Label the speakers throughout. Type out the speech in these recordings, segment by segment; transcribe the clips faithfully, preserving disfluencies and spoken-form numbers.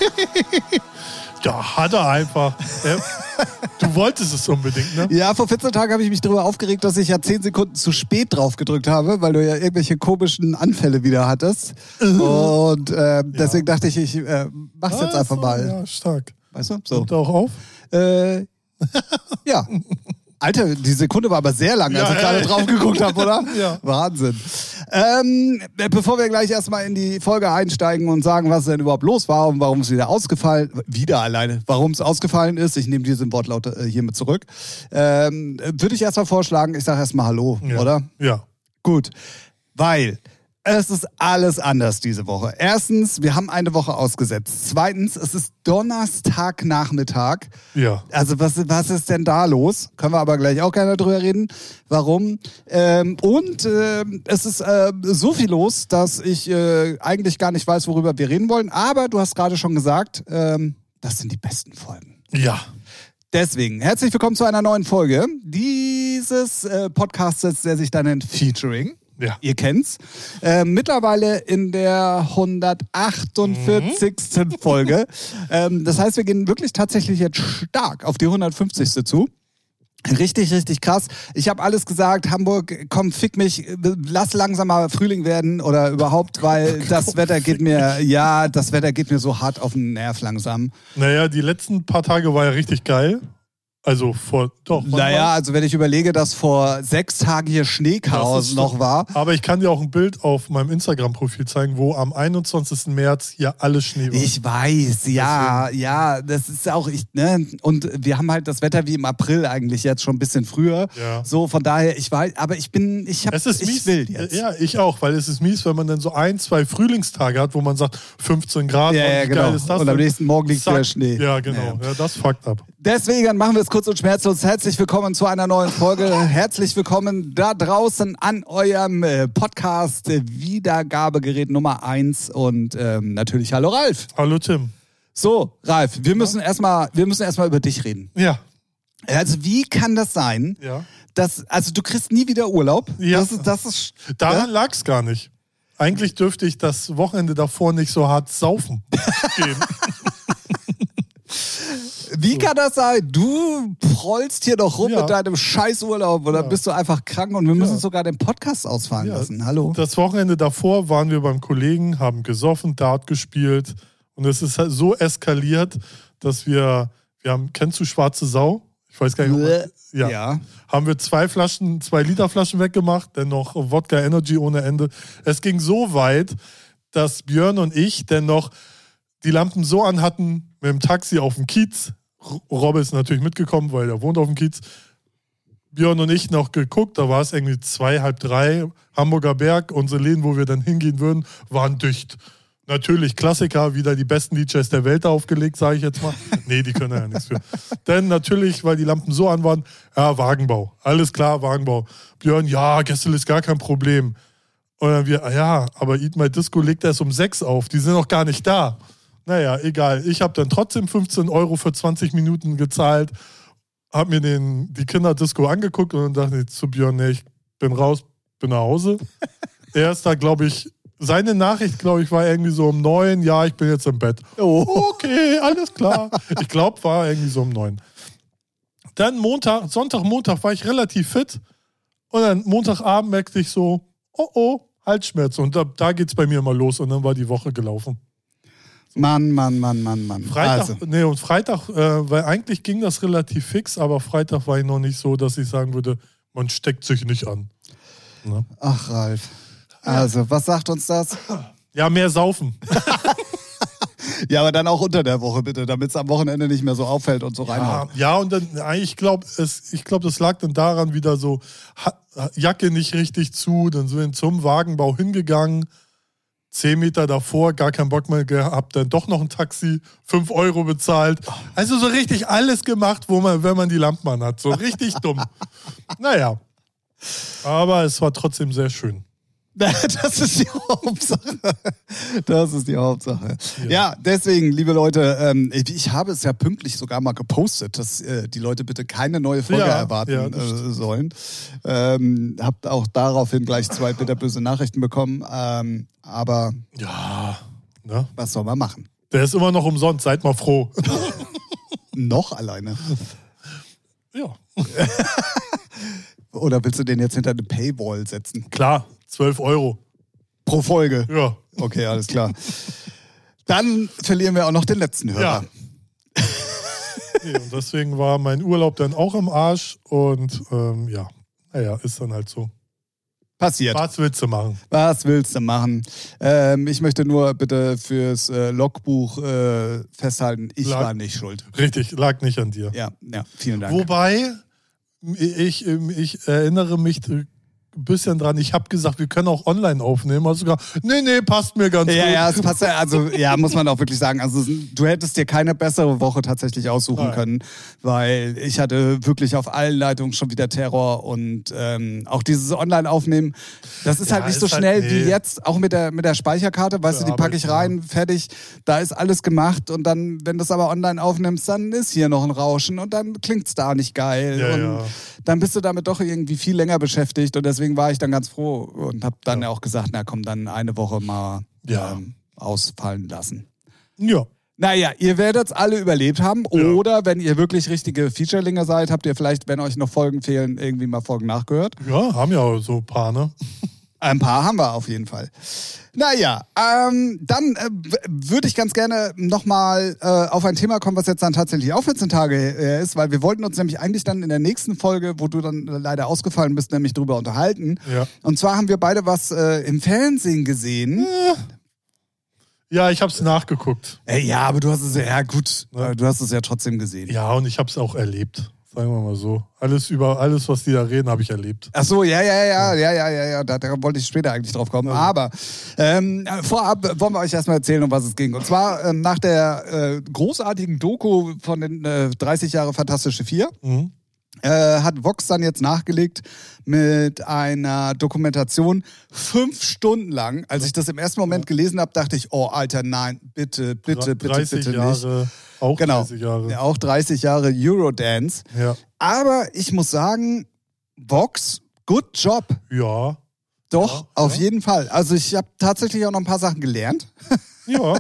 Speaker 1: Ja, hat er einfach. Du wolltest es unbedingt, ne?
Speaker 2: Ja, vor vierzehn Tagen habe ich mich darüber aufgeregt, dass ich ja zehn Sekunden zu spät drauf gedrückt habe, weil du ja irgendwelche komischen Anfälle wieder hattest. Und äh, deswegen ja. dachte ich, ich äh, mach's jetzt
Speaker 1: also,
Speaker 2: einfach mal.
Speaker 1: Ja, stark.
Speaker 2: Weißt du? So.
Speaker 1: Kommt auch auf?
Speaker 2: Äh, ja. Alter, die Sekunde war aber sehr lang, als ja, ich gerade drauf geguckt habe, oder?
Speaker 1: Ja.
Speaker 2: Wahnsinn. Ähm, bevor wir gleich erstmal in die Folge einsteigen und sagen, was denn überhaupt los war und warum es wieder ausgefallen, wieder alleine, warum es ausgefallen ist, ich nehme diesen Wortlaut äh, hiermit zurück, ähm, würde ich erstmal vorschlagen, ich sage erstmal Hallo,
Speaker 1: ja.
Speaker 2: oder?
Speaker 1: Ja.
Speaker 2: Gut, weil es ist alles anders diese Woche. Erstens, wir haben eine Woche ausgesetzt. Zweitens, es ist Donnerstagnachmittag.
Speaker 1: Ja.
Speaker 2: Also was, was ist denn da los? Können wir aber gleich auch gerne drüber reden. Warum? Ähm, und äh, es ist äh, so viel los, dass ich äh, eigentlich gar nicht weiß, worüber wir reden wollen. Aber du hast gerade schon gesagt, ähm, das sind die besten Folgen.
Speaker 1: Ja.
Speaker 2: Deswegen, herzlich willkommen zu einer neuen Folge dieses äh, Podcasts, der sich dann nennt Featuring.
Speaker 1: Ja.
Speaker 2: Ihr kennt's. Äh, mittlerweile in der hundertachtundvierzigsten Mhm. Folge. Ähm, das heißt, wir gehen wirklich tatsächlich jetzt stark auf die hundertfünfzigste zu. Richtig, richtig krass. Ich habe alles gesagt, Hamburg, komm, fick mich, lass langsam mal Frühling werden oder überhaupt, weil das Wetter geht mir, ja, das Wetter geht mir so hart auf den Nerv langsam.
Speaker 1: Naja, die letzten paar Tage war ja richtig geil. Also vor, doch.
Speaker 2: Naja, also wenn ich überlege, dass vor sechs Tagen hier Schneechaos noch war.
Speaker 1: Aber ich kann dir auch ein Bild auf meinem Instagram-Profil zeigen, wo am einundzwanzigsten März hier alles Schnee war.
Speaker 2: Ich weiß, ja, Deswegen. ja, das ist auch, ich, ne, und wir haben halt das Wetter wie im April eigentlich jetzt schon ein bisschen früher.
Speaker 1: Ja.
Speaker 2: So, von daher, ich weiß, aber ich bin, ich hab,
Speaker 1: es ist
Speaker 2: ich
Speaker 1: mies.
Speaker 2: will jetzt.
Speaker 1: Ja, ich auch, weil es ist mies, wenn man dann so ein, zwei Frühlingstage hat, wo man sagt, fünfzehn Grad,
Speaker 2: ja, ja,
Speaker 1: wie
Speaker 2: genau.
Speaker 1: geil ist das?
Speaker 2: Und am nächsten Morgen liegt
Speaker 1: Zack.
Speaker 2: wieder Schnee.
Speaker 1: Ja, genau, ja. Ja, das fuckt ab.
Speaker 2: Deswegen machen wir es kurz und schmerzlos. Herzlich willkommen zu einer neuen Folge. Herzlich willkommen da draußen an eurem äh, Podcast äh, Wiedergabegerät Nummer eins und ähm, natürlich hallo Ralf.
Speaker 1: Hallo Tim.
Speaker 2: So, Ralf, wir müssen erstmal, wir müssen erstmal über dich reden.
Speaker 1: Ja.
Speaker 2: Also wie kann das sein,
Speaker 1: ja.
Speaker 2: dass, also du kriegst nie wieder Urlaub?
Speaker 1: Ja.
Speaker 2: Das ist, das ist,
Speaker 1: Daran
Speaker 2: ja?
Speaker 1: lag es gar nicht. Eigentlich dürfte ich das Wochenende davor nicht so hart saufen gehen.
Speaker 2: Wie kann das sein? Du prollst hier doch rum
Speaker 1: ja.
Speaker 2: mit deinem Scheißurlaub oder ja. bist du einfach krank und wir müssen
Speaker 1: ja.
Speaker 2: sogar den Podcast ausfallen
Speaker 1: ja.
Speaker 2: lassen. Hallo?
Speaker 1: Das Wochenende davor waren wir beim Kollegen, haben gesoffen, Dart gespielt und es ist halt so eskaliert, dass wir, wir haben, kennst du Schwarze Sau? Ich weiß gar nicht, ob man, ja.
Speaker 2: ja.
Speaker 1: Haben wir zwei Flaschen, zwei Liter Flaschen weggemacht, dann noch Wodka Energy ohne Ende. Es ging so weit, dass Björn und ich dann noch die Lampen so an hatten mit dem Taxi auf dem Kiez. Robbe ist natürlich mitgekommen, weil er wohnt auf dem Kiez. Björn und ich noch geguckt, da war es irgendwie zwei, halb drei, Hamburger Berg. Unsere Läden, wo wir dann hingehen würden, waren dicht. Natürlich Klassiker, wieder die besten D Js der Welt aufgelegt, sage ich jetzt mal. Nee, die können ja nichts für. Denn natürlich, weil die Lampen so an waren, ja, Wagenbau. Alles klar, Wagenbau. Björn, ja, Gästel ist gar kein Problem. Und dann wir, ja, aber Eat My Disco legt erst um sechs auf. Die sind noch gar nicht da. Naja, egal. Ich habe dann trotzdem fünfzehn Euro für zwanzig Minuten gezahlt, habe mir den, die Kinderdisco angeguckt und dann dachte ich zu Björn, nee, ich bin raus, bin nach Hause. Er ist da, glaube ich, seine Nachricht, glaube ich, war irgendwie so um neun, ja, ich bin jetzt im Bett. Oh. Okay, alles klar. Ich glaube, war irgendwie so um neun. Dann Montag, Sonntag, Montag war ich relativ fit und dann Montagabend merkte ich so, oh oh, Halsschmerzen. Und da, da geht es bei mir mal los und dann war die Woche gelaufen.
Speaker 2: Mann, Mann, Mann, Mann, Mann.
Speaker 1: Freitag,
Speaker 2: also.
Speaker 1: nee, und Freitag, äh, weil eigentlich ging das relativ fix, aber Freitag war ich noch nicht so, dass ich sagen würde, man steckt sich nicht an. Ne?
Speaker 2: Ach, Ralf. Also, was sagt uns das?
Speaker 1: Ja, mehr saufen.
Speaker 2: Ja, aber dann auch unter der Woche, bitte, damit es am Wochenende nicht mehr so auffällt und so
Speaker 1: ja,
Speaker 2: reinhaut.
Speaker 1: Ja, und dann, ich glaube, ich glaub, das lag dann daran wieder so, Jacke nicht richtig zu, dann sind wir zum Wagenbau hingegangen, zehn Meter davor, gar keinen Bock mehr gehabt, dann doch noch ein Taxi, fünf Euro bezahlt. Also so richtig alles gemacht, wo man, wenn man die Lampen an hat. So richtig dumm. Naja. Aber es war trotzdem sehr schön.
Speaker 2: Das ist die Hauptsache. Das ist die Hauptsache. Ja, ja deswegen, liebe Leute, ähm, ich habe es ja pünktlich sogar mal gepostet, dass äh, die Leute bitte keine neue Folge ja, erwarten ja, äh, sollen. Ähm, habt auch daraufhin gleich zwei bitterböse Nachrichten bekommen. Ähm, aber
Speaker 1: ja, ne?
Speaker 2: Was soll man machen?
Speaker 1: Der ist immer noch umsonst, seid mal froh.
Speaker 2: Noch alleine?
Speaker 1: Ja.
Speaker 2: Oder willst du den jetzt hinter eine Paywall setzen?
Speaker 1: Klar, zwölf Euro.
Speaker 2: Pro Folge?
Speaker 1: Ja.
Speaker 2: Okay, alles klar. Dann verlieren wir auch noch den letzten Hörer.
Speaker 1: Ja. Nee, und deswegen war mein Urlaub dann auch im Arsch und ähm, ja, naja, ist dann halt so.
Speaker 2: Passiert.
Speaker 1: Was willst du machen?
Speaker 2: Was willst du machen? Ähm, ich möchte nur bitte fürs äh, Logbuch äh, festhalten, ich
Speaker 1: lag,
Speaker 2: war nicht schuld.
Speaker 1: Richtig, lag nicht an dir.
Speaker 2: Ja, ja, vielen Dank.
Speaker 1: Wobei, ich, ich erinnere mich ein bisschen dran, ich habe gesagt, wir können auch online aufnehmen. Also sogar, nee, nee, passt mir ganz
Speaker 2: ja,
Speaker 1: gut.
Speaker 2: Ja, es passt ja, also ja, muss man auch wirklich sagen. Also du hättest dir keine bessere Woche tatsächlich aussuchen
Speaker 1: Nein.
Speaker 2: können, weil ich hatte wirklich auf allen Leitungen schon wieder Terror und ähm, auch dieses Online-Aufnehmen, das ist
Speaker 1: Ja,
Speaker 2: halt nicht
Speaker 1: ist
Speaker 2: so
Speaker 1: halt,
Speaker 2: schnell
Speaker 1: nee.
Speaker 2: wie jetzt, auch mit der, mit der Speicherkarte, weißt
Speaker 1: Für
Speaker 2: du, die packe
Speaker 1: Arbeit,
Speaker 2: ich rein, fertig, da ist alles gemacht und dann, wenn du es aber online aufnimmst, dann ist hier noch ein Rauschen und dann klingt's da nicht geil
Speaker 1: Ja,
Speaker 2: und
Speaker 1: ja.
Speaker 2: dann bist du damit doch irgendwie viel länger beschäftigt und deswegen war ich dann ganz froh und habe dann ja. auch gesagt, na komm, dann eine Woche mal
Speaker 1: Ja.
Speaker 2: ähm, ausfallen lassen.
Speaker 1: Ja.
Speaker 2: Naja, ihr werdet es alle überlebt haben
Speaker 1: Ja.
Speaker 2: oder wenn ihr wirklich richtige Featurelinge seid, habt ihr vielleicht, wenn euch noch Folgen fehlen, irgendwie mal Folgen nachgehört.
Speaker 1: Ja, haben ja auch so ein paar, ne?
Speaker 2: Ein paar haben wir auf jeden Fall. Naja, ähm, dann äh, w- würde ich ganz gerne nochmal äh, auf ein Thema kommen, was jetzt dann tatsächlich auch vierzehn Tage äh, ist, weil wir wollten uns nämlich eigentlich dann in der nächsten Folge, wo du dann leider ausgefallen bist, nämlich drüber unterhalten.
Speaker 1: Ja.
Speaker 2: Und zwar haben wir beide was äh, im Fernsehen gesehen.
Speaker 1: Ja, ich hab's nachgeguckt.
Speaker 2: Äh, ja, aber du hast es ja, ja gut,
Speaker 1: Ja.
Speaker 2: äh, du hast es ja trotzdem gesehen.
Speaker 1: Ja, und ich hab's auch erlebt. Sagen wir mal so. Alles über alles, was die da reden, habe ich erlebt.
Speaker 2: Ach so, ja, ja, ja, ja, ja, ja, ja, da, da wollte ich später eigentlich drauf kommen. Aber ähm, vorab wollen wir euch erstmal erzählen, um was es ging. Und zwar ähm, nach der äh, großartigen Doku von den äh, dreißig Jahre Fantastische Vier
Speaker 1: Mhm.
Speaker 2: äh, hat Vox dann jetzt nachgelegt mit einer Dokumentation fünf Stunden lang. Als ich das im ersten Moment gelesen habe, dachte ich, oh Alter, nein, bitte, bitte, bitte,
Speaker 1: dreißig
Speaker 2: bitte nicht.
Speaker 1: Jahre, auch
Speaker 2: Genau,
Speaker 1: dreißig Jahre.
Speaker 2: ja, auch dreißig Jahre Eurodance.
Speaker 1: Ja.
Speaker 2: Aber ich muss sagen, Vox, good job.
Speaker 1: Ja.
Speaker 2: Doch,
Speaker 1: Ja,
Speaker 2: auf
Speaker 1: ja.
Speaker 2: jeden Fall. Also ich habe tatsächlich auch noch ein paar Sachen gelernt.
Speaker 1: Ja.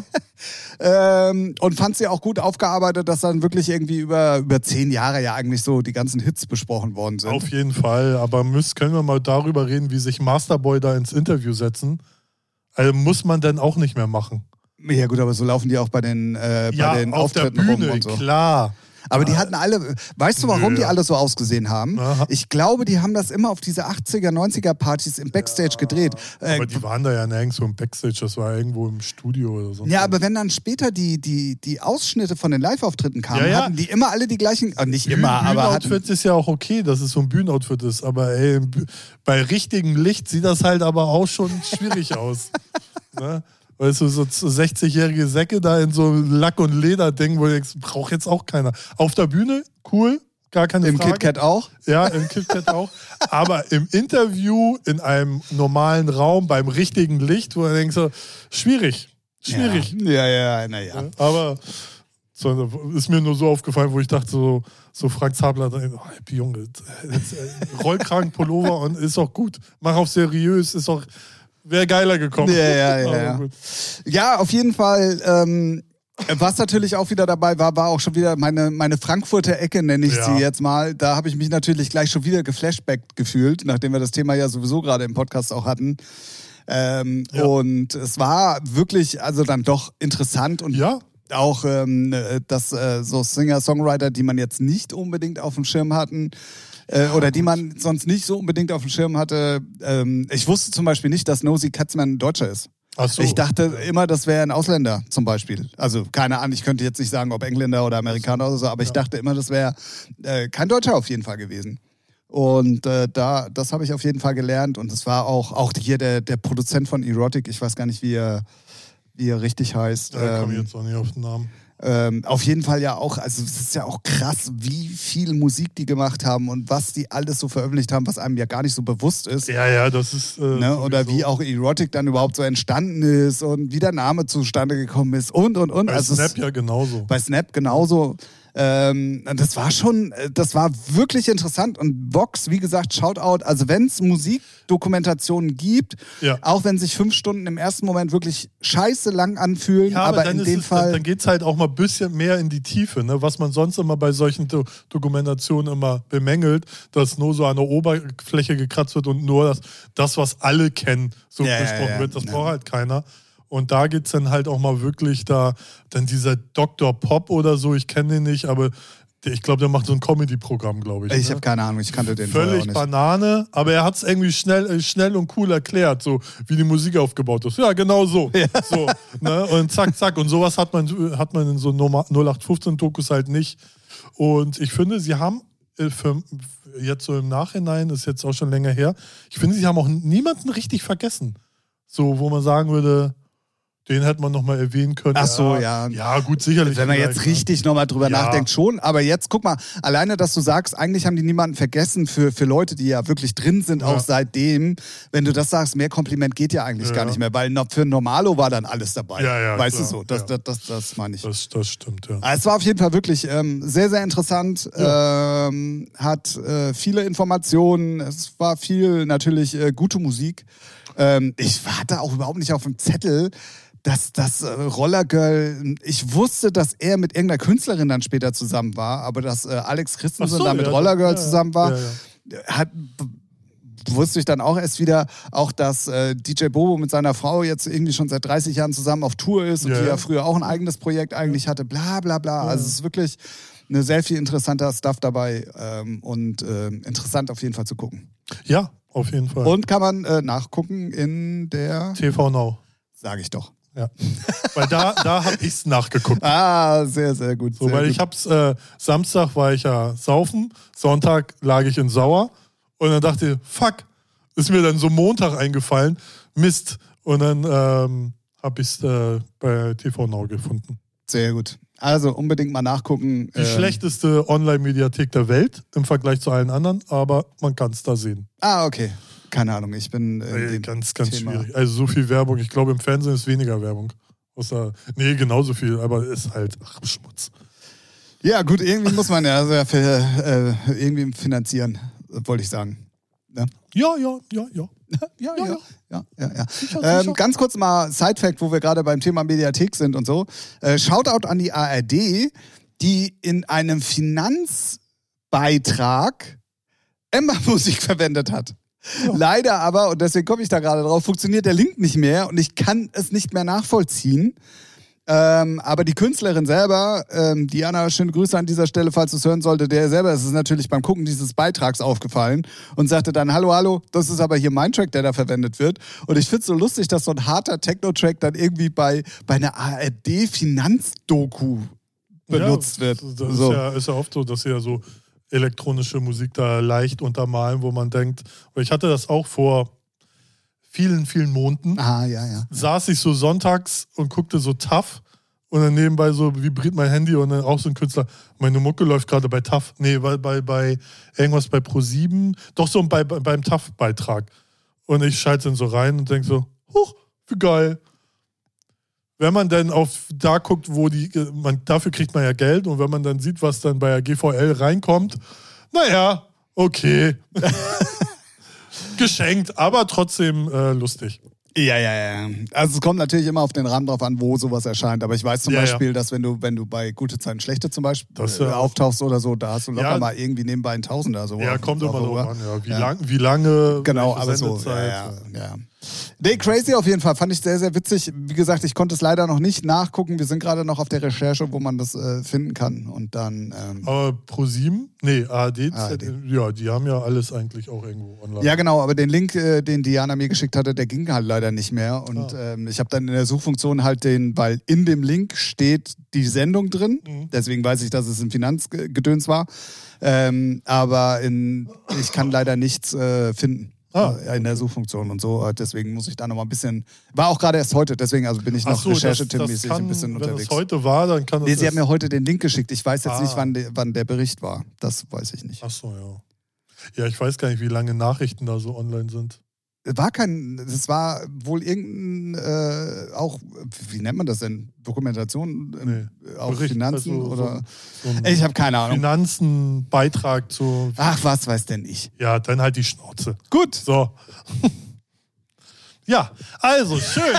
Speaker 2: ähm, und fand sie auch gut aufgearbeitet, dass dann wirklich irgendwie über, über zehn Jahre ja eigentlich so die ganzen Hits besprochen worden sind.
Speaker 1: Auf jeden Fall. Aber müssen, können wir mal darüber reden, wie sich Masterboy da ins Interview setzen? Also muss man dann auch nicht mehr machen.
Speaker 2: Ja gut, aber so laufen die auch bei den, äh,
Speaker 1: Ja,
Speaker 2: bei den
Speaker 1: auf der
Speaker 2: Auftritten rum
Speaker 1: Bühne,
Speaker 2: und so.
Speaker 1: klar.
Speaker 2: Aber die hatten alle, weißt du, warum
Speaker 1: Nö.
Speaker 2: die alle so ausgesehen haben?
Speaker 1: Aha.
Speaker 2: Ich glaube, die haben das immer auf diese achtziger, neunziger Partys im Backstage gedreht. Äh,
Speaker 1: Aber die waren da ja nirgendwo im Backstage, das war irgendwo im Studio oder so.
Speaker 2: Ja, aber wenn dann später die, die, die Ausschnitte von den Live-Auftritten kamen,
Speaker 1: Ja, ja.
Speaker 2: hatten die immer alle die gleichen, äh, nicht
Speaker 1: Bühnen-
Speaker 2: immer, aber hatten,
Speaker 1: Bühnenoutfit ist ja auch okay, dass es so ein Bühnenoutfit ist, aber ey, im Bü- bei richtigem Licht sieht das halt aber auch schon schwierig aus. Ne? Weißt du, so sechzigjährige Säcke da in so Lack- und Leder-Ding, wo du denkst, braucht jetzt auch keiner. Auf der Bühne, cool, gar keine
Speaker 2: im
Speaker 1: Frage.
Speaker 2: KitKat auch.
Speaker 1: Ja, im KitKat auch. Aber im Interview, in einem normalen Raum, beim richtigen Licht, wo du denkst, so, schwierig, schwierig.
Speaker 2: Ja, ja, naja.
Speaker 1: Ja, aber so, ist mir nur so aufgefallen, wo ich dachte, so, so Frank Zabler, oh, Happy Junge, jetzt, äh, Rollkragen, Pullover und ist auch gut. Mach auf seriös, ist auch, wäre geiler gekommen.
Speaker 2: Ja, ja, ja,
Speaker 1: Aber
Speaker 2: ja.
Speaker 1: gut.
Speaker 2: Ja, auf jeden Fall. Ähm, was natürlich auch wieder dabei war, war auch schon wieder meine, meine Frankfurter Ecke, nenne ich
Speaker 1: Ja.
Speaker 2: sie jetzt mal. Da habe ich mich natürlich gleich schon wieder geflashbackt gefühlt, nachdem wir das Thema ja sowieso gerade im Podcast auch hatten. Ähm,
Speaker 1: Ja.
Speaker 2: Und es war wirklich, also dann doch interessant und
Speaker 1: Ja,
Speaker 2: auch, ähm, dass äh, so Singer-Songwriter, die man jetzt nicht unbedingt auf dem Schirm hatten, äh, oder die man sonst nicht so unbedingt auf dem Schirm hatte. Ähm, ich wusste zum Beispiel nicht, dass Nosy Katzman ein Deutscher ist.
Speaker 1: ach so.
Speaker 2: Ich dachte immer, das wäre ein Ausländer zum Beispiel. Also keine Ahnung, ich könnte jetzt nicht sagen, ob Engländer oder Amerikaner oder so, aber ich dachte immer, das wäre äh, kein Deutscher auf jeden Fall gewesen. Und äh, da, das habe ich auf jeden Fall gelernt. Und es war auch, auch hier der, der Produzent von Erotic, ich weiß gar nicht, wie er, wie er richtig heißt.
Speaker 1: Da komme ich
Speaker 2: ähm,
Speaker 1: jetzt auch nicht auf den Namen.
Speaker 2: ähm, auf jeden Fall ja auch, also es ist ja auch krass, wie viel Musik die gemacht haben und was die alles so veröffentlicht haben, was einem ja gar nicht so bewusst ist.
Speaker 1: Ja, ja, das ist. Äh,
Speaker 2: Ne? Oder
Speaker 1: sowieso.
Speaker 2: wie auch Erotic dann überhaupt so entstanden ist und wie der Name zustande gekommen ist und und und.
Speaker 1: Bei
Speaker 2: also
Speaker 1: Snap
Speaker 2: es,
Speaker 1: ja genauso.
Speaker 2: bei Snap genauso. Ähm, das war schon, das war wirklich interessant. Und Vox, wie gesagt, Shoutout, also wenn es Musikdokumentationen gibt, ja. auch wenn sich fünf Stunden im ersten Moment wirklich scheiße lang anfühlen, ja, aber, aber in dem
Speaker 1: es,
Speaker 2: Fall...
Speaker 1: Dann, dann geht es halt auch mal ein bisschen mehr in die Tiefe, ne? Was man sonst immer bei solchen Do- Dokumentationen immer bemängelt, dass nur so an der Oberfläche gekratzt wird und nur das, das was alle kennen, so ja, besprochen ja, ja. wird. Das ja. braucht halt keiner. Und da geht es dann halt auch mal wirklich da, dann dieser Doktor Pop oder so, ich kenne den nicht, aber der, ich glaube, der macht so ein Comedy-Programm, glaube ich.
Speaker 2: Ich
Speaker 1: ne?
Speaker 2: habe keine Ahnung, ich kannte den
Speaker 1: Völlig
Speaker 2: auch nicht.
Speaker 1: Banane, aber er hat es irgendwie schnell, schnell und cool erklärt, so wie die Musik aufgebaut ist. Ja, genau so. Ja. so ne? Und zack, zack. Und sowas hat man, hat man in so null acht fünfzehn-Dokus halt nicht. Und ich finde, sie haben für, jetzt so im Nachhinein, ist jetzt auch schon länger her, ich finde, sie haben auch niemanden richtig vergessen. So, wo man sagen würde, den hätte man nochmal erwähnen können.
Speaker 2: Ach so, ja.
Speaker 1: Ja, ja gut, sicherlich.
Speaker 2: Wenn man jetzt richtig nochmal drüber
Speaker 1: ja.
Speaker 2: nachdenkt, schon. Aber jetzt, guck mal, alleine, dass du sagst, eigentlich haben die niemanden vergessen für, für Leute, die ja wirklich drin sind, ja. auch seitdem. Wenn du das sagst, mehr Kompliment geht ja eigentlich ja. gar nicht mehr, weil für Normalo war dann alles dabei.
Speaker 1: Ja, ja,
Speaker 2: weißt
Speaker 1: klar.
Speaker 2: du so, das,
Speaker 1: ja.
Speaker 2: das, das, das meine ich.
Speaker 1: Das, das stimmt, ja.
Speaker 2: Es war auf jeden Fall wirklich ähm, sehr, sehr interessant. Ja. Ähm, hat äh, viele Informationen. Es war viel natürlich äh, gute Musik. Ähm, ich hatte auch überhaupt nicht auf dem Zettel, dass das äh, Rollergirl, ich wusste, dass er mit irgendeiner Künstlerin dann später zusammen war, aber dass äh, Alex Christensen so, da mit ja, Rollergirl ja, zusammen war, ja, ja. hat wusste ich dann auch erst wieder, auch dass äh, D J Bobo mit seiner Frau jetzt irgendwie schon seit dreißig Jahren zusammen auf Tour ist und ja. die ja früher auch ein eigenes Projekt eigentlich hatte, bla bla bla. Ja. Also es ist wirklich eine sehr viel interessanter Stuff dabei ähm, und äh, interessant auf jeden Fall zu gucken.
Speaker 1: Ja, auf jeden Fall.
Speaker 2: Und kann man äh, nachgucken in der
Speaker 1: T V Now.
Speaker 2: Sage ich doch.
Speaker 1: Ja, weil da, da habe ich es nachgeguckt.
Speaker 2: Ah, sehr, sehr gut.
Speaker 1: So,
Speaker 2: sehr
Speaker 1: weil
Speaker 2: gut.
Speaker 1: ich hab's, äh, Samstag war ich ja saufen, Sonntag lag ich in Sauer und dann dachte ich, fuck, ist mir dann so Montag eingefallen, Mist. Und dann ähm, habe ich es äh, bei T V Now gefunden.
Speaker 2: Sehr gut. Also unbedingt mal nachgucken.
Speaker 1: Die ähm, schlechteste Online-Mediathek der Welt im Vergleich zu allen anderen, aber man kann es da sehen.
Speaker 2: Ah, okay. Keine Ahnung, ich bin äh,
Speaker 1: nee, ganz, ganz Thema. schwierig. Also so viel Werbung. Ich glaube, im Fernsehen ist weniger Werbung. Außer, nee, genauso viel, aber ist halt ach, Schmutz.
Speaker 2: Ja, gut, irgendwie muss man ja also für, äh, irgendwie finanzieren, wollte ich sagen. Ja,
Speaker 1: ja, ja, ja. ja.
Speaker 2: Ja, ja, ja. ja, ja, ja. Sicher, ähm, ganz kurz mal Sidefact, wo wir gerade beim Thema Mediathek sind und so. Äh, Shoutout an die A R D, die in einem Finanzbeitrag Emma-Musik verwendet hat. Ja. Leider aber, und deswegen komme ich da gerade drauf, funktioniert der Link nicht mehr und ich kann es nicht mehr nachvollziehen. Ähm, aber die Künstlerin selber, ähm, Diana, schöne Grüße an dieser Stelle, falls du es hören sollte, der selber ist es natürlich beim Gucken dieses Beitrags aufgefallen und sagte dann, hallo, hallo, das ist aber hier mein Track, der da verwendet wird. Und ich finde es so lustig, dass so ein harter Techno-Track dann irgendwie bei, bei einer A R D-Finanzdoku benutzt
Speaker 1: ja,
Speaker 2: wird.
Speaker 1: Das so. ist, ja, ist ja oft so, dass sie ja so elektronische Musik da leicht untermalen, wo man denkt, weil ich hatte das auch vor vielen, vielen Monaten.
Speaker 2: Ah, ja, ja.
Speaker 1: Saß ich so sonntags und guckte so T A F und dann nebenbei so vibriert mein Handy und dann auch so ein Künstler, meine Mucke läuft gerade bei T A F. Nee, bei, bei, bei irgendwas bei Pro sieben, doch so bei, bei, beim T A F-Beitrag. Und ich schalte dann so rein und denke so, huch, wie geil. Wenn man dann auf da guckt, wo die, man, dafür kriegt man ja Geld und wenn man dann sieht, was dann bei der G V L reinkommt, naja, okay. Geschenkt, aber trotzdem äh, lustig.
Speaker 2: Ja, ja, ja. Also es kommt natürlich immer auf den Rahmen drauf an, wo sowas erscheint. Aber ich weiß zum
Speaker 1: ja,
Speaker 2: Beispiel,
Speaker 1: ja.
Speaker 2: dass wenn du, wenn du bei Gute Zeiten, Schlechte zum Beispiel
Speaker 1: das,
Speaker 2: äh,
Speaker 1: ja.
Speaker 2: auftauchst oder so, da hast du locker
Speaker 1: ja.
Speaker 2: mal irgendwie nebenbei einen Tausender. So
Speaker 1: ja, kommt immer drauf an, ja. Wie,
Speaker 2: ja.
Speaker 1: Lang, wie lange,
Speaker 2: genau, aber so, ja, ja, ja. Nee, crazy auf jeden Fall. Fand ich sehr, sehr witzig. Wie gesagt, ich konnte es leider noch nicht nachgucken. Wir sind gerade noch auf der Recherche, wo man das äh, finden kann. Und dann. Ähm,
Speaker 1: aber Pro sieben? Nee, A R D,
Speaker 2: A R D.
Speaker 1: Ja, die haben ja alles eigentlich auch irgendwo online.
Speaker 2: Ja, genau, aber den Link, äh, den Diana mir geschickt hatte, der ging halt leider nicht mehr. Und ah. ähm, ich habe dann in der Suchfunktion halt den, weil in dem Link steht die Sendung drin. Mhm. Deswegen weiß ich, dass es im Finanzgedöns war. Ähm, aber in, ich kann leider nichts äh, finden. Ah, in der Suchfunktion und so. Deswegen muss ich da noch mal ein bisschen. War auch gerade erst heute, deswegen also bin ich noch
Speaker 1: so,
Speaker 2: rechercheteammäßig ein bisschen
Speaker 1: wenn
Speaker 2: unterwegs.
Speaker 1: Wenn es heute war, dann kann das.
Speaker 2: Nee, sie haben mir heute den Link geschickt. Ich weiß jetzt
Speaker 1: ah.
Speaker 2: nicht, wann, de, wann der Bericht war. Das weiß ich nicht.
Speaker 1: Ach so, ja. Ja, ich weiß gar nicht, wie lange Nachrichten da so online sind.
Speaker 2: war kein, das war wohl irgendein, äh, auch, wie nennt man das denn? Dokumentation
Speaker 1: Nee.
Speaker 2: auf
Speaker 1: Bericht,
Speaker 2: Finanzen
Speaker 1: also
Speaker 2: oder?
Speaker 1: So, so ein
Speaker 2: Ich habe keine Ahnung.
Speaker 1: Finanzenbeitrag zu.
Speaker 2: Ach, was weiß denn ich.
Speaker 1: Ja, dann halt die Schnauze.
Speaker 2: Gut.
Speaker 1: So. Ja, also schön.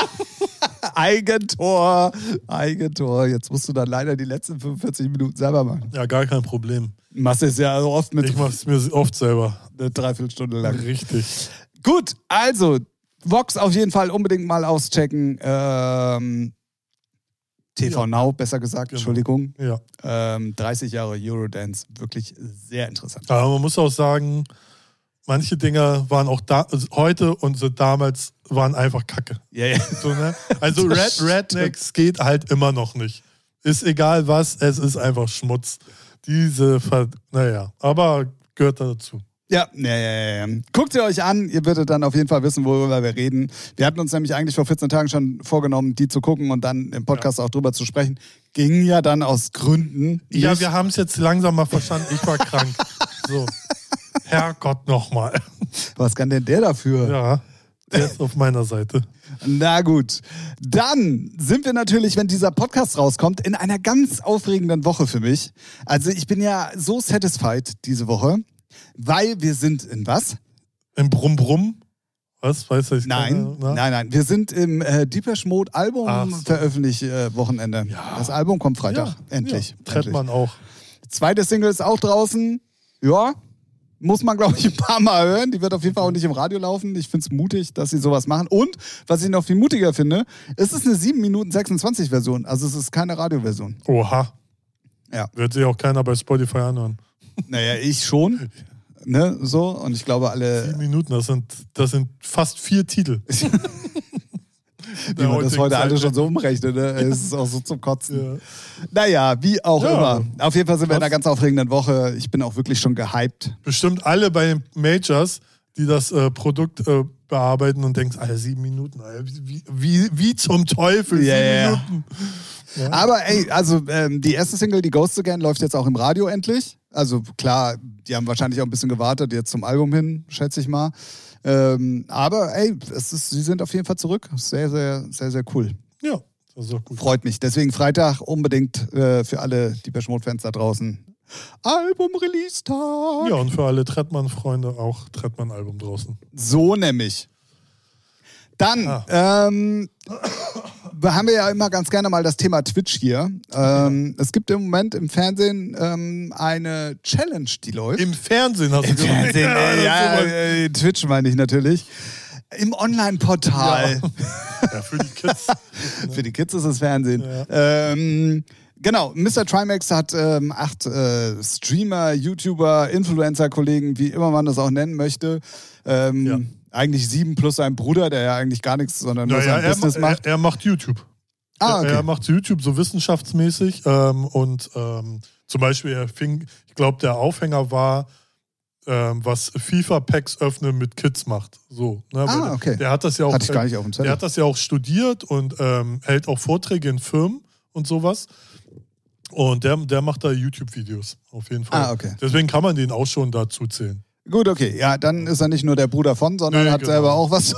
Speaker 2: Eigentor. Eigentor. Jetzt musst du dann leider die letzten fünfundvierzig Minuten selber machen.
Speaker 1: Ja, gar kein Problem.
Speaker 2: Machst es ja oft mit.
Speaker 1: Ich mach's mir oft selber.
Speaker 2: Eine Dreiviertelstunde lang.
Speaker 1: Richtig.
Speaker 2: Gut, also Vox auf jeden Fall unbedingt mal auschecken. Ähm, T V
Speaker 1: Ja.
Speaker 2: Now, besser gesagt,
Speaker 1: Genau.
Speaker 2: Entschuldigung.
Speaker 1: Ja.
Speaker 2: Ähm, dreißig Jahre Eurodance, wirklich sehr interessant.
Speaker 1: Aber man muss auch sagen, manche Dinger waren auch da, also heute und so damals waren einfach Kacke.
Speaker 2: Ja, ja.
Speaker 1: So, ne? Also
Speaker 2: Das
Speaker 1: Red,
Speaker 2: stimmt.
Speaker 1: Rednecks geht halt immer noch nicht. Ist egal was, es ist einfach Schmutz. Diese, Ver naja, aber gehört dazu.
Speaker 2: Ja, ja, ja, ja. Guckt ihr euch an, ihr werdet dann auf jeden Fall wissen, worüber wir reden. Wir hatten uns nämlich eigentlich vor vierzehn Tagen schon vorgenommen, die zu gucken und dann im Podcast ja. auch drüber zu sprechen. Ging ja dann aus Gründen nicht.
Speaker 1: Ja, wir haben es jetzt langsam mal verstanden, ich war krank. So. Herrgott nochmal.
Speaker 2: Was kann denn der dafür?
Speaker 1: Ja, der ist auf meiner Seite.
Speaker 2: Na gut, dann sind wir natürlich, wenn dieser Podcast rauskommt, in einer ganz aufregenden Woche für mich. Also ich bin ja so satisfied diese Woche, weil wir sind in was?
Speaker 1: Im Brumm Brumm? Was? Weiß ich
Speaker 2: Nein,
Speaker 1: keine,
Speaker 2: nein, nein. Wir sind im äh, Depeche Mode Album
Speaker 1: Ach so.
Speaker 2: veröffentlicht äh, Wochenende.
Speaker 1: Ja.
Speaker 2: Das Album kommt Freitag,
Speaker 1: Ja,
Speaker 2: endlich.
Speaker 1: Ja, Trettmann auch.
Speaker 2: Zweite Single ist auch draußen. Ja, muss man, glaube ich, ein paar Mal hören. Die wird auf jeden Fall auch nicht im Radio laufen. Ich finde es mutig, dass sie sowas machen. Und, was ich noch viel mutiger finde, es ist eine sieben Minuten sechsundzwanzig Version. Also es ist keine Radioversion.
Speaker 1: Oha.
Speaker 2: Ja.
Speaker 1: Wird sich auch keiner bei Spotify anhören.
Speaker 2: Naja, ich schon. Ne, so. Und ich glaube, alle...
Speaker 1: Sieben Minuten, das sind, das sind fast vier Titel.
Speaker 2: Wie man das heute alle schon so umrechnet, ne? Es ist auch so zum Kotzen.
Speaker 1: Ja.
Speaker 2: Naja, wie auch
Speaker 1: Ja.
Speaker 2: immer. Auf jeden Fall sind wir in einer
Speaker 1: Was?
Speaker 2: ganz aufregenden Woche. Ich bin auch wirklich schon gehypt.
Speaker 1: Bestimmt alle bei den Majors, die das äh, Produkt äh, bearbeiten und denkst, Alter, sieben Minuten, Alter, wie, wie, wie zum Teufel,
Speaker 2: Ja,
Speaker 1: sieben
Speaker 2: ja.
Speaker 1: Minuten. Ja.
Speaker 2: Aber ey, also ähm, die erste Single, die Ghost Again, läuft jetzt auch im Radio endlich. Also klar, die haben wahrscheinlich auch ein bisschen gewartet, jetzt zum Album hin, schätze ich mal. Ähm, aber ey, es ist, sie sind auf jeden Fall zurück. Sehr, sehr, sehr, sehr cool.
Speaker 1: Ja, das ist auch gut.
Speaker 2: Freut mich. Deswegen Freitag unbedingt äh, für alle Depeche Mode-Fans da draußen. Album-Release-Tag.
Speaker 1: Ja, und für alle Trettmann-Freunde auch Trettmann-Album draußen.
Speaker 2: So nämlich. Dann
Speaker 1: Ah.
Speaker 2: ähm, haben wir ja immer ganz gerne mal das Thema Twitch hier. Ähm, es gibt im Moment im Fernsehen ähm, eine Challenge, die läuft.
Speaker 1: Im Fernsehen hast
Speaker 2: Im
Speaker 1: du gesagt.
Speaker 2: Fernsehen,
Speaker 1: Ja,
Speaker 2: äh,
Speaker 1: das
Speaker 2: ja,
Speaker 1: ist so
Speaker 2: äh, Twitch meine ich natürlich. Im Online-Portal.
Speaker 1: Ja. Ja, für die Kids.
Speaker 2: Für die Kids ist es Fernsehen.
Speaker 1: Ja.
Speaker 2: Ähm, genau, Mister Trimax hat ähm, acht äh, Streamer, YouTuber, Influencer-Kollegen, wie immer man das auch nennen möchte. Ähm,
Speaker 1: Ja.
Speaker 2: Eigentlich sieben plus sein Bruder, der ja eigentlich gar nichts, sondern nur
Speaker 1: Naja,
Speaker 2: sein
Speaker 1: er,
Speaker 2: Business
Speaker 1: ma-
Speaker 2: macht.
Speaker 1: er, er macht YouTube.
Speaker 2: Ah, okay.
Speaker 1: Er macht YouTube so wissenschaftsmäßig ähm, und ähm, zum Beispiel, er fing, ich glaube, der Aufhänger war, ähm, was FIFA-Packs öffnen mit Kids macht. So, ne?
Speaker 2: Ah,
Speaker 1: Weil
Speaker 2: okay.
Speaker 1: Der hat das ja auch,
Speaker 2: Hatte ich gar nicht auf dem Zettel.
Speaker 1: der hat das ja auch studiert und ähm, hält auch Vorträge in Firmen und sowas. Und der, der macht da YouTube-Videos, auf jeden Fall.
Speaker 2: Ah, okay.
Speaker 1: Deswegen kann man den auch schon dazu zählen.
Speaker 2: Gut, okay. Ja, dann ist er nicht nur der Bruder von, sondern
Speaker 1: Nee,
Speaker 2: hat
Speaker 1: genau.
Speaker 2: selber auch was.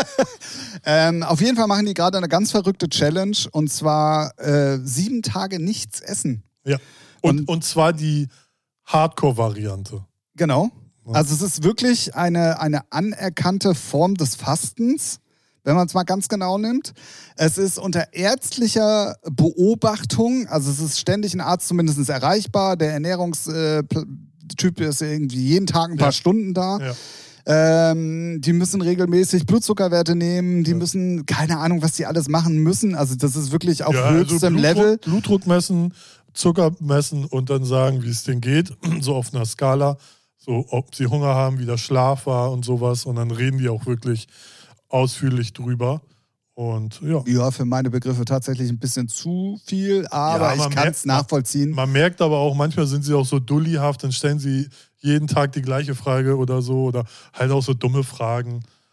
Speaker 2: ähm, auf jeden Fall machen die gerade eine ganz verrückte Challenge und zwar äh, sieben Tage nichts essen.
Speaker 1: Ja. Und,
Speaker 2: Und-
Speaker 1: und zwar die Hardcore-Variante.
Speaker 2: Genau.
Speaker 1: Ja.
Speaker 2: Also es ist wirklich eine, eine anerkannte Form des Fastens, wenn man es mal ganz genau nimmt. Es ist unter ärztlicher Beobachtung, also es ist ständig ein Arzt zumindest erreichbar. Der Ernährungstyp ist irgendwie jeden Tag ein paar
Speaker 1: Ja.
Speaker 2: Stunden da.
Speaker 1: Ja.
Speaker 2: Ähm, die müssen regelmäßig Blutzuckerwerte nehmen, die
Speaker 1: Ja.
Speaker 2: müssen, keine Ahnung, was die alles machen müssen. Also das ist wirklich auf
Speaker 1: Ja, also
Speaker 2: höchstem
Speaker 1: Blutdruck,
Speaker 2: Level.
Speaker 1: Blutdruck messen, Zucker messen und dann sagen, wie es denen geht, so auf einer Skala, so ob sie Hunger haben, wie der Schlaf war und sowas. Und dann reden die auch wirklich ausführlich drüber. Und ja,
Speaker 2: Ja, für meine Begriffe tatsächlich ein bisschen zu viel, aber
Speaker 1: Ja,
Speaker 2: ich
Speaker 1: man
Speaker 2: kann
Speaker 1: merkt-
Speaker 2: es nachvollziehen.
Speaker 1: man merkt aber auch, manchmal sind sie auch so dullihaft, dann stellen sie jeden Tag die gleiche Frage oder so oder halt auch so dumme Fragen.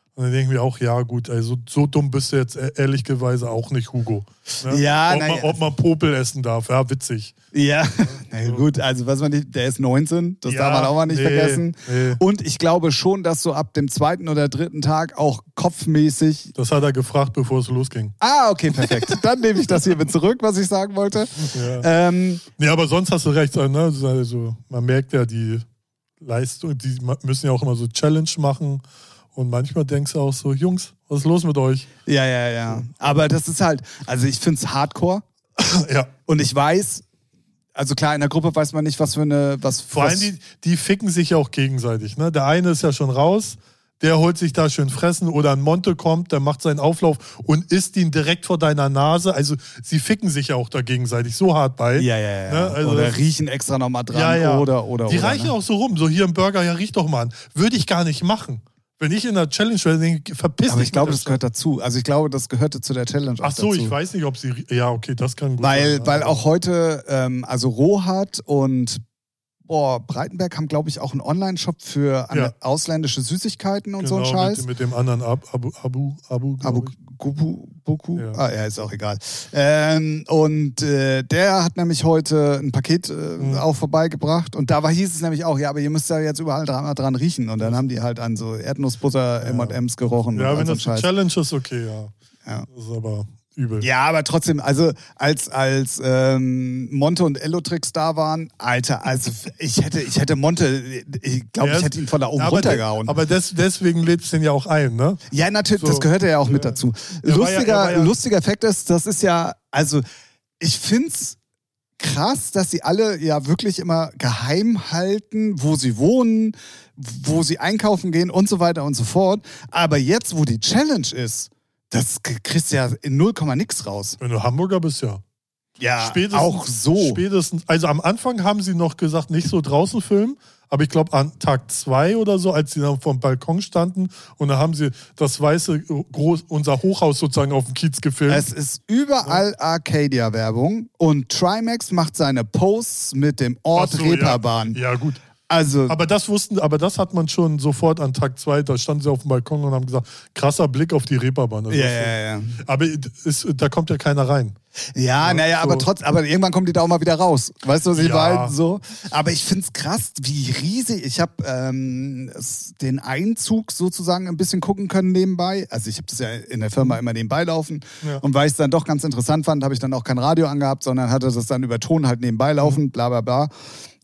Speaker 1: Und dann denken wir auch, ja gut, also so dumm bist du jetzt ehrlicherweise auch nicht, Hugo. Ne?
Speaker 2: Ja,
Speaker 1: ob,
Speaker 2: na,
Speaker 1: man,
Speaker 2: ja.
Speaker 1: ob man Popel essen darf, ja, witzig.
Speaker 2: Ja, na gut, also was man nicht, der ist neunzehn, das
Speaker 1: Ja,
Speaker 2: darf man auch mal nicht
Speaker 1: nee,
Speaker 2: vergessen.
Speaker 1: nee.
Speaker 2: Und ich glaube schon, dass so ab dem zweiten oder dritten Tag auch kopfmäßig...
Speaker 1: Das hat er gefragt, bevor es losging.
Speaker 2: Ah, okay, perfekt. Dann nehme ich das hier mit zurück, was ich sagen wollte.
Speaker 1: Ja,
Speaker 2: Ähm,
Speaker 1: nee, aber sonst hast du recht. Ne? Also, man merkt ja, die Leistung, die müssen ja auch immer so Challenge machen. Und manchmal denkst du auch so, Jungs, was ist los mit euch?
Speaker 2: ja, ja, ja. Aber das ist halt, also ich finde es hardcore.
Speaker 1: Ja.
Speaker 2: Und ich weiß, also klar, in der Gruppe weiß man nicht, was für eine... Was,
Speaker 1: Vor
Speaker 2: was,
Speaker 1: allem, die, die ficken sich ja auch gegenseitig. Ne? Der eine ist ja schon raus, der holt sich da schön fressen oder ein Monte kommt, der macht seinen Auflauf und isst ihn direkt vor deiner Nase. Also sie ficken sich ja auch da gegenseitig so hart bei.
Speaker 2: Ja, ja, ja.
Speaker 1: Ne? Also
Speaker 2: oder
Speaker 1: das-
Speaker 2: riechen extra nochmal dran.
Speaker 1: Ja, ja.
Speaker 2: Oder, oder,
Speaker 1: Die
Speaker 2: oder.
Speaker 1: reichen
Speaker 2: ne?
Speaker 1: auch so rum. So hier im Burger, ja, riech doch mal an. Würde ich gar nicht machen. Wenn ich in der Challenge wäre, denke ich, verpiss
Speaker 2: Aber
Speaker 1: dich
Speaker 2: ich glaube,
Speaker 1: mit
Speaker 2: das
Speaker 1: der
Speaker 2: gehört dazu. Also ich glaube, das gehörte zu der Challenge auch
Speaker 1: Ach so,
Speaker 2: dazu.
Speaker 1: ich weiß nicht, ob sie... Ja, okay, das kann gut
Speaker 2: Weil,
Speaker 1: sein.
Speaker 2: weil auch heute, ähm, also Rohat und boah, Breitenberg haben, glaube ich, auch einen Online-Shop für
Speaker 1: Ja.
Speaker 2: ausländische Süßigkeiten und so
Speaker 1: Genau,
Speaker 2: einen Scheiß.
Speaker 1: Mit, mit dem anderen Ab, Abu, Abu, Abu, glaub
Speaker 2: Abu
Speaker 1: ich.
Speaker 2: Gubu, Boku?
Speaker 1: Ja.
Speaker 2: Ah, ja, ist auch egal. Ähm, und äh, der hat nämlich heute ein Paket äh,
Speaker 1: Mhm.
Speaker 2: auch vorbeigebracht und da war, hieß es nämlich auch, ja, aber ihr müsst da jetzt überall dran, dran riechen. Und dann haben die halt an so Erdnussbutter, M und M's gerochen.
Speaker 1: Ja,
Speaker 2: und
Speaker 1: wenn
Speaker 2: all so
Speaker 1: das
Speaker 2: ein
Speaker 1: eine
Speaker 2: Scheiß.
Speaker 1: Challenge ist, okay, ja.
Speaker 2: Ja.
Speaker 1: Das ist aber übel.
Speaker 2: Ja, aber trotzdem, also als, als ähm, Monte und Ellotrix da waren, Alter, also ich hätte, ich hätte Monte, ich glaube,
Speaker 1: Ja,
Speaker 2: ich hätte ihn von da oben
Speaker 1: aber
Speaker 2: runtergehauen.
Speaker 1: de- aber des, deswegen lädst du den ja auch ein, ne?
Speaker 2: Ja, natürlich,
Speaker 1: So.
Speaker 2: das gehört ja auch mit
Speaker 1: Ja.
Speaker 2: dazu.
Speaker 1: Er war ja-
Speaker 2: Lustiger,
Speaker 1: er war ja-
Speaker 2: lustiger Fakt ist, das ist ja, also ich find's krass, dass sie alle ja wirklich immer geheim halten, wo sie wohnen, wo sie einkaufen gehen und so weiter und so fort. Aber jetzt, wo die Challenge ist, das kriegst du ja in null Komma nix raus.
Speaker 1: Wenn du Hamburger bist, ja.
Speaker 2: Ja,
Speaker 1: Spätestens,
Speaker 2: auch so.
Speaker 1: Spätestens, also am Anfang haben sie noch gesagt, nicht so draußen filmen, aber ich glaube an Tag zwei oder so, als sie dann vom Balkon standen und da haben sie das weiße, groß, unser Hochhaus sozusagen auf dem Kiez gefilmt.
Speaker 2: Es ist überall Arcadia-Werbung und Trimax macht seine Posts mit dem Ort
Speaker 1: Ach so,
Speaker 2: Reeperbahn.
Speaker 1: Ja, ja, gut.
Speaker 2: Also,
Speaker 1: Aber das wussten, aber das hat man schon sofort an Tag zwei, da standen sie auf dem Balkon und haben gesagt, krasser Blick auf die Reeperbahn. Das
Speaker 2: ja,
Speaker 1: ist so.
Speaker 2: ja, ja.
Speaker 1: Aber ist, da kommt ja keiner rein.
Speaker 2: Ja, naja,
Speaker 1: so.
Speaker 2: aber trotz, aber irgendwann kommen die da auch mal wieder raus. Weißt du, was ich
Speaker 1: Ja.
Speaker 2: meine? So. Aber ich find's krass, wie riesig. Ich habe ähm, es- den Einzug sozusagen ein bisschen gucken können nebenbei. Also ich habe das ja in der Firma immer nebenbei laufen.
Speaker 1: Ja.
Speaker 2: Und weil ich es dann doch ganz interessant fand, habe ich dann auch kein Radio angehabt, sondern hatte das dann über Ton halt nebenbei laufen, bla bla bla.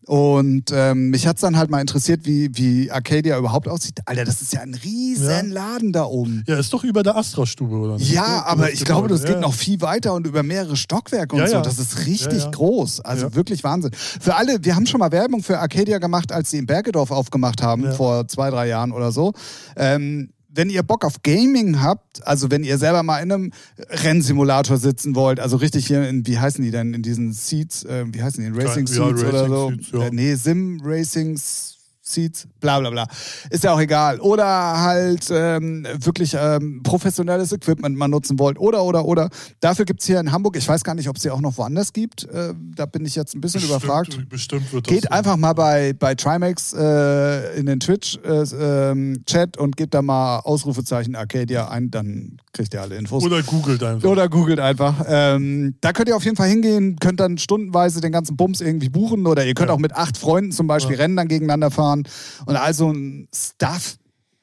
Speaker 2: Und ähm, mich hat's dann halt mal interessiert, wie, wie Arcadia überhaupt aussieht. Alter, das ist ja ein riesen
Speaker 1: Ja.
Speaker 2: Laden da oben.
Speaker 1: Ja, ist doch über der Astra-Stube, oder nicht?
Speaker 2: Ja, aber ich glaube, das
Speaker 1: ja.
Speaker 2: geht noch viel weiter und über mehrere Stockwerke und
Speaker 1: Ja,
Speaker 2: so.
Speaker 1: ja.
Speaker 2: Das ist richtig
Speaker 1: Ja, ja.
Speaker 2: groß. Also
Speaker 1: Ja.
Speaker 2: wirklich Wahnsinn. Für alle, wir haben schon mal Werbung für Arcadia gemacht, als sie in Bergedorf aufgemacht haben,
Speaker 1: Ja.
Speaker 2: vor zwei, drei Jahren oder so. Ähm, wenn ihr Bock auf Gaming habt, also wenn ihr selber mal in einem Rennsimulator sitzen wollt, also richtig hier in, wie heißen die denn, in diesen Seats, äh, wie heißen die, in Racing
Speaker 1: Ja,
Speaker 2: Seats oder
Speaker 1: Racing
Speaker 2: so?
Speaker 1: Seats, ja.
Speaker 2: Äh, nee, Sim Racing Seats, bla bla bla. Ist ja auch egal. Oder halt ähm, wirklich ähm, professionelles Equipment mal nutzen wollt. Oder, oder, oder. Dafür gibt es hier in Hamburg, ich weiß gar nicht, ob es sie auch noch woanders gibt. Äh, da bin ich jetzt ein bisschen
Speaker 1: Bestimmt,
Speaker 2: überfragt.
Speaker 1: Bestimmt wird das
Speaker 2: Geht
Speaker 1: so.
Speaker 2: einfach mal bei, bei Trimax äh, in den Twitch-Chat äh, ähm, Chat und gebt da mal Ausrufezeichen Arcadia ein, dann kriegt ihr alle Infos.
Speaker 1: Oder googelt einfach.
Speaker 2: Oder googelt einfach. Ähm, da könnt ihr auf jeden Fall hingehen, könnt dann stundenweise den ganzen Bums irgendwie buchen oder ihr könnt
Speaker 1: Ja.
Speaker 2: auch mit acht Freunden zum Beispiel
Speaker 1: Ja.
Speaker 2: Rennen dann gegeneinander fahren und also ein Stuff.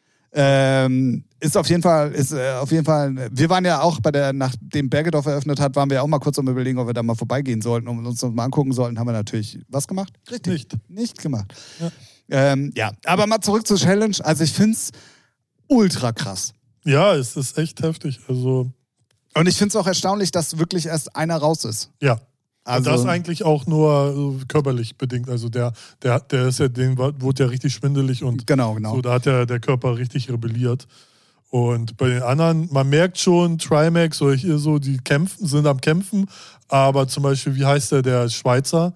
Speaker 2: Ähm, ist auf jeden Fall, ist äh, auf jeden Fall, wir waren ja auch bei der, nachdem Bergedorf eröffnet hat, waren wir ja auch mal kurz am Überlegen, ob wir da mal vorbeigehen sollten und uns das mal angucken sollten. Haben wir natürlich was gemacht? Richtig.
Speaker 1: Nicht.
Speaker 2: Nicht gemacht.
Speaker 1: Ja.
Speaker 2: Ähm, ja, aber mal zurück zur Challenge. Also ich find's ultra krass.
Speaker 1: Ja, es ist echt heftig. Also,
Speaker 2: Und ich find's auch erstaunlich, dass wirklich erst einer raus ist.
Speaker 1: ja.
Speaker 2: Also,
Speaker 1: Und das eigentlich auch nur äh, körperlich bedingt. Also der, der, der ist ja, den war- wurde ja richtig schwindelig und
Speaker 2: genau, genau.
Speaker 1: so, da hat ja der Körper richtig rebelliert. Und bei den anderen, man merkt schon, Trimax, so, hier so, die kämpfen, sind am Kämpfen, aber zum Beispiel, wie heißt der, der Schweizer?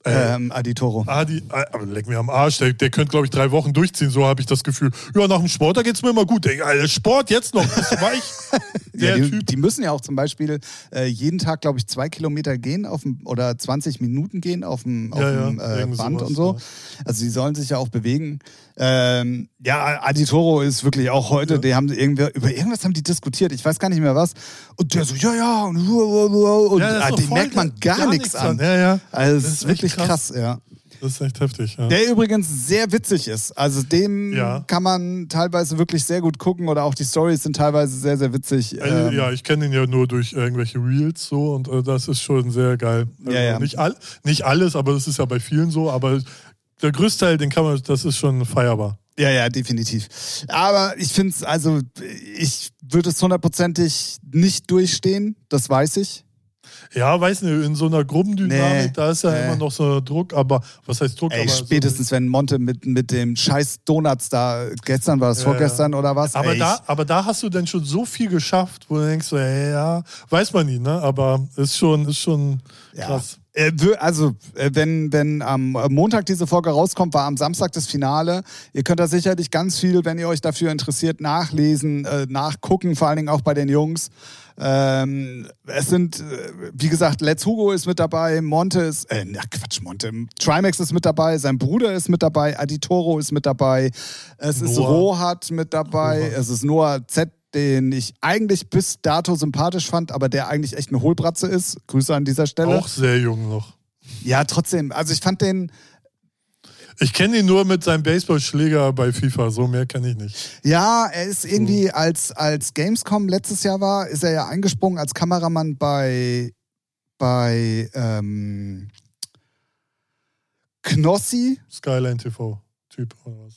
Speaker 2: Äh, ähm, Adi Toro.
Speaker 1: Adi, aber leck mir am Arsch, der, der könnte, glaube ich, drei Wochen durchziehen, so habe ich das Gefühl. Ja, nach dem Sport, da geht's mir immer gut. Ey, Alter, Sport jetzt noch, das war ich. Der
Speaker 2: ja, die,
Speaker 1: Typ.
Speaker 2: die müssen ja auch zum Beispiel äh, jeden Tag, glaube ich, zwei Kilometer gehen auf dem, oder zwanzig Minuten gehen auf dem, auf
Speaker 1: ja,
Speaker 2: dem
Speaker 1: ja,
Speaker 2: äh, Band
Speaker 1: sowas,
Speaker 2: und so.
Speaker 1: Ja.
Speaker 2: Also sie sollen sich ja auch bewegen. Ähm, ja, Adi Toro ist wirklich auch heute, ja. die haben irgendwie, über irgendwas haben die diskutiert, ich weiß gar nicht mehr was. Und der so, ja, ja, und, und
Speaker 1: ja,
Speaker 2: ah, den merkt man gar, gar nichts an.
Speaker 1: an. Ja, ja.
Speaker 2: Also es ist, ist wirklich krass. krass, ja.
Speaker 1: Das ist echt heftig, ja.
Speaker 2: Der übrigens sehr witzig ist. Also dem
Speaker 1: ja.
Speaker 2: kann man teilweise wirklich sehr gut gucken oder auch die Storys sind teilweise sehr, sehr witzig.
Speaker 1: Also,
Speaker 2: ähm,
Speaker 1: ja, ich kenne ihn ja nur durch irgendwelche Reels so und äh, das ist schon sehr geil. Also,
Speaker 2: ja, ja.
Speaker 1: Nicht, all, nicht alles, aber das ist ja bei vielen so, aber der größte Teil, den kann man, das ist schon feierbar.
Speaker 2: Ja, ja, definitiv. Aber ich finde es, also ich würde es hundertprozentig nicht durchstehen, das weiß ich.
Speaker 1: Ja, weiß nicht, in so einer Gruppendynamik,
Speaker 2: nee,
Speaker 1: da ist ja
Speaker 2: nee.
Speaker 1: immer noch so Druck, aber was heißt Druck?
Speaker 2: Ey,
Speaker 1: aber
Speaker 2: spätestens
Speaker 1: so,
Speaker 2: wenn Monte mit, mit dem scheiß Donuts da, gestern war das
Speaker 1: ja,
Speaker 2: vorgestern
Speaker 1: ja.
Speaker 2: oder was?
Speaker 1: Aber
Speaker 2: Ey,
Speaker 1: da, aber da hast du denn schon so viel geschafft, wo du denkst, so, ey, ja, weiß man nie, ne? Aber ist schon, ist schon krass.
Speaker 2: Ja. Also, wenn, wenn am Montag diese Folge rauskommt, war am Samstag das Finale. Ihr könnt da sicherlich ganz viel, wenn ihr euch dafür interessiert, nachlesen, äh, nachgucken, vor allen Dingen auch bei den Jungs. Ähm, es sind, wie gesagt, Let's Hugo ist mit dabei, Monte ist, äh, na Quatsch, Monte, Trimax ist mit dabei, sein Bruder ist mit dabei, Adi Toro ist mit dabei, es Noah. ist Rohat mit dabei, Noah. es ist Noah Z, den ich eigentlich bis dato sympathisch fand, aber der eigentlich echt eine Hohlbratze ist. Grüße an dieser Stelle.
Speaker 1: Auch sehr jung noch.
Speaker 2: Ja, trotzdem. Also ich fand den...
Speaker 1: Ich kenne ihn nur mit seinem Baseballschläger bei FIFA, so mehr kenne ich nicht.
Speaker 2: Ja, er ist irgendwie, als, als Gamescom letztes Jahr war, ist er ja eingesprungen als Kameramann bei, bei ähm, Knossi.
Speaker 1: Skyline T V-Typ oder was?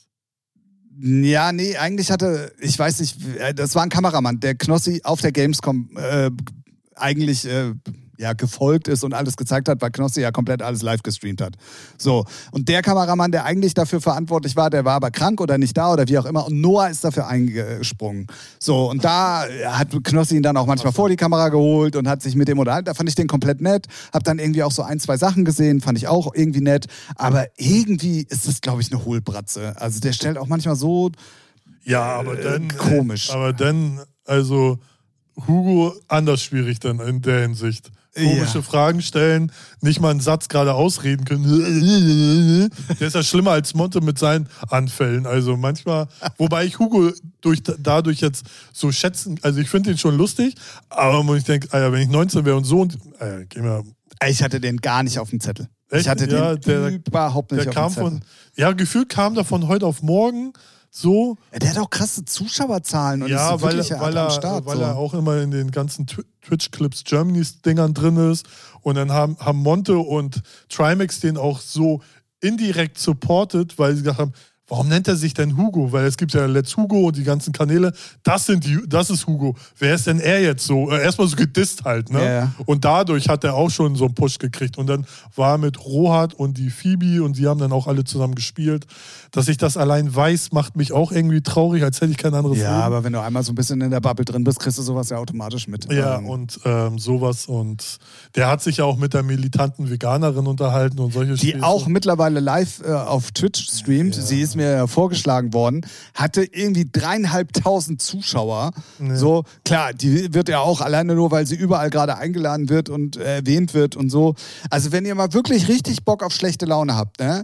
Speaker 2: Ja, nee, eigentlich hatte, ich weiß nicht, das war ein Kameramann, der Knossi auf der Gamescom äh, eigentlich äh, ja, gefolgt ist und alles gezeigt hat, weil Knossi ja komplett alles live gestreamt hat. So, und der Kameramann, der eigentlich dafür verantwortlich war, der war aber krank oder nicht da oder wie auch immer und Noah ist dafür eingesprungen. So, und da hat Knossi ihn dann auch manchmal vor die Kamera geholt und hat sich mit dem unterhalten. Da fand ich den komplett nett, hab dann irgendwie auch so ein, zwei Sachen gesehen, fand ich auch irgendwie nett, aber irgendwie ist das, glaube ich, eine Hohlbratze. Also der stellt auch manchmal so
Speaker 1: ja, aber dann,
Speaker 2: äh, komisch.
Speaker 1: Aber dann, also Hugo anders schwierig dann in der Hinsicht. Komische ja. Fragen stellen, nicht mal einen Satz gerade ausreden können. Der ist ja schlimmer als Monte mit seinen Anfällen. Also manchmal, wobei ich Hugo durch, dadurch jetzt so schätzen, also ich finde ihn schon lustig, aber ich denke, wenn ich neunzehn wäre und so, und, äh, geh mal.
Speaker 2: Ich hatte den gar nicht auf dem Zettel.
Speaker 1: Echt?
Speaker 2: Ich hatte
Speaker 1: ja,
Speaker 2: den
Speaker 1: der,
Speaker 2: überhaupt nicht
Speaker 1: der
Speaker 2: auf
Speaker 1: kam
Speaker 2: dem Zettel.
Speaker 1: Von, ja, gefühlt kam der von heute auf morgen. So.
Speaker 2: Ja, der hat auch krasse Zuschauerzahlen und
Speaker 1: ja,
Speaker 2: ist
Speaker 1: weil,
Speaker 2: wirklich
Speaker 1: weil, er,
Speaker 2: am Start,
Speaker 1: weil
Speaker 2: so.
Speaker 1: er auch immer in den ganzen Twitch-Clips Germany's-Dingern drin ist. Und dann haben, haben Monte und Trimax den auch so indirekt supported, weil sie gesagt haben, warum nennt er sich denn Hugo? Weil es gibt ja Let's Hugo und die ganzen Kanäle. Das sind die, das ist Hugo. Wer ist denn er jetzt so? Erstmal so gedisst halt, ne?
Speaker 2: Ja.
Speaker 1: Und dadurch hat er auch schon so einen Push gekriegt. Und dann war er mit Rohat und die Phoebe und die haben dann auch alle zusammen gespielt. Dass ich das allein weiß, macht mich auch irgendwie traurig, als hätte ich kein anderes
Speaker 2: Ja,
Speaker 1: Leben.
Speaker 2: aber wenn du einmal so ein bisschen in der Bubble drin bist, kriegst du sowas ja automatisch mit.
Speaker 1: Ja,
Speaker 2: ähm,
Speaker 1: und ähm, sowas. Und der hat sich ja auch mit der militanten Veganerin unterhalten und solche
Speaker 2: Die
Speaker 1: Späße.
Speaker 2: auch mittlerweile live äh, auf Twitch streamt.
Speaker 1: Ja.
Speaker 2: Sie ist mir vorgeschlagen worden. Hatte irgendwie dreieinhalbtausend Zuschauer.
Speaker 1: Nee.
Speaker 2: So, klar, die wird ja auch alleine nur, weil sie überall gerade eingeladen wird und äh, erwähnt wird und so. Also wenn ihr mal wirklich richtig Bock auf schlechte Laune habt, ne?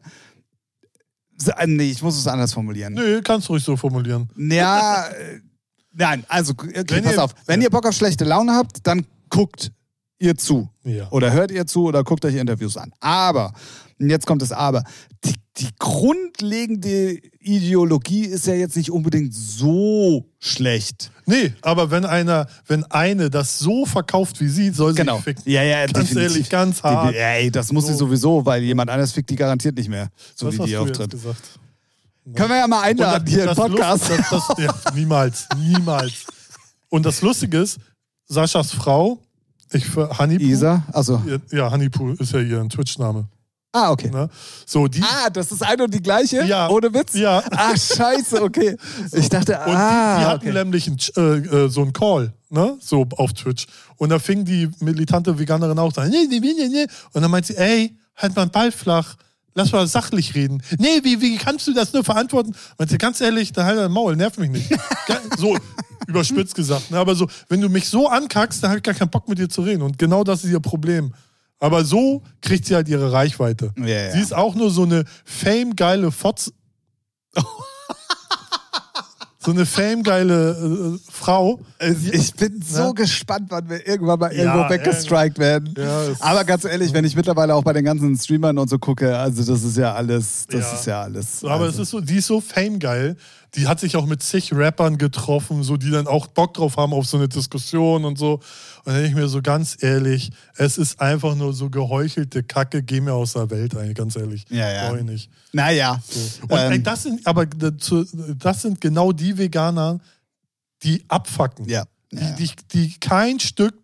Speaker 2: Nee, ich muss es anders formulieren.
Speaker 1: Nee, kannst du ruhig so formulieren.
Speaker 2: Ja, äh, nein, also, okay,
Speaker 1: Wenn
Speaker 2: pass
Speaker 1: ihr-
Speaker 2: auf. Wenn
Speaker 1: ja.
Speaker 2: ihr Bock auf schlechte Laune habt, dann guckt ihr zu.
Speaker 1: Ja.
Speaker 2: Oder hört ihr zu oder guckt euch Interviews an. Aber, und jetzt kommt das Aber, die, die grundlegende Ideologie ist ja jetzt nicht unbedingt so schlecht.
Speaker 1: Nee, aber wenn einer, wenn eine das so verkauft wie sie, soll sie
Speaker 2: Genau.
Speaker 1: sich ficken.
Speaker 2: Ja, ja,
Speaker 1: Ganz
Speaker 2: definitiv.
Speaker 1: ehrlich, ganz hart.
Speaker 2: Die, ey, das muss sie
Speaker 1: So.
Speaker 2: sowieso, weil jemand anders fickt die garantiert nicht mehr. So
Speaker 1: Was
Speaker 2: wie
Speaker 1: hast
Speaker 2: die
Speaker 1: du jetzt
Speaker 2: auftritt.
Speaker 1: gesagt?
Speaker 2: Können wir ja mal einladen
Speaker 1: Und
Speaker 2: hier im
Speaker 1: das
Speaker 2: Podcast.
Speaker 1: Lust- das, das, ja, niemals, niemals. Und das Lustige ist, Saschas Frau, ich für Hanipu.
Speaker 2: Isa, also.
Speaker 1: Ja, Hanipu ist ja ihr Twitch-Name.
Speaker 2: Ah, okay.
Speaker 1: Ne? So, die,
Speaker 2: Ah, das ist eine und die gleiche?
Speaker 1: Ja.
Speaker 2: Ohne Witz?
Speaker 1: Ja.
Speaker 2: Ah, scheiße, okay. Ich dachte,
Speaker 1: und
Speaker 2: ah,
Speaker 1: die, die hatten
Speaker 2: okay.
Speaker 1: nämlich einen, äh, äh, so einen Call. ne, so auf Twitch. Und da fing die militante Veganerin auch an, nee, nee, nee, nee. Und dann meint sie, ey, halt mal einen Ball flach, lass mal sachlich reden. Nee, wie, wie kannst du das nur verantworten? Meinte, ganz ehrlich, da halt dein Maul, nerv mich nicht. So überspitzt gesagt. Ne? Aber so, wenn du mich so ankackst, dann habe ich gar keinen Bock mit dir zu reden. Und genau das ist ihr Problem. Aber so kriegt sie halt ihre Reichweite.
Speaker 2: Ja, ja.
Speaker 1: Sie ist auch nur so eine fame-geile Fotz... So eine fame-geile äh, Frau.
Speaker 2: Ich bin so
Speaker 1: ne?
Speaker 2: gespannt, wann wir irgendwann mal
Speaker 1: Ja,
Speaker 2: irgendwo weggestrikt werden.
Speaker 1: Ja,
Speaker 2: Aber ganz ehrlich, wenn ich mittlerweile auch bei den ganzen Streamern und so gucke, also das ist ja alles, das
Speaker 1: Ja.
Speaker 2: ist ja alles.
Speaker 1: Aber
Speaker 2: also.
Speaker 1: es ist so, die ist so fame-geil. Die hat sich auch mit zig Rappern getroffen, so die dann auch Bock drauf haben auf so eine Diskussion und so. Und dann denke ich mir so ganz ehrlich, es ist einfach nur so geheuchelte Kacke, geh mir aus der Welt eigentlich, ganz ehrlich.
Speaker 2: Ja, ja.
Speaker 1: Brauch ich nicht.
Speaker 2: Naja.
Speaker 1: So. Und
Speaker 2: ähm,
Speaker 1: ey, das sind, aber das sind genau die Veganer, die abfacken.
Speaker 2: ja.
Speaker 1: Die, die, die kein Stück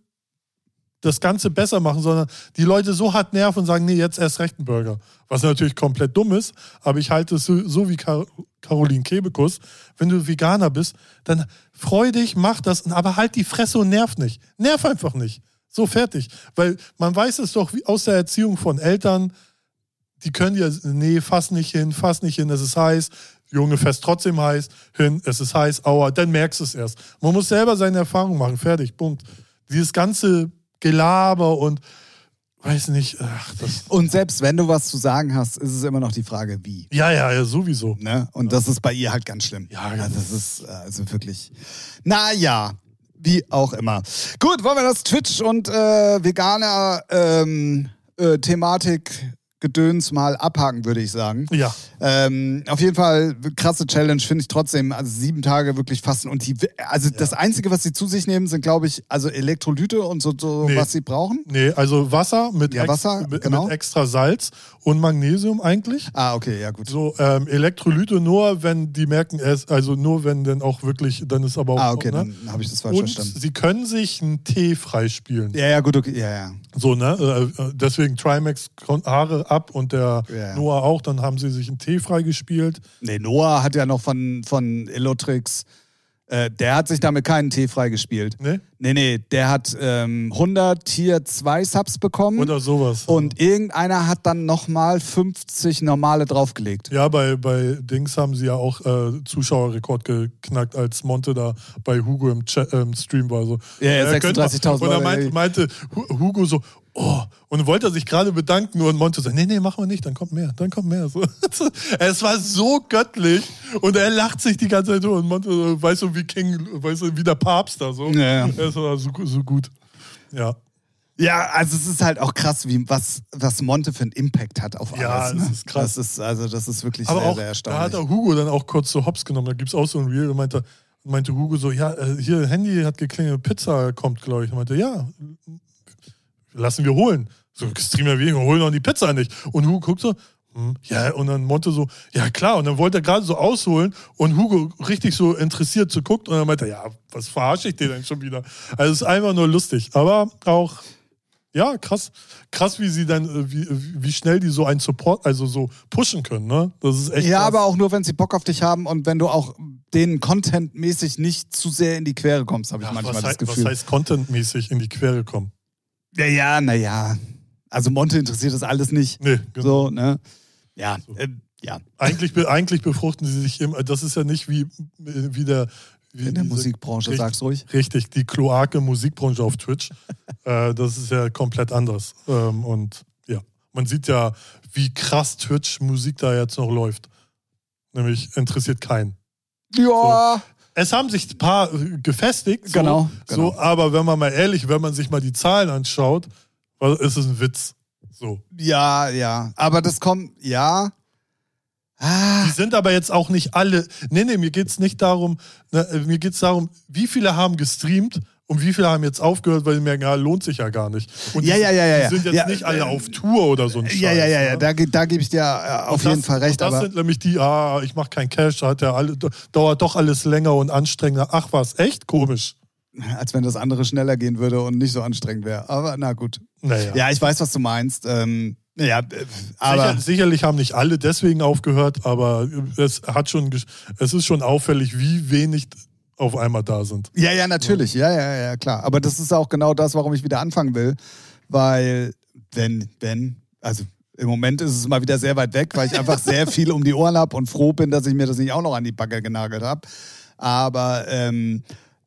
Speaker 1: das Ganze besser machen, sondern die Leute so hart nerven und sagen, nee, jetzt erst recht ein Burger. Was natürlich komplett dumm ist, aber ich halte es so, so wie Kar- Caroline Kebekus, wenn du Veganer bist, dann freu dich, mach das, aber halt die Fresse und nerv nicht. Nerv einfach nicht. So, fertig. Weil man weiß es doch wie aus der Erziehung von Eltern, die können dir, nee, fass nicht hin, fass nicht hin, es ist heiß, Junge, fest trotzdem heiß, hin, es ist heiß, aua, dann merkst du es erst. Man muss selber seine Erfahrung machen, fertig, Punkt. Dieses ganze Gelaber und weiß nicht, ach, das...
Speaker 2: Und selbst wenn du was zu sagen hast, ist es immer noch die Frage, wie.
Speaker 1: Ja, ja, ja, sowieso.
Speaker 2: Ne? Und das ist bei ihr halt ganz schlimm.
Speaker 1: Ja,
Speaker 2: ja, das ist also wirklich. Naja, wie auch immer. Gut, wollen wir das Twitch und äh, Veganer ähm, äh, Thematik Gedöns mal abhaken, würde ich sagen.
Speaker 1: Ja.
Speaker 2: Ähm, auf jeden Fall krasse Challenge, finde ich trotzdem. Also sieben Tage wirklich fasten. Und die, also ja. das Einzige, was sie zu sich nehmen, sind, glaube ich, also Elektrolyte und so, so
Speaker 1: nee.
Speaker 2: was sie brauchen.
Speaker 1: Nee, also Wasser mit,
Speaker 2: ja,
Speaker 1: ex-
Speaker 2: Wasser,
Speaker 1: mit,
Speaker 2: genau.
Speaker 1: mit extra Salz und Magnesium eigentlich.
Speaker 2: Ah, okay, ja gut.
Speaker 1: So ähm, Elektrolyte nur, wenn die merken, es, also nur wenn dann auch wirklich, dann ist aber auch...
Speaker 2: Ah, okay,
Speaker 1: ne?
Speaker 2: dann habe ich das falsch
Speaker 1: und
Speaker 2: verstanden.
Speaker 1: sie können sich einen Tee freispielen.
Speaker 2: Ja, ja, gut, okay, ja, ja.
Speaker 1: So, ne? Äh, deswegen Trimax Haare ab und der
Speaker 2: Ja.
Speaker 1: Noah auch, dann haben sie sich einen Tee freigespielt.
Speaker 2: Nee, Noah hat ja noch von, von Illotrix, äh, der hat sich damit keinen Tee freigespielt.
Speaker 1: Ne?
Speaker 2: Nee, nee, der hat ähm, hundert Tier zwei Subs bekommen.
Speaker 1: Oder sowas.
Speaker 2: Und irgendeiner hat dann nochmal fünfzig normale draufgelegt.
Speaker 1: Ja, bei, bei Dings haben sie ja auch äh, Zuschauerrekord geknackt, als Monte da bei Hugo im, Chat, äh, im Stream war. So.
Speaker 2: Ja, ja,
Speaker 1: Äh,
Speaker 2: sechsunddreißigtausend
Speaker 1: Und dann
Speaker 2: Leute,
Speaker 1: meinte, meinte Hugo so, oh, und wollte er sich gerade bedanken und Monte so, nee, nee, machen wir nicht, dann kommt mehr, dann kommt mehr. So. Es war so göttlich und er lacht sich die ganze Zeit durch und Monte so, weißt du, wie King, weißt du, wie der Papst da so.
Speaker 2: Ja, ja.
Speaker 1: Es war so, so gut. Ja.
Speaker 2: Ja, also es ist halt auch krass, wie, was, was Monte für einen Impact hat auf alles.
Speaker 1: Ja, das
Speaker 2: ne?
Speaker 1: ist krass.
Speaker 2: Das ist, also das ist wirklich
Speaker 1: Aber
Speaker 2: sehr,
Speaker 1: auch,
Speaker 2: sehr
Speaker 1: da
Speaker 2: erstaunlich.
Speaker 1: hat er Hugo dann auch kurz so hops genommen. Da gibt es auch so ein Reel, da meinte, meinte Hugo so, ja, hier, Handy hat geklingelt, Pizza kommt, glaube ich. Er meinte, ja, lassen wir holen. So, Streamer, wir holen doch die Pizza nicht. Und Hugo guckt so, hm, ja, und dann Monte so, ja klar. Und dann wollte er gerade so ausholen und Hugo richtig so interessiert so guckt und dann meinte er, ja, was verarsche ich dir denn schon wieder? Also es ist einfach nur lustig, aber auch... Ja, krass. Krass, wie sie dann, wie, wie schnell die so einen Support, also so pushen können, ne? Das ist echt
Speaker 2: Ja,
Speaker 1: krass.
Speaker 2: aber auch nur, wenn sie Bock auf dich haben und wenn du auch denen contentmäßig nicht zu sehr in die Quere kommst, habe ich
Speaker 1: Ja,
Speaker 2: manchmal
Speaker 1: was,
Speaker 2: das
Speaker 1: hei-
Speaker 2: Gefühl.
Speaker 1: was heißt contentmäßig in die Quere kommen?
Speaker 2: Ja, ja, naja. Also Monte interessiert das alles nicht.
Speaker 1: Nee, genau.
Speaker 2: So, ne? Ja,
Speaker 1: So.
Speaker 2: äh, ja.
Speaker 1: Eigentlich, be- eigentlich befruchten sie sich immer, das ist ja nicht wie, wie der... Wie
Speaker 2: In der
Speaker 1: diese-
Speaker 2: Musikbranche,
Speaker 1: richtig,
Speaker 2: sag's ruhig.
Speaker 1: Richtig, die Kloake Musikbranche auf Twitch. äh, das ist ja komplett anders. Ähm, und ja, man sieht ja, wie krass Twitch-Musik da jetzt noch läuft. Nämlich interessiert keinen.
Speaker 2: Ja.
Speaker 1: Es haben sich ein paar äh, gefestigt, so,
Speaker 2: Genau, genau.
Speaker 1: so, aber wenn man mal ehrlich, wenn man sich mal die Zahlen anschaut, ist es ein Witz. So.
Speaker 2: Ja, ja. Aber das kommt, ja. Ah.
Speaker 1: Die sind aber jetzt auch nicht alle. Nee, nee, mir geht's nicht darum, ne, mir geht's darum, wie viele haben gestreamt und wie viele haben jetzt aufgehört, weil sie merken, ja, lohnt sich ja gar nicht. Und
Speaker 2: Ja,
Speaker 1: die,
Speaker 2: ja, ja, ja, ja.
Speaker 1: die sind jetzt
Speaker 2: Ja,
Speaker 1: nicht alle
Speaker 2: äh,
Speaker 1: auf Tour oder so ein Scheiß.
Speaker 2: Ja, ja, ja, ja.
Speaker 1: ne?
Speaker 2: Da, ge- da gebe ich dir äh, auf
Speaker 1: Und
Speaker 2: jeden
Speaker 1: das,
Speaker 2: Fall recht.
Speaker 1: und das
Speaker 2: Aber
Speaker 1: sind nämlich die, ah, ich mache kein Cash, hat ja alle, dauert doch alles länger und anstrengender. Ach was, echt komisch.
Speaker 2: als wenn das andere schneller gehen würde und nicht so anstrengend wäre. Aber na gut.
Speaker 1: Naja.
Speaker 2: Ja, ich weiß, was du meinst. Ähm, ja, äh, aber
Speaker 1: Sicher, sicherlich haben nicht alle deswegen aufgehört, aber es hat schon, es ist schon auffällig, wie wenig auf einmal da sind.
Speaker 2: Ja, ja, natürlich. Ja, ja, ja, klar. Aber das ist auch genau das, warum ich wieder anfangen will. Weil, wenn, wenn, also im Moment ist es mal wieder sehr weit weg, weil ich einfach sehr viel um die Ohren habe und froh bin, dass ich mir das nicht auch noch an die Backe genagelt habe. Aber ähm,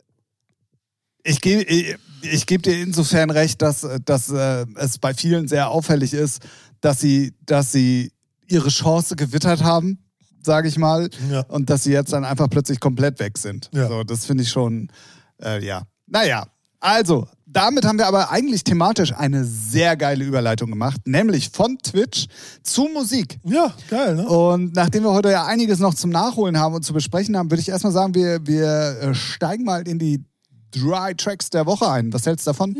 Speaker 2: ich gebe ich, ich geb dir insofern recht, dass, dass äh, es bei vielen sehr auffällig ist, dass sie, dass sie ihre Chance gewittert haben, sage ich mal,
Speaker 1: ja.
Speaker 2: und dass sie jetzt dann einfach plötzlich komplett weg sind.
Speaker 1: Ja.
Speaker 2: So, das finde ich schon, äh, ja. Naja, also, damit haben wir aber eigentlich thematisch eine sehr geile Überleitung gemacht, nämlich von Twitch zu Musik.
Speaker 1: Ja, geil, ne?
Speaker 2: Und nachdem wir heute ja einiges noch zum Nachholen haben und zu besprechen haben, würde ich erstmal sagen, wir, wir steigen mal in die drei Tracks der Woche ein. Was hältst du davon?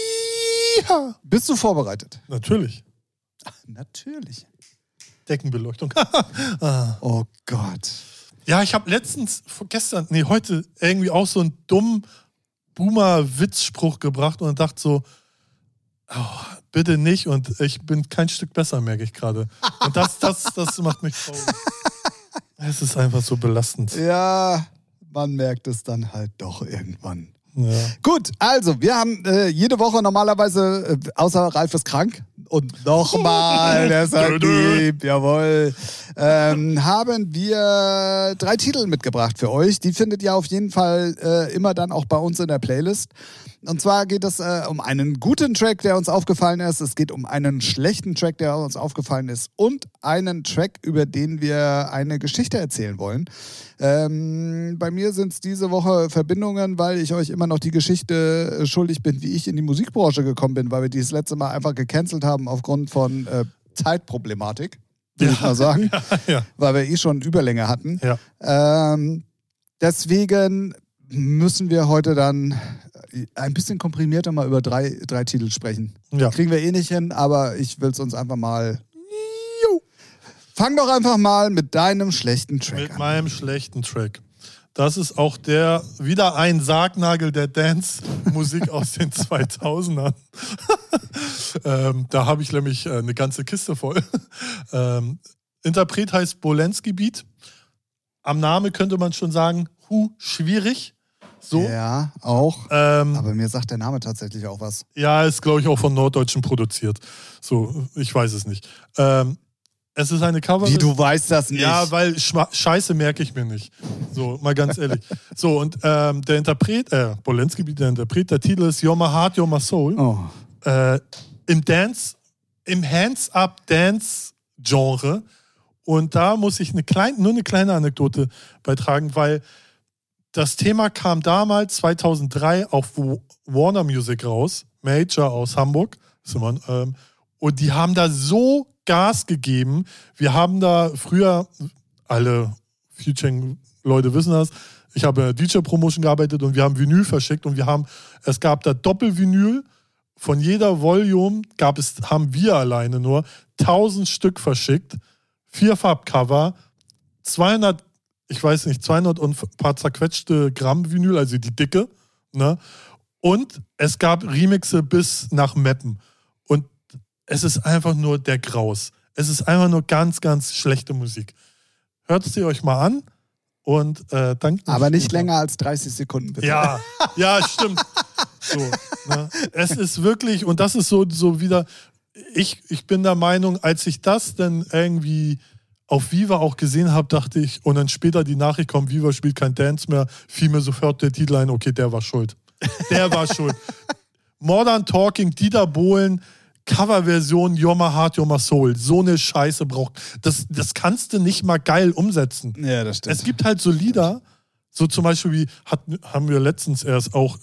Speaker 1: Ja.
Speaker 2: Bist du vorbereitet?
Speaker 1: Natürlich.
Speaker 2: Ach, natürlich.
Speaker 1: Deckenbeleuchtung. ah.
Speaker 2: Oh Gott.
Speaker 1: Ja, ich habe letztens, gestern, nee, heute irgendwie auch so einen dummen Boomer-Witzspruch gebracht und dachte so, oh, bitte nicht und ich bin kein Stück besser, merke ich gerade. Und das, das, das macht mich traurig. Es ist einfach so belastend.
Speaker 2: Ja, man merkt es dann halt doch irgendwann.
Speaker 1: Ja.
Speaker 2: Gut, also wir haben äh, jede Woche normalerweise, äh, außer Ralf ist krank, und nochmal, der ist halt lieb, jawohl, ähm, haben wir drei Titel mitgebracht für euch. Die findet ihr auf jeden Fall äh, immer dann auch bei uns in der Playlist. Und zwar geht es äh, um einen guten Track, der uns aufgefallen ist. Es geht um einen schlechten Track, der uns aufgefallen ist. Und einen Track, über den wir eine Geschichte erzählen wollen. Ähm, bei mir sind es diese Woche Verbindungen, weil ich euch immer noch die Geschichte schuldig bin, wie ich in die Musikbranche gekommen bin, weil wir die das letzte Mal einfach gecancelt haben aufgrund von äh, Zeitproblematik, würde
Speaker 1: ja.
Speaker 2: ich mal sagen.
Speaker 1: Ja, ja.
Speaker 2: Weil wir eh schon Überlänge hatten.
Speaker 1: Ja.
Speaker 2: Ähm, deswegen müssen wir heute dann ein bisschen komprimierter mal über drei, drei Titel sprechen.
Speaker 1: Ja.
Speaker 2: Kriegen wir eh nicht hin, aber ich will es uns einfach mal... Fang doch einfach mal mit deinem schlechten Track
Speaker 1: Mit
Speaker 2: an.
Speaker 1: meinem schlechten Track. Das ist auch der, wieder ein Sargnagel der Dance-Musik aus den zweitausendern. ähm, da habe ich nämlich äh, eine ganze Kiste voll. ähm, Interpret heißt Bolensky Beat. Am Namen könnte man schon sagen, hu, schwierig. So.
Speaker 2: Ja, auch.
Speaker 1: Ähm,
Speaker 2: Aber mir sagt der Name tatsächlich auch was.
Speaker 1: ja, ist, glaube ich, auch von Norddeutschen produziert. So, ich weiß es nicht. Ähm, es ist eine Cover.
Speaker 2: Wie, du weißt das nicht?
Speaker 1: Ja, weil Schma- Scheiße merke ich mir nicht. So, mal ganz ehrlich. So, und ähm, der Interpret, äh, Bolensky, der Interpret, der Titel ist You're My Heart, You're My Soul.
Speaker 2: Oh.
Speaker 1: Äh, Im Dance, im Hands-Up-Dance-Genre. Und da muss ich eine kleine, nur eine kleine Anekdote beitragen, weil das Thema kam damals, zweitausenddrei, auf Warner Music raus, Major aus Hamburg. Ähm, und die haben da so Gas gegeben. Wir haben da früher, alle Featuring-Leute wissen das, ich habe in der D J-Promotion gearbeitet und wir haben Vinyl verschickt und wir haben, es gab da Doppelvinyl, von jeder Volume gab es, haben wir alleine nur tausend Stück verschickt, Vierfarbcover, zweihundert, ich weiß nicht, zweihundert und ein paar zerquetschte Gramm Vinyl, also die dicke, ne? Und es gab Remixe bis nach Meppen. Und es ist einfach nur der Graus. Es ist einfach nur ganz, ganz schlechte Musik. Hört sie euch mal an und äh, danke.
Speaker 2: Aber nicht länger als dreißig Sekunden, bitte.
Speaker 1: Ja, ja, stimmt. So, ne? Es ist wirklich, und das ist so, so wieder, ich, ich bin der Meinung, als ich das dann irgendwie auf Viva auch gesehen habe, dachte ich, und dann später die Nachricht kommt, Viva spielt kein Dance mehr, fiel mir sofort der Titel ein, okay, der war schuld. Der war schuld. Modern Talking, Dieter Bohlen, Coverversion You're My Heart, You're My Soul. So eine Scheiße braucht. Das, das kannst du nicht mal geil umsetzen.
Speaker 2: Ja, das stimmt.
Speaker 1: Es gibt halt so Lieder, so zum Beispiel wie, hat, haben wir letztens erst auch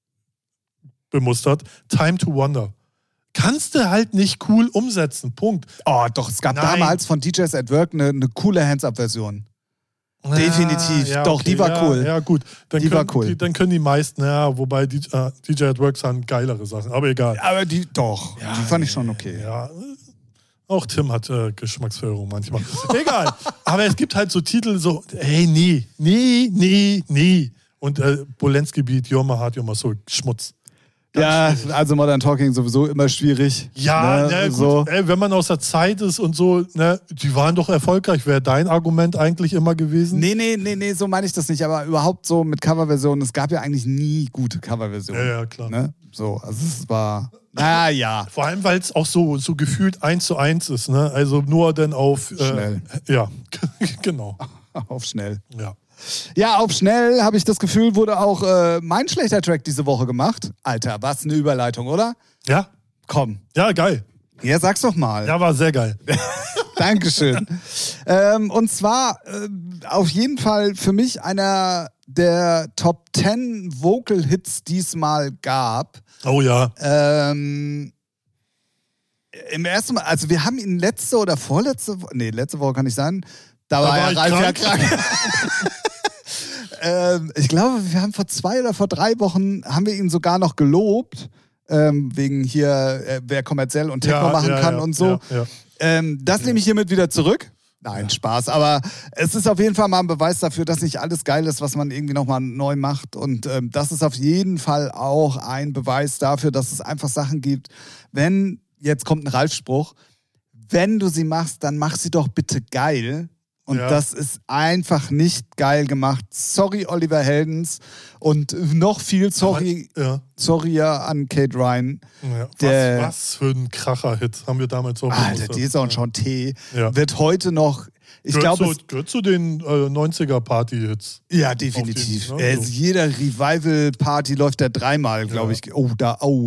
Speaker 1: bemustert, Time to Wonder. Kannst du halt nicht cool umsetzen. Punkt.
Speaker 2: Oh, doch, es gab
Speaker 1: Nein.
Speaker 2: damals von D Js at Work eine, eine coole Hands-Up-Version. Definitiv.
Speaker 1: Ja,
Speaker 2: Doch, die war
Speaker 1: ja,
Speaker 2: cool.
Speaker 1: Ja, gut. Dann
Speaker 2: Die
Speaker 1: können,
Speaker 2: war cool.
Speaker 1: Die, dann können die meisten, ja, wobei die, äh, D J at Work haben geilere Sachen, aber egal.
Speaker 2: Aber die, doch,
Speaker 1: Ja,
Speaker 2: die fand ich schon okay.
Speaker 1: Ja, auch Tim hat äh, Geschmacksverirrung manchmal. Egal. Aber es gibt halt so Titel so, hey, nee, nee, nee, nee. Und äh, Bolensky Beat, You're My Heart, You're My Soul, Schmutz.
Speaker 2: Ja,
Speaker 1: schwierig.
Speaker 2: also Modern Talking sowieso immer schwierig.
Speaker 1: Ja,
Speaker 2: ne?
Speaker 1: na, gut,
Speaker 2: so.
Speaker 1: ey, wenn man aus der Zeit ist und so, ne, die waren doch erfolgreich, wäre dein Argument eigentlich immer gewesen?
Speaker 2: Nee, nee, nee, nee, so meine ich das nicht. Aber überhaupt so mit Coverversionen, es gab ja eigentlich nie gute Coverversionen.
Speaker 1: Ja, ja, klar.
Speaker 2: Ne? So, also es war, naja, ja.
Speaker 1: Vor allem, weil es auch so, so gefühlt eins zu eins ist, ne? Also nur dann auf... Äh,
Speaker 2: Schnell.
Speaker 1: Ja, genau.
Speaker 2: Auf schnell.
Speaker 1: Ja.
Speaker 2: Ja, auf schnell, habe ich das Gefühl, wurde auch äh, mein schlechter Track diese Woche gemacht. Alter, was eine Überleitung, oder?
Speaker 1: Ja?
Speaker 2: Komm.
Speaker 1: Ja, geil.
Speaker 2: Ja, sag's doch mal.
Speaker 1: Ja, war sehr geil.
Speaker 2: Dankeschön. ähm, und zwar äh, auf jeden Fall für mich einer der Top zehn Vocal Hits, die es mal gab.
Speaker 1: Oh ja.
Speaker 2: Ähm, Im ersten Mal, also wir haben ihn letzte oder vorletzte Woche, nee, letzte Woche kann nicht sein. Da,
Speaker 1: Da
Speaker 2: war
Speaker 1: war
Speaker 2: ja
Speaker 1: ich
Speaker 2: Ralf ja
Speaker 1: krank.
Speaker 2: krank. ähm, ich glaube, wir haben vor zwei oder vor drei Wochen haben wir ihn sogar noch gelobt. Ähm, wegen hier, äh, wer kommerziell und Techno
Speaker 1: Ja,
Speaker 2: machen
Speaker 1: ja,
Speaker 2: kann
Speaker 1: ja,
Speaker 2: und so.
Speaker 1: ja, ja.
Speaker 2: Ähm, das nehme ich hiermit wieder zurück. Nein, Spaß. Aber es ist auf jeden Fall mal ein Beweis dafür, dass nicht alles geil ist, was man irgendwie nochmal neu macht. Und ähm, das ist auf jeden Fall auch ein Beweis dafür, dass es einfach Sachen gibt. Wenn, jetzt kommt ein Ralf-Spruch, wenn du sie machst, dann mach sie doch bitte geil. Und
Speaker 1: Ja.
Speaker 2: das ist einfach nicht geil gemacht. Sorry, Oliver Heldens. Und noch viel sorry,
Speaker 1: Ja.
Speaker 2: sorry ja an Kate Ryan.
Speaker 1: Ja.
Speaker 2: Der-
Speaker 1: Was, was für ein Kracher-Hit haben wir damals auch
Speaker 2: Alter,
Speaker 1: gepostet.
Speaker 2: die ist auch schon T.
Speaker 1: Ja.
Speaker 2: Wird heute noch, ich
Speaker 1: gehört,
Speaker 2: glaube,
Speaker 1: zu, gehört zu den äh, neunziger-Party-Hits.
Speaker 2: ja, definitiv.
Speaker 1: Auf jeden, ne?
Speaker 2: Äh, jeder Revival-Party läuft da dreimal, glaube
Speaker 1: Ja.
Speaker 2: ich. Oh, da, oh.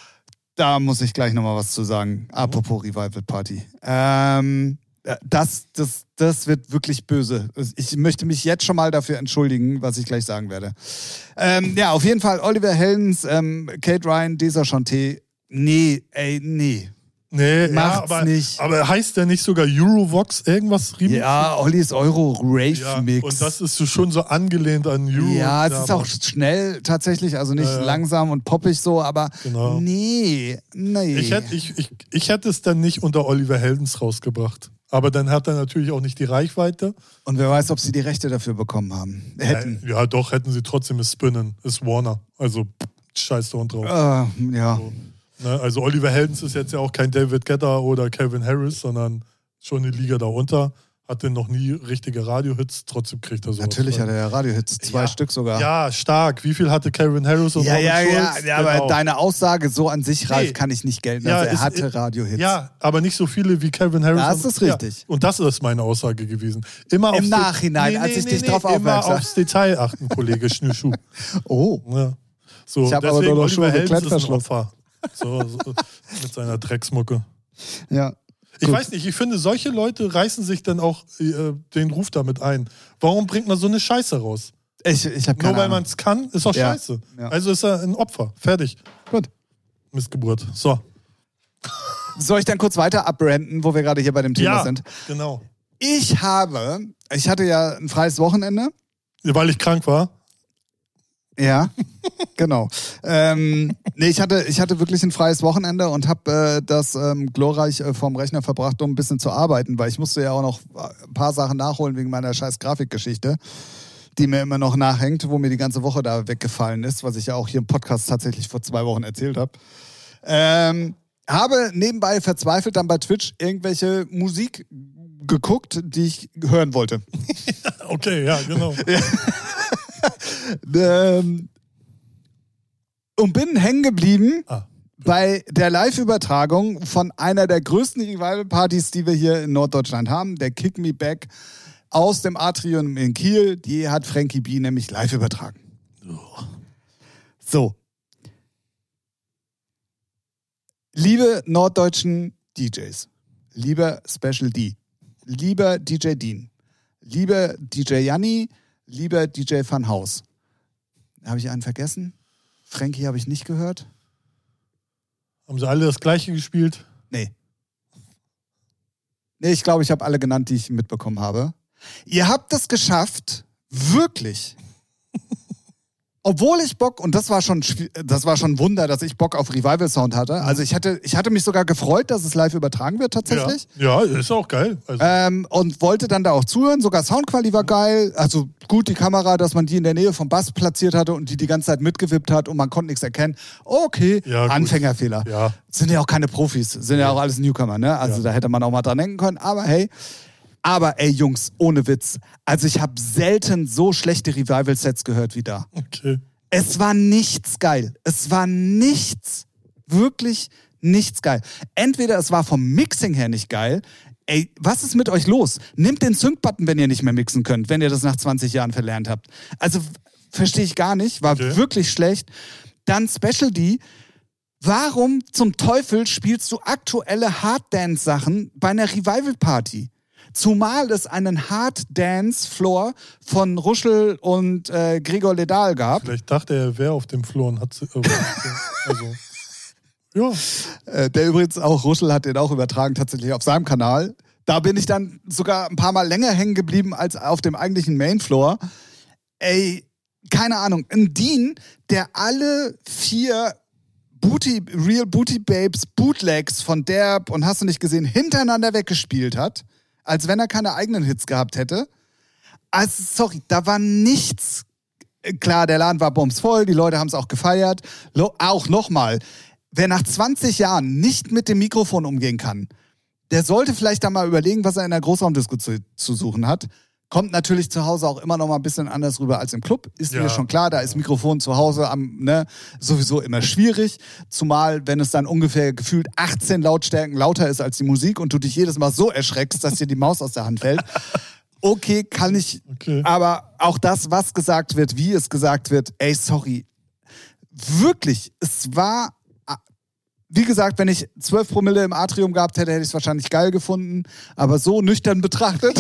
Speaker 2: Da muss ich gleich nochmal was zu sagen. Apropos Revival-Party. Ähm, das, das, das wird wirklich böse. Ich möchte mich jetzt schon mal dafür entschuldigen, was ich gleich sagen werde. Ähm, ja, auf jeden Fall Oliver Heldens, ähm, Kate Ryan, Desachanté. Nee, ey, nee.
Speaker 1: Nee,
Speaker 2: Macht's
Speaker 1: ja, aber,
Speaker 2: nicht.
Speaker 1: aber heißt der nicht sogar Eurovox irgendwas? Remix?
Speaker 2: Ja, Ollis Euro
Speaker 1: Ja,
Speaker 2: Rave Mix.
Speaker 1: und das ist so schon so angelehnt an Euro.
Speaker 2: Ja, es ist auch
Speaker 1: Mann.
Speaker 2: schnell tatsächlich, also nicht
Speaker 1: Ja, ja.
Speaker 2: langsam und poppig so, aber
Speaker 1: Genau.
Speaker 2: nee, nee.
Speaker 1: Ich hätte, ich, ich, ich hätte es dann nicht unter Oliver Heldens rausgebracht. Aber dann hat er natürlich auch nicht die Reichweite.
Speaker 2: Und wer weiß, ob sie die Rechte dafür bekommen haben. Hätten.
Speaker 1: Ja, ja, doch, hätten sie trotzdem es Spinnen. Ist Warner. Also, pff, scheiß da drauf.
Speaker 2: Äh, ja.
Speaker 1: So, ne? Also, Oliver Heldens ist jetzt ja auch kein David Guetta oder Calvin Harris, sondern schon eine Liga darunter. Hatte noch nie richtige Radiohits, trotzdem kriegt er sowas.
Speaker 2: Natürlich hat er ja Radiohits, zwei
Speaker 1: Ja.
Speaker 2: Stück sogar.
Speaker 1: Ja, stark. Wie viel hatte Calvin Harris und
Speaker 2: ja,
Speaker 1: Robin
Speaker 2: ja,
Speaker 1: Schulz?
Speaker 2: ja, ja, aber
Speaker 1: Genau.
Speaker 2: deine Aussage so an sich, Ralf,
Speaker 1: Nee.
Speaker 2: kann ich nicht gelten.
Speaker 1: Ja,
Speaker 2: Also er
Speaker 1: es-
Speaker 2: hatte Radiohits.
Speaker 1: Ja, aber nicht so viele wie Calvin Harris.
Speaker 2: Das
Speaker 1: und,
Speaker 2: ist richtig.
Speaker 1: Ja, und das ist meine Aussage gewesen. Immer
Speaker 2: Im
Speaker 1: aufs
Speaker 2: Nachhinein,
Speaker 1: nee,
Speaker 2: als
Speaker 1: nee,
Speaker 2: ich
Speaker 1: nee,
Speaker 2: dich
Speaker 1: nee,
Speaker 2: drauf
Speaker 1: immer
Speaker 2: aufmerksam-
Speaker 1: aufs Detail achten, Kollege Schnürschuh.
Speaker 2: Oh,
Speaker 1: Ja. So,
Speaker 2: Ich hab aber
Speaker 1: deswegen
Speaker 2: doch noch
Speaker 1: Oliver
Speaker 2: Schuhe mit
Speaker 1: Heldens ist ein
Speaker 2: Klettverschluss.
Speaker 1: Opfer. So, so, mit seiner Drecksmucke.
Speaker 2: ja.
Speaker 1: Ich
Speaker 2: Gut.
Speaker 1: weiß nicht, ich finde, solche Leute reißen sich dann auch äh, den Ruf damit ein. Warum bringt man so eine Scheiße raus?
Speaker 2: Ich, ich habe keine
Speaker 1: Nur weil
Speaker 2: Ahnung.
Speaker 1: man es kann, ist doch
Speaker 2: Ja.
Speaker 1: scheiße.
Speaker 2: Ja.
Speaker 1: Also ist er ein Opfer. Fertig.
Speaker 2: Gut.
Speaker 1: Missgeburt. So.
Speaker 2: Soll ich dann kurz weiter abbranden, wo wir gerade hier bei dem Thema
Speaker 1: Ja,
Speaker 2: sind?
Speaker 1: genau.
Speaker 2: Ich habe, ich hatte ja ein freies Wochenende.
Speaker 1: Weil ich krank war.
Speaker 2: Ja, genau. Ähm, nee, ich hatte, ich hatte wirklich ein freies Wochenende und habe äh, das ähm, glorreich äh, vorm Rechner verbracht, um ein bisschen zu arbeiten, weil ich musste ja auch noch ein paar Sachen nachholen wegen meiner scheiß Grafikgeschichte, die mir immer noch nachhängt, wo mir die ganze Woche da weggefallen ist, was ich ja auch hier im Podcast tatsächlich vor zwei Wochen erzählt habe. Ähm, habe nebenbei verzweifelt dann bei Twitch irgendwelche Musik geguckt, die ich hören wollte.
Speaker 1: Okay, ja, genau.
Speaker 2: ähm, und bin hängen geblieben
Speaker 1: Ah.
Speaker 2: bei der Live-Übertragung von einer der größten Revival-Partys, die wir hier in Norddeutschland haben, der Kick Me Back aus dem Atrium in Kiel. Die hat Frankie B nämlich live übertragen. So. Liebe norddeutschen D Js, lieber Special D, lieber D J Dean, lieber D J Janni, lieber D J Van Haus. Habe ich einen vergessen? Frankie habe ich nicht gehört?
Speaker 1: Haben sie alle das Gleiche gespielt?
Speaker 2: Nee. Nee, ich glaube, ich habe alle genannt, die ich mitbekommen habe. Ihr habt es geschafft, wirklich. Obwohl ich Bock, und das war schon das war schon ein Wunder, dass ich Bock auf Revival-Sound hatte. Also ich hatte, ich hatte mich sogar gefreut, dass es live übertragen wird tatsächlich.
Speaker 1: Ja, ja, ist auch geil.
Speaker 2: Also. Ähm, und wollte dann da auch zuhören. Sogar Soundqualität war geil. Also gut, die Kamera, dass man die in der Nähe vom Bass platziert hatte und die die ganze Zeit mitgewippt hat und man konnte nichts erkennen. Okay, ja, Anfängerfehler.
Speaker 1: Ja.
Speaker 2: Sind ja auch keine Profis, sind ja, ja auch alles Newcomer, ne? Also ja. Da hätte man auch mal dran denken können. Aber hey, aber ey Jungs, ohne Witz. Also ich habe selten so schlechte Revival-Sets gehört wie da.
Speaker 1: Okay.
Speaker 2: Es war nichts geil. Es war nichts, wirklich nichts geil. Entweder es war vom Mixing her nicht geil. Ey, was ist mit euch los? Nehmt den Sync-Button, wenn ihr nicht mehr mixen könnt, wenn ihr das nach zwanzig Jahren verlernt habt. Also verstehe ich gar nicht. War okay. wirklich schlecht. Dann Special D. Warum zum Teufel spielst du aktuelle Hard-Dance-Sachen bei einer Revival-Party? Zumal es einen Hard-Dance-Floor von Ruschel und äh, Gregor Ledal gab.
Speaker 1: Vielleicht dachte er, er wäre auf dem Floor und hat... Äh, also, ja.
Speaker 2: Äh, der übrigens auch, Ruschel hat den auch übertragen tatsächlich auf seinem Kanal. Da bin ich dann sogar ein paar Mal länger hängen geblieben als auf dem eigentlichen Main-Floor. Ey, keine Ahnung. Ein Dean, der alle vier Booty, Real Booty Babes Bootlegs von Derb und hast du nicht gesehen, hintereinander weggespielt hat, als wenn er keine eigenen Hits gehabt hätte. Also, sorry, da war nichts. Klar, der Laden war bumsvoll, die Leute haben es auch gefeiert. Lo- auch nochmal, wer nach zwanzig Jahren nicht mit dem Mikrofon umgehen kann, der sollte vielleicht da mal überlegen, was er in der Großraumdisco zu, zu suchen hat. Kommt natürlich zu Hause auch immer noch mal ein bisschen anders rüber als im Club. Ist ja. mir schon klar, da ist Mikrofon zu Hause am, ne, sowieso immer schwierig. Zumal, wenn es dann ungefähr gefühlt achtzehn Lautstärken lauter ist als die Musik und du dich jedes Mal so erschreckst, dass dir die Maus aus der Hand fällt. Okay, kann ich. Okay. Aber auch das, was gesagt wird, wie es gesagt wird, ey, sorry. Wirklich, es war... Wie gesagt, wenn ich zwölf Promille im Atrium gehabt hätte, hätte ich es wahrscheinlich geil gefunden. Aber so nüchtern betrachtet.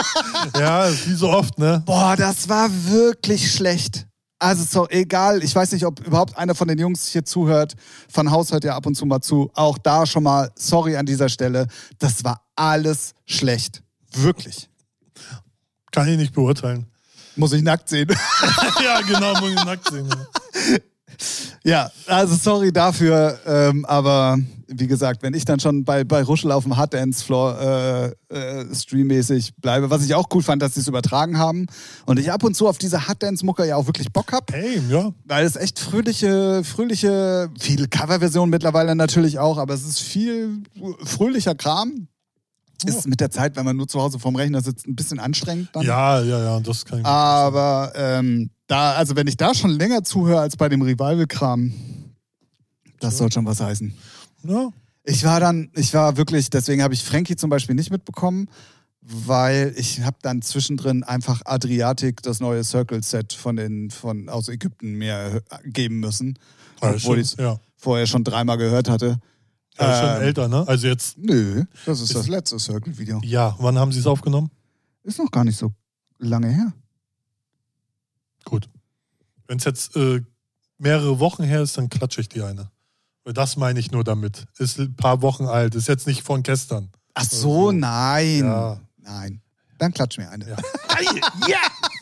Speaker 1: Ja, wie so oft, ne?
Speaker 2: Boah, das war wirklich schlecht. Also so, egal, ich weiß nicht, ob überhaupt einer von den Jungs hier zuhört. Von Haus hört ja ab und zu mal zu. Auch da schon mal, sorry an dieser Stelle. Das war alles schlecht. Wirklich.
Speaker 1: Kann ich nicht beurteilen.
Speaker 2: Muss ich nackt sehen.
Speaker 1: Ja, genau, muss ich nackt sehen. Ja.
Speaker 2: Ja, also sorry dafür, ähm, aber wie gesagt, wenn ich dann schon bei, bei Ruschel auf dem Hard-Dance-Floor äh, äh, streammäßig bleibe, was ich auch cool fand, dass sie es übertragen haben und ich ab und zu auf diese Hard-Dance-Mucke ja auch wirklich Bock hab.
Speaker 1: Hey, ja.
Speaker 2: Weil es echt fröhliche, fröhliche, viele Coverversionen mittlerweile natürlich auch, aber es ist viel fröhlicher Kram. Ist mit der Zeit, wenn man nur zu Hause vorm Rechner sitzt, ein bisschen anstrengend dann.
Speaker 1: Ja, ja, ja, das kann ich mir
Speaker 2: Aber ähm, da, also wenn ich da schon länger zuhöre als bei dem Revival-Kram, das ja. soll schon was heißen.
Speaker 1: Ja.
Speaker 2: Ich war dann, ich war wirklich, deswegen habe ich Frankie zum Beispiel nicht mitbekommen, weil ich habe dann zwischendrin einfach Adriatic, das neue Circle-Set von den, von, aus Ägypten mir geben müssen.
Speaker 1: Ja,
Speaker 2: obwohl ich es ja. vorher schon dreimal gehört hatte.
Speaker 1: Ja, ist schon ähm, älter, ne? Also jetzt.
Speaker 2: Nö, das ist, ist das letzte Circle-Video.
Speaker 1: Ja, wann haben Sie es aufgenommen?
Speaker 2: Ist noch gar nicht so lange her.
Speaker 1: Gut. Wenn es jetzt äh, mehrere Wochen her ist, dann klatsche ich die eine. Das meine ich nur damit. Ist ein paar Wochen alt, ist jetzt nicht von gestern.
Speaker 2: Ach so, also, nein.
Speaker 1: Ja.
Speaker 2: Nein. Dann klatsch mir eine.
Speaker 1: Ja.
Speaker 2: Ja!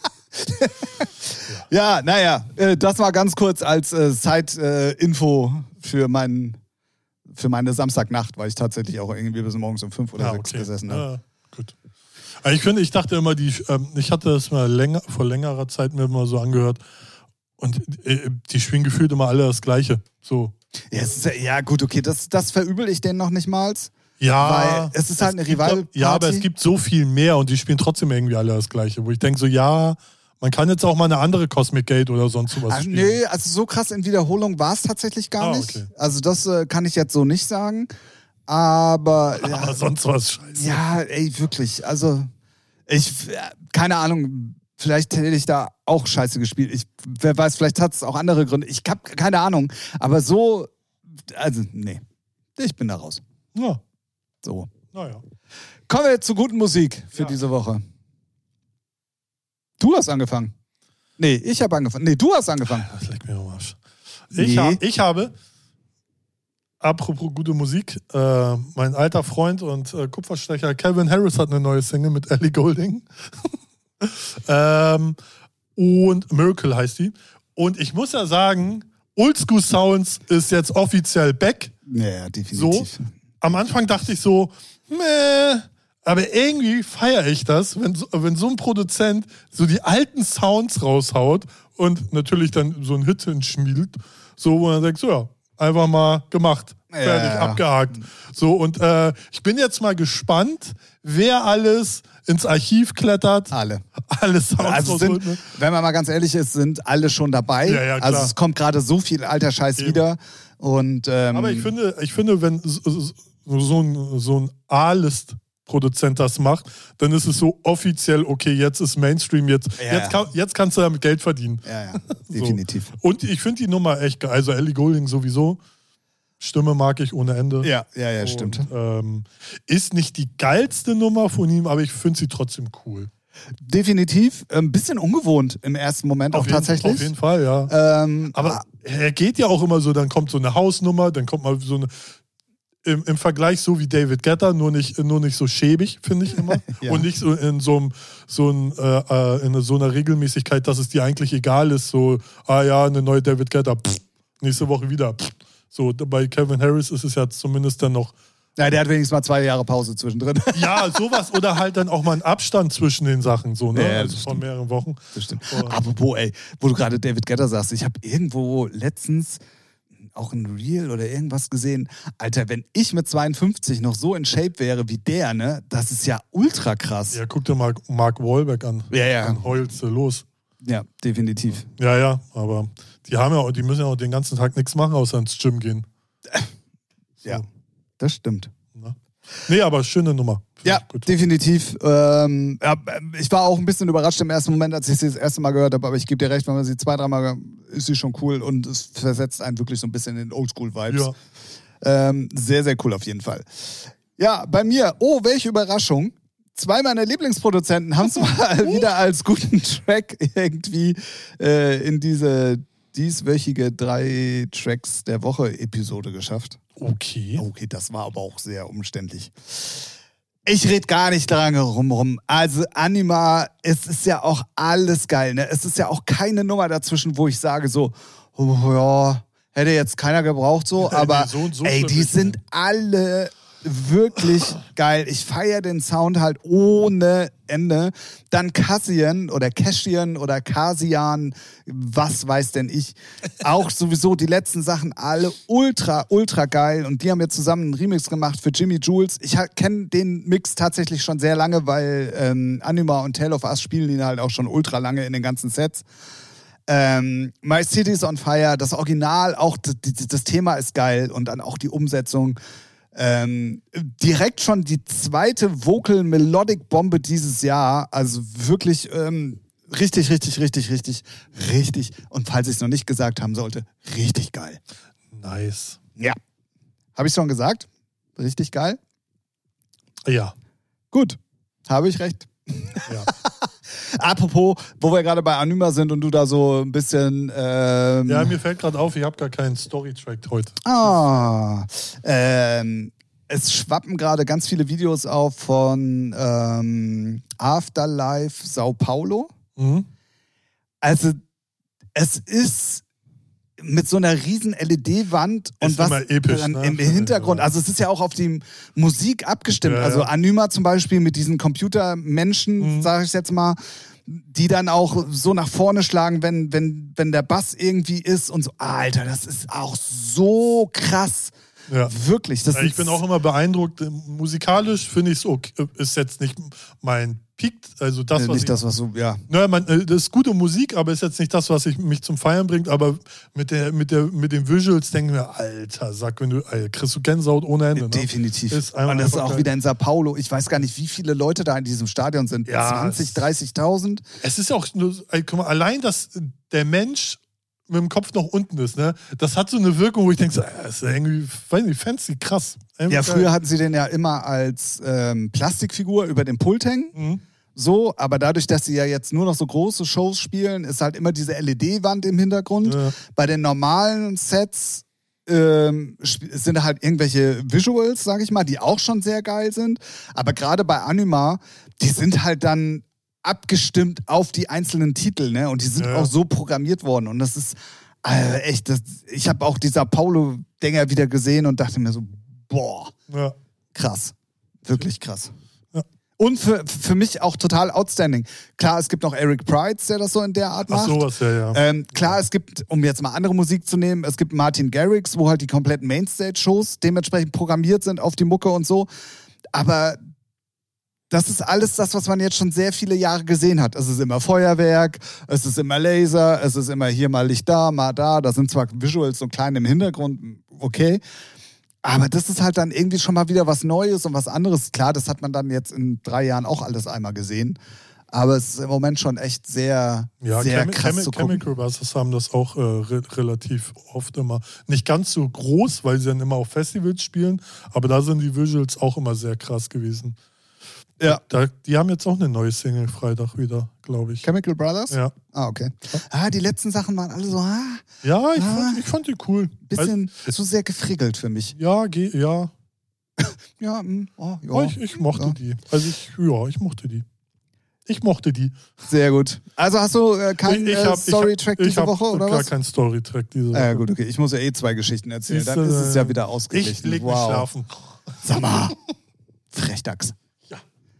Speaker 2: Ja, naja, äh, das war ganz kurz als äh, Side-Info äh, für meinen. Für meine Samstagnacht, weil ich tatsächlich auch irgendwie bis morgens um fünf oder ja, sechs okay. gesessen habe.
Speaker 1: Ja, gut. Ich finde, ich dachte immer, die, ähm, ich hatte das mal länger, vor längerer Zeit mir mal so angehört und äh, die spielen gefühlt immer alle das Gleiche. So.
Speaker 2: Ja, es ist, ja gut, okay, das, das verübel ich denen noch nicht mal.
Speaker 1: Ja.
Speaker 2: Weil es ist halt eine Rival-Party.
Speaker 1: Ja, aber es gibt so viel mehr und die spielen trotzdem irgendwie alle das Gleiche, wo ich denke so, ja, man kann jetzt auch mal eine andere Cosmic Gate oder sonst was
Speaker 2: Ach,
Speaker 1: spielen.
Speaker 2: Nee, also so krass in Wiederholung war es tatsächlich gar ah, okay. nicht. Also das äh, kann ich jetzt so nicht sagen. Aber...
Speaker 1: Ja, aber sonst was scheiße.
Speaker 2: Ja, ey, wirklich. Also ich, keine Ahnung, vielleicht hätte ich da auch scheiße gespielt. Ich, wer weiß, vielleicht hat es auch andere Gründe. Ich habe keine Ahnung. Aber so, also nee, ich bin da raus.
Speaker 1: Ja.
Speaker 2: So.
Speaker 1: Naja.
Speaker 2: Kommen wir zu guten Musik für
Speaker 1: ja.
Speaker 2: diese Woche. Du hast angefangen. Nee, ich habe angefangen. Nee, du hast angefangen.
Speaker 1: Das leckt mir am Arsch. Ich, nee. hab, ich habe, apropos gute Musik, äh, mein alter Freund und äh, Kupferstecher Calvin Harris hat eine neue Single mit Ellie Goulding. ähm, und Miracle heißt die. Und ich muss ja sagen, Oldschool Sounds ist jetzt offiziell back.
Speaker 2: Ja, definitiv.
Speaker 1: So, am Anfang dachte ich so, meh, aber irgendwie feiere ich das, wenn so, wenn so ein Produzent so die alten Sounds raushaut und natürlich dann so einen Hit hinschmiedet, so wo man sagt, so ja, einfach mal gemacht, fertig,
Speaker 2: ja.
Speaker 1: abgehakt. So, und äh, ich bin jetzt mal gespannt, wer alles ins Archiv klettert.
Speaker 2: Alle.
Speaker 1: Alle Sounds
Speaker 2: Also sind,
Speaker 1: rausholt, ne?
Speaker 2: wenn man mal ganz ehrlich ist, sind alle schon dabei.
Speaker 1: Ja, ja, klar.
Speaker 2: Also es kommt gerade so viel alter Scheiß
Speaker 1: Eben.
Speaker 2: wieder. Und, ähm,
Speaker 1: Aber ich finde, ich finde, wenn so, so ein, so ein A-List-Produzent das macht, dann ist es so offiziell, okay, jetzt ist Mainstream, jetzt,
Speaker 2: Ja,
Speaker 1: jetzt, kann, jetzt kannst du damit Geld verdienen.
Speaker 2: Ja, ja,
Speaker 1: So.
Speaker 2: definitiv.
Speaker 1: Und ich finde die Nummer echt geil. Also Ellie Goulding sowieso. Stimme mag ich ohne Ende.
Speaker 2: Ja, ja, ja, stimmt.
Speaker 1: Und, ähm, ist nicht die geilste Nummer von ihm, aber ich finde sie trotzdem cool.
Speaker 2: Definitiv. Ein bisschen ungewohnt im ersten Moment
Speaker 1: Auf
Speaker 2: auch
Speaker 1: jeden,
Speaker 2: tatsächlich.
Speaker 1: Auf jeden Fall, ja.
Speaker 2: Ähm,
Speaker 1: Aber er geht ja auch immer so, dann kommt so eine Hausnummer, dann kommt mal so eine, im, im Vergleich so wie David Guetta, nur nicht, nur nicht so schäbig, finde ich immer.
Speaker 2: Ja.
Speaker 1: Und nicht so in so, einem, so, ein, äh, in so einer Regelmäßigkeit, dass es dir eigentlich egal ist, so, ah ja, eine neue David Guetta, pff, nächste Woche wieder. Pff. So, bei Calvin Harris ist es ja zumindest dann noch.
Speaker 2: Ja, der hat wenigstens mal zwei Jahre Pause zwischendrin.
Speaker 1: Ja, sowas. Oder halt dann auch mal einen Abstand zwischen den Sachen, so, ne?
Speaker 2: Ja, ja,
Speaker 1: also
Speaker 2: das
Speaker 1: von
Speaker 2: stimmt.
Speaker 1: mehreren Wochen.
Speaker 2: Das stimmt.
Speaker 1: Oh.
Speaker 2: Apropos, ey, wo du gerade David Guetta sagst, ich habe irgendwo letztens auch ein Reel oder irgendwas gesehen. Alter, wenn ich mit zweiundfünfzig noch so in Shape wäre wie der, ne, das ist ja ultra krass.
Speaker 1: Ja, guck dir mal Mark Wahlberg an.
Speaker 2: Ja, ja.
Speaker 1: Dann heulst du los.
Speaker 2: Ja, definitiv.
Speaker 1: Ja, ja, aber die haben ja auch, die müssen ja auch den ganzen Tag nichts machen, außer ins Gym gehen. So.
Speaker 2: Ja, das stimmt.
Speaker 1: Ne? Nee, aber schöne Nummer. Find
Speaker 2: Ja,
Speaker 1: ich gut.
Speaker 2: definitiv. Ähm, ja, ich war auch ein bisschen überrascht im ersten Moment, als ich sie das erste Mal gehört habe, aber ich gebe dir recht, wenn man sie zwei, dreimal gehört, ist sie schon cool und es versetzt einen wirklich so ein bisschen in Oldschool-Vibes.
Speaker 1: Ja.
Speaker 2: Ähm, sehr, sehr cool auf jeden Fall. Ja, bei mir, oh, welche Überraschung. Zwei meiner Lieblingsproduzenten haben es mal wieder als guten Track irgendwie äh, in diese dieswöchige drei Tracks der Woche Episode geschafft.
Speaker 1: Okay.
Speaker 2: Okay, das war aber auch sehr umständlich. Ich rede gar nicht lange rumrum. Also Anima, es ist ja auch alles geil. Ne? Es ist ja auch keine Nummer dazwischen, wo ich sage so, oh, ja, hätte jetzt keiner gebraucht so. Aber
Speaker 1: Nee, so- so
Speaker 2: ey,
Speaker 1: schlimm
Speaker 2: die
Speaker 1: nicht,
Speaker 2: sind alle wirklich geil. Ich feiere den Sound halt ohne Ende. Dann Cassian oder Cashian oder Kasian, was weiß denn ich. Auch sowieso die letzten Sachen alle ultra, ultra geil. Und die haben jetzt zusammen einen Remix gemacht für Jimmy Jules. Ich kenne den Mix tatsächlich schon sehr lange, weil ähm, Anima und Tale of Us spielen ihn halt auch schon ultra lange in den ganzen Sets. Ähm, My City is on Fire, das Original, auch das, das Thema ist geil und dann auch die Umsetzung. Ähm, direkt schon die zweite Vocal-Melodic-Bombe dieses Jahr. Also wirklich ähm, richtig, richtig, richtig, richtig, richtig. Und falls ich es noch nicht gesagt haben sollte, richtig geil.
Speaker 1: Nice.
Speaker 2: Ja. Habe ich schon gesagt? Richtig geil?
Speaker 1: Ja.
Speaker 2: Gut. Habe ich recht.
Speaker 1: Ja.
Speaker 2: Apropos, wo wir gerade bei Anima sind und du da so ein bisschen... Ähm,
Speaker 1: Ja, mir fällt gerade auf, ich habe gar keinen Storytrack heute.
Speaker 2: Ah, ähm, es schwappen gerade ganz viele Videos auf von ähm, Afterlife Sao Paulo.
Speaker 1: Mhm.
Speaker 2: Also es ist mit so einer riesen L E D-Wand und
Speaker 1: Ist
Speaker 2: was
Speaker 1: immer episch,
Speaker 2: dann
Speaker 1: ne?
Speaker 2: im Hintergrund, also es ist ja auch auf die Musik abgestimmt.
Speaker 1: Ja,
Speaker 2: also
Speaker 1: ja.
Speaker 2: Anima zum Beispiel mit diesen Computermenschen,
Speaker 1: Mhm.
Speaker 2: sage ich jetzt mal, die dann auch so nach vorne schlagen, wenn, wenn, wenn der Bass irgendwie ist und so. Alter, das ist auch so krass.
Speaker 1: Ja.
Speaker 2: Wirklich. Das
Speaker 1: Ja, ich
Speaker 2: ist,
Speaker 1: bin auch immer beeindruckt. Musikalisch finde ich es okay. Ist jetzt nicht mein Peak, also das,
Speaker 2: äh,
Speaker 1: was
Speaker 2: nicht
Speaker 1: ich,
Speaker 2: das, was du, ja.
Speaker 1: Ne, man, äh, das ist gute Musik, aber ist jetzt nicht das, was ich, mich zum Feiern bringt. Aber mit, der, mit, der, mit den Visuals denken wir, alter Sack, wenn du, Alter, kriegst du Gänsehaut ohne Ende. Ne?
Speaker 2: Definitiv.
Speaker 1: Ist einfach-
Speaker 2: und das ist
Speaker 1: einfach
Speaker 2: auch
Speaker 1: geil.
Speaker 2: wieder in Sao Paulo. Ich weiß gar nicht, wie viele Leute da in diesem Stadion sind.
Speaker 1: Ja,
Speaker 2: zwanzig,
Speaker 1: es-
Speaker 2: dreißigtausend?
Speaker 1: Es ist ja auch nur, ey, guck mal, allein, dass der Mensch mit dem Kopf noch unten ist, ne? Das hat so eine Wirkung, wo ich denke, so, äh, das ist irgendwie, weiß nicht, fancy, krass. Einfach
Speaker 2: Ja,
Speaker 1: geil.
Speaker 2: früher hatten sie den ja immer als ähm, Plastikfigur über dem Pult hängen.
Speaker 1: Mhm.
Speaker 2: So, aber dadurch, dass sie ja jetzt nur noch so große Shows spielen, ist halt immer diese L E D-Wand im Hintergrund.
Speaker 1: Ja.
Speaker 2: Bei den normalen Sets ähm, sp- sind halt irgendwelche Visuals, sag ich mal, die auch schon sehr geil sind. Aber gerade bei Anima, die sind halt dann abgestimmt auf die einzelnen Titel, ne? Und die sind
Speaker 1: Ja.
Speaker 2: auch so programmiert worden. Und das ist äh, echt, das, ich habe auch die Sao Paulo-Dinger wieder gesehen und dachte mir so, boah,
Speaker 1: Ja.
Speaker 2: krass. Wirklich krass.
Speaker 1: Ja.
Speaker 2: Und für, für mich auch total outstanding. Klar, es gibt noch Eric Prydz, der das so in der Art
Speaker 1: Ach
Speaker 2: macht.
Speaker 1: sowas, ja, ja.
Speaker 2: Ähm, klar, es gibt, um jetzt mal andere Musik zu nehmen, es gibt Martin Garrix, wo halt die kompletten Mainstage-Shows dementsprechend programmiert sind auf die Mucke und so. Aber das ist alles das, was man jetzt schon sehr viele Jahre gesehen hat. Es ist immer Feuerwerk, es ist immer Laser, es ist immer hier mal Licht da, mal da. Da sind zwar Visuals so klein im Hintergrund, okay. Aber das ist halt dann irgendwie schon mal wieder was Neues und was anderes. Klar, das hat man dann jetzt in drei Jahren auch alles einmal gesehen. Aber es ist im Moment schon echt sehr,
Speaker 1: Ja,
Speaker 2: sehr
Speaker 1: Chemi-
Speaker 2: krass
Speaker 1: Chemi-
Speaker 2: zu gucken.
Speaker 1: Chemical Brothers haben das auch äh, re- relativ oft immer. Nicht ganz so groß, weil sie dann immer auf Festivals spielen, aber da sind die Visuals auch immer sehr krass gewesen.
Speaker 2: Ja.
Speaker 1: Da, die haben jetzt auch eine neue Single Freitag wieder, glaube ich.
Speaker 2: Chemical Brothers?
Speaker 1: Ja.
Speaker 2: Ah, okay. Ah, die letzten Sachen waren alle so, ah,
Speaker 1: Ja, ich,
Speaker 2: Ah.
Speaker 1: fand, ich fand die cool.
Speaker 2: bisschen zu sehr gefriggelt für mich.
Speaker 1: Also, ja, geh, ja.
Speaker 2: Ja, mm, oh,
Speaker 1: Oh,
Speaker 2: ja.
Speaker 1: ich, ich mochte
Speaker 2: Ja.
Speaker 1: die. Also ich, ja, ich mochte die. Ich mochte die.
Speaker 2: Sehr gut. Also hast du äh, keinen
Speaker 1: ich
Speaker 2: äh,
Speaker 1: hab-
Speaker 2: Story-Track
Speaker 1: ich
Speaker 2: diese
Speaker 1: hab,
Speaker 2: Woche,
Speaker 1: ich
Speaker 2: oder
Speaker 1: hab gar
Speaker 2: was?
Speaker 1: keinen Story-Track diese Woche.
Speaker 2: Ja, gut, okay. Ich muss ja eh zwei Geschichten erzählen.
Speaker 1: Siehste,
Speaker 2: Dann ist es ja
Speaker 1: äh,
Speaker 2: wieder ausgeglichen.
Speaker 1: Ich leg mich
Speaker 2: wow.
Speaker 1: schlafen.
Speaker 2: Sag mal. Frechdachs.
Speaker 1: Ja.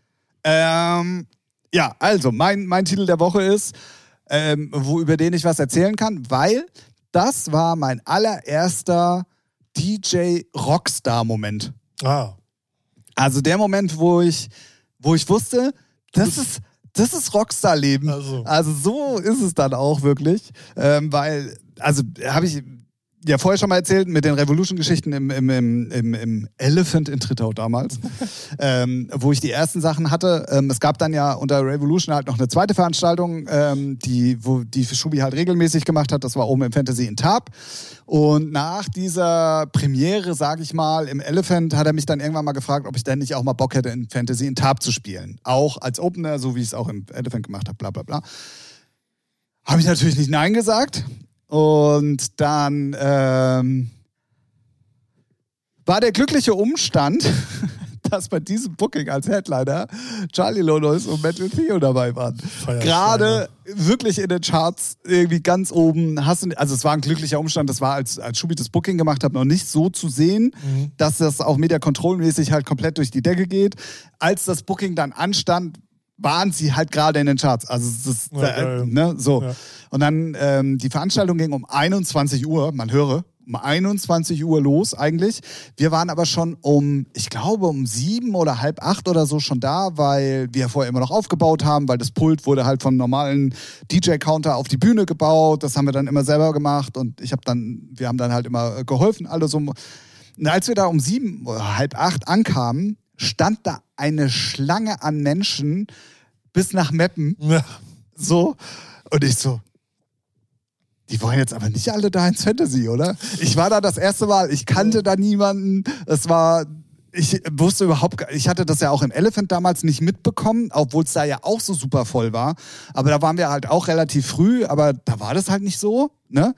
Speaker 2: Ähm, ja, also, mein, mein Titel der Woche ist, ähm, wo, über den ich was erzählen kann, weil das war mein allererster D J-Rockstar-Moment.
Speaker 1: Ah,
Speaker 2: Also der Moment, wo ich, wo ich wusste, das ist, das ist Rockstar-Leben.
Speaker 1: Also.
Speaker 2: Also so ist es dann auch wirklich. Ähm, weil, also habe ich ja vorher schon mal erzählt, mit den Revolution-Geschichten im, im, im, im, im Elephant in Trittau damals, ähm, wo ich die ersten Sachen hatte. Ähm, es gab dann ja unter Revolution halt noch eine zweite Veranstaltung, ähm, die, wo die Schubi halt regelmäßig gemacht hat. Das war oben im Fantasy in Tab. Und nach dieser Premiere, sage ich mal, im Elephant, hat er mich dann irgendwann mal gefragt, ob ich denn nicht auch mal Bock hätte, in Fantasy in Tab zu spielen. Auch als Opener, so wie ich es auch im Elephant gemacht habe, bla bla bla. Habe ich natürlich nicht Nein gesagt. Und dann ähm, war der glückliche Umstand, dass bei diesem Booking als Headliner Charlie Lonois und Metal Theo dabei waren. Gerade wirklich in den Charts irgendwie ganz oben. Hast du, also es war ein glücklicher Umstand, das war, als, als Schubi das Booking gemacht hat, noch nicht so zu sehen, mhm. dass das auch Media Control-mäßig halt komplett durch die Decke geht. Als das Booking dann anstand, waren sie halt gerade in den Charts. Also es ist,
Speaker 1: ja,
Speaker 2: äh,
Speaker 1: ja.
Speaker 2: ne, so.
Speaker 1: Ja.
Speaker 2: Und dann, ähm, die Veranstaltung ging um einundzwanzig Uhr, man höre, um einundzwanzig Uhr los eigentlich. Wir waren aber schon um, ich glaube um sieben oder halb acht oder so schon da, weil wir vorher immer noch aufgebaut haben, weil das Pult wurde halt vom normalen D J-Counter auf die Bühne gebaut. Das haben wir dann immer selber gemacht und ich habe dann, wir haben dann halt immer geholfen, alle so. Und als wir da um sieben oder halb acht ankamen, stand da eine Schlange an Menschen bis nach Meppen.
Speaker 1: Ja.
Speaker 2: So. Und ich so, die wollen jetzt aber nicht alle da ins Fantasy, oder? Ich war da das erste Mal, ich kannte da niemanden. Es war, ich wusste überhaupt gar, ich hatte das ja auch im Elephant damals nicht mitbekommen, obwohl es da ja auch so super voll war. Aber da waren wir halt auch relativ früh, aber da war das halt nicht so, ne?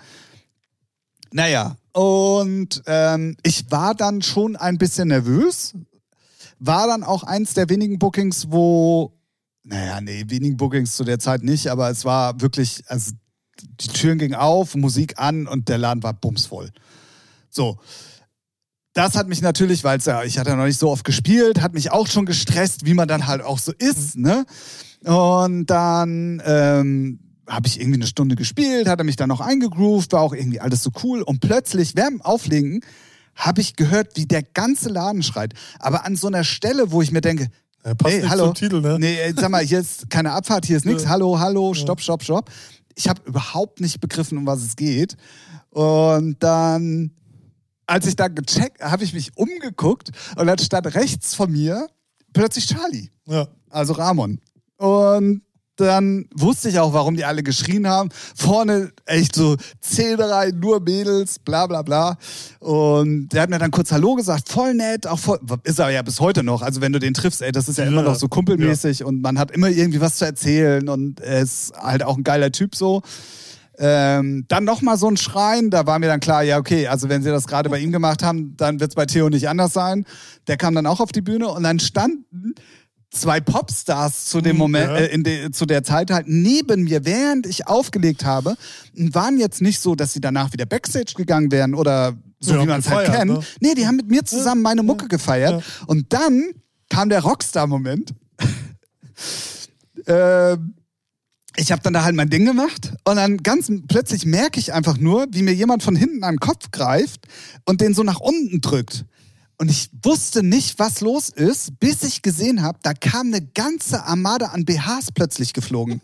Speaker 2: Naja, und ähm, ich war dann schon ein bisschen nervös. War dann auch eins der wenigen Bookings, wo, naja, nee, wenigen Bookings zu der Zeit nicht, aber es war wirklich, also die Türen gingen auf, Musik an und der Laden war bumsvoll. So. Das hat mich natürlich, weil es ja, ich hatte ja noch nicht so oft gespielt, hat mich auch schon gestresst, wie man dann halt auch so ist, ne? Und dann ähm, habe ich irgendwie eine Stunde gespielt, hat er mich dann noch eingegroovt, war auch irgendwie alles so cool und plötzlich, während dem Auflegen, habe ich gehört, wie der ganze Laden schreit. Aber an so einer Stelle, wo ich mir denke,
Speaker 1: ja, passt
Speaker 2: hey,
Speaker 1: nicht
Speaker 2: hallo,
Speaker 1: zum Titel, ne?
Speaker 2: nee, ey, sag mal, hier ist keine Abfahrt, hier ist nichts,
Speaker 1: Ja.
Speaker 2: hallo, hallo, stopp, stopp, stopp. Ich habe überhaupt nicht begriffen, um was es geht. Und dann, als ich dann gecheckt, habe ich mich umgeguckt und dann stand rechts von mir plötzlich Charlie,
Speaker 1: Ja.
Speaker 2: also Ramon. Und dann wusste ich auch, warum die alle geschrien haben. Vorne echt so zehn Reihen, nur Mädels, bla bla bla. Und der hat mir dann kurz Hallo gesagt, voll nett, auch voll, ist er ja bis heute noch. Also wenn du den triffst, ey, das ist ja,
Speaker 1: Ja,
Speaker 2: immer noch so kumpelmäßig
Speaker 1: ja.
Speaker 2: und man hat immer irgendwie was zu erzählen und er ist halt auch ein geiler Typ so. Ähm, dann nochmal so ein Schreien, da war mir dann klar, ja okay, also wenn sie das gerade bei ihm gemacht haben, dann wird es bei Theo nicht anders sein. Der kam dann auch auf die Bühne und dann standen zwei Popstars zu dem Moment,
Speaker 1: ja.
Speaker 2: äh, in de, zu der Zeit halt neben mir, während ich aufgelegt habe, und waren jetzt nicht so, dass sie danach wieder Backstage gegangen wären oder so,
Speaker 1: ja,
Speaker 2: wie man es halt kennt.
Speaker 1: Ne?
Speaker 2: Nee, die haben mit mir zusammen meine Mucke
Speaker 1: ja.
Speaker 2: gefeiert.
Speaker 1: Ja.
Speaker 2: Und dann kam der Rockstar-Moment. äh, ich habe dann da halt mein Ding gemacht und dann ganz plötzlich merke ich einfach nur, wie mir jemand von hinten an den Kopf greift und den so nach unten drückt. Und ich wusste nicht, was los ist, bis ich gesehen habe, da kam eine ganze Armada an B Hs plötzlich geflogen.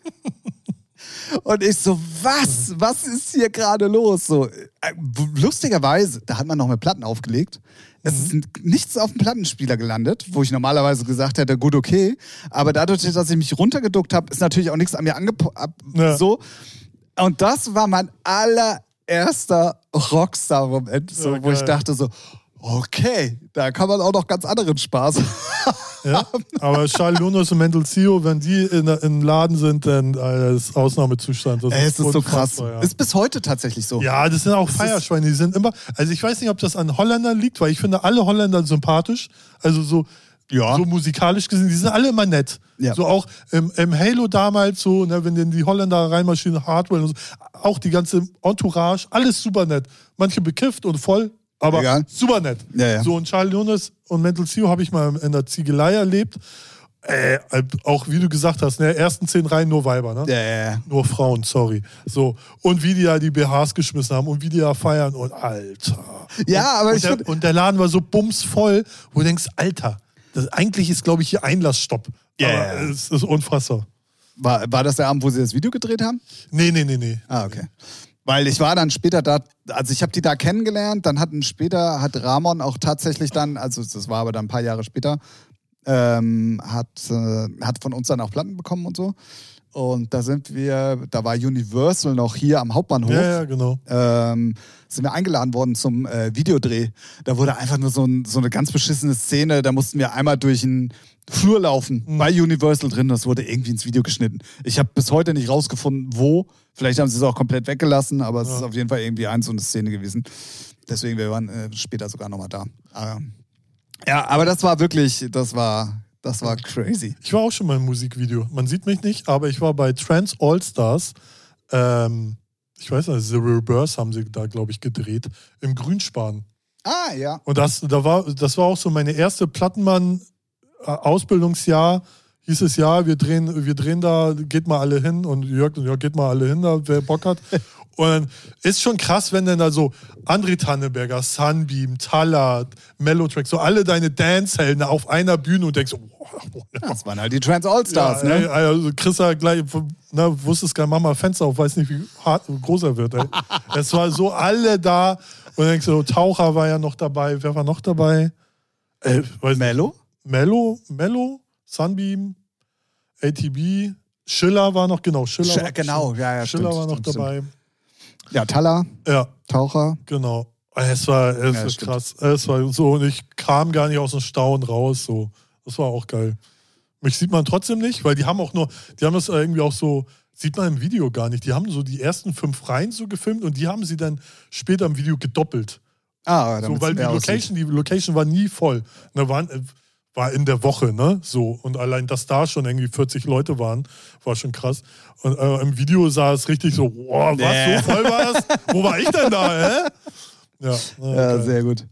Speaker 2: Und ich so, was? Was ist hier gerade los? So, äh, lustigerweise, da hat man noch mit Platten aufgelegt. Es ist nichts auf dem Plattenspieler gelandet, wo ich normalerweise gesagt hätte, gut, okay. Aber dadurch, dass ich mich runtergeduckt habe, ist natürlich auch nichts an mir angepasst.
Speaker 1: Ja.
Speaker 2: So. Und das war mein allererster Rockstar-Moment, so,
Speaker 1: Ja,
Speaker 2: wo ich
Speaker 1: geil.
Speaker 2: dachte so, okay, da kann man auch noch ganz anderen Spaß
Speaker 1: Ja, aber Charlie Lunos und Mendelzio, wenn die in, in Laden sind, dann äh, ist Ausnahmezustand. Das
Speaker 2: Ey, es ist so krass.
Speaker 1: unfassbar, ja.
Speaker 2: Ist bis heute tatsächlich so.
Speaker 1: Ja, das sind auch Feierschweine. Die sind immer. Also ich weiß nicht, ob das an Holländern liegt, weil ich finde alle Holländer sympathisch. Also so,
Speaker 2: Ja.
Speaker 1: so musikalisch gesehen, die sind alle immer nett.
Speaker 2: Ja.
Speaker 1: So auch im, im Halo damals, so, ne, wenn denn die Holländer reinmaschinen, Hardware und so, auch die ganze Entourage, alles super nett. Manche bekifft und voll. Aber
Speaker 2: Egal.
Speaker 1: super nett.
Speaker 2: Ja, ja.
Speaker 1: So, und Charlie Lunes und Mendelzio habe ich mal in der Ziegelei erlebt. Äh, auch wie du gesagt hast, ne, ersten zehn Reihen nur Weiber, ne?
Speaker 2: Ja, ja, ja.
Speaker 1: Nur Frauen, sorry. So. Und wie die da die B Hs geschmissen haben und wie die da feiern und Alter.
Speaker 2: Ja,
Speaker 1: und,
Speaker 2: aber
Speaker 1: und
Speaker 2: ich
Speaker 1: der,
Speaker 2: find-
Speaker 1: und der Laden war so bumsvoll, wo du denkst, Alter, das, eigentlich ist, glaube ich, hier Einlassstopp.
Speaker 2: Ja,
Speaker 1: Aber
Speaker 2: ja.
Speaker 1: es ist unfassbar.
Speaker 2: War, war das der Abend, wo sie das Video gedreht haben?
Speaker 1: Nee, nee, nee, nee.
Speaker 2: Ah, okay. Weil ich war dann später da, also ich habe die da kennengelernt, dann hatten später, hat Ramon auch tatsächlich dann, also das war aber dann ein paar Jahre später, ähm, hat, äh, hat von uns dann auch Platten bekommen und so. Und da sind wir, da war Universal noch hier am Hauptbahnhof.
Speaker 1: Ja, ja, genau.
Speaker 2: Ähm, sind wir eingeladen worden zum äh, Videodreh. Da wurde einfach nur so, ein, so eine ganz beschissene Szene, da mussten wir einmal durch einen Flur laufen,
Speaker 1: Mhm.
Speaker 2: bei Universal drin, das wurde irgendwie ins Video geschnitten. Ich habe bis heute nicht rausgefunden, wo. Vielleicht haben sie es auch komplett weggelassen, aber es
Speaker 1: Ja.
Speaker 2: ist auf jeden Fall irgendwie eins so eine Szene gewesen. Deswegen, wir waren äh, später sogar nochmal da. Aber, ja, aber das war wirklich, das war, das war crazy.
Speaker 1: Ich war auch schon mal im Musikvideo. Man sieht mich nicht, aber ich war bei Trans All Stars. Ähm, ich weiß nicht, The Reverse haben sie da, glaube ich, gedreht. Im Grünspan.
Speaker 2: Ah, ja.
Speaker 1: Und das, da war, das war auch so meine erste Plattenmann-Ausbildungsjahr. Hieß es, ja, wir drehen, wir drehen da, geht mal alle hin. Und Jörg, ja, geht mal alle hin, da, wer Bock hat. Und dann ist schon krass, wenn dann da so André Tannenberger, Sunbeam, Talat, Mellotrack, so alle deine Dance-Helden auf einer Bühne und denkst, so, boah, boah, ja.
Speaker 2: Das waren halt die Trans All-Stars,
Speaker 1: ja,
Speaker 2: ne?
Speaker 1: ey, also Chris hat gleich, ne, wusstest gar, mach mal Fenster auf, weiß nicht, wie hart, groß er wird. Ey. Es war so alle da und dann denkst du, Taucher war ja noch dabei. Wer war noch dabei? Äh, weiß
Speaker 2: Mello?
Speaker 1: nicht. Mello, Mello, Sunbeam, A T B, Schiller war noch, genau, Schiller.
Speaker 2: Sch-
Speaker 1: war,
Speaker 2: genau, ja, ja,
Speaker 1: Schiller
Speaker 2: stimmt,
Speaker 1: war noch
Speaker 2: stimmt,
Speaker 1: dabei.
Speaker 2: Ja, Talla,
Speaker 1: Ja,
Speaker 2: Taucher.
Speaker 1: genau. Es war, es
Speaker 2: Ja,
Speaker 1: war
Speaker 2: stimmt.
Speaker 1: krass. Es war so, und ich kam gar nicht aus dem Staunen raus. So. Das war auch geil. Mich sieht man trotzdem nicht, weil die haben auch nur, die haben das irgendwie auch so, sieht man im Video gar nicht. Die haben so die ersten fünf Reihen so gefilmt und die haben sie dann später im Video gedoppelt.
Speaker 2: Ah,
Speaker 1: So, weil die Location, die Location war nie voll. Da waren, äh, war in der Woche, ne? So. Und allein, dass da schon irgendwie vierzig Leute waren, war schon krass. Und äh, im Video sah es richtig so, boah, was,
Speaker 2: Nee.
Speaker 1: so voll war das? Wo war ich denn da, hä? Ja, na,
Speaker 2: Ja,
Speaker 1: geil.
Speaker 2: sehr gut.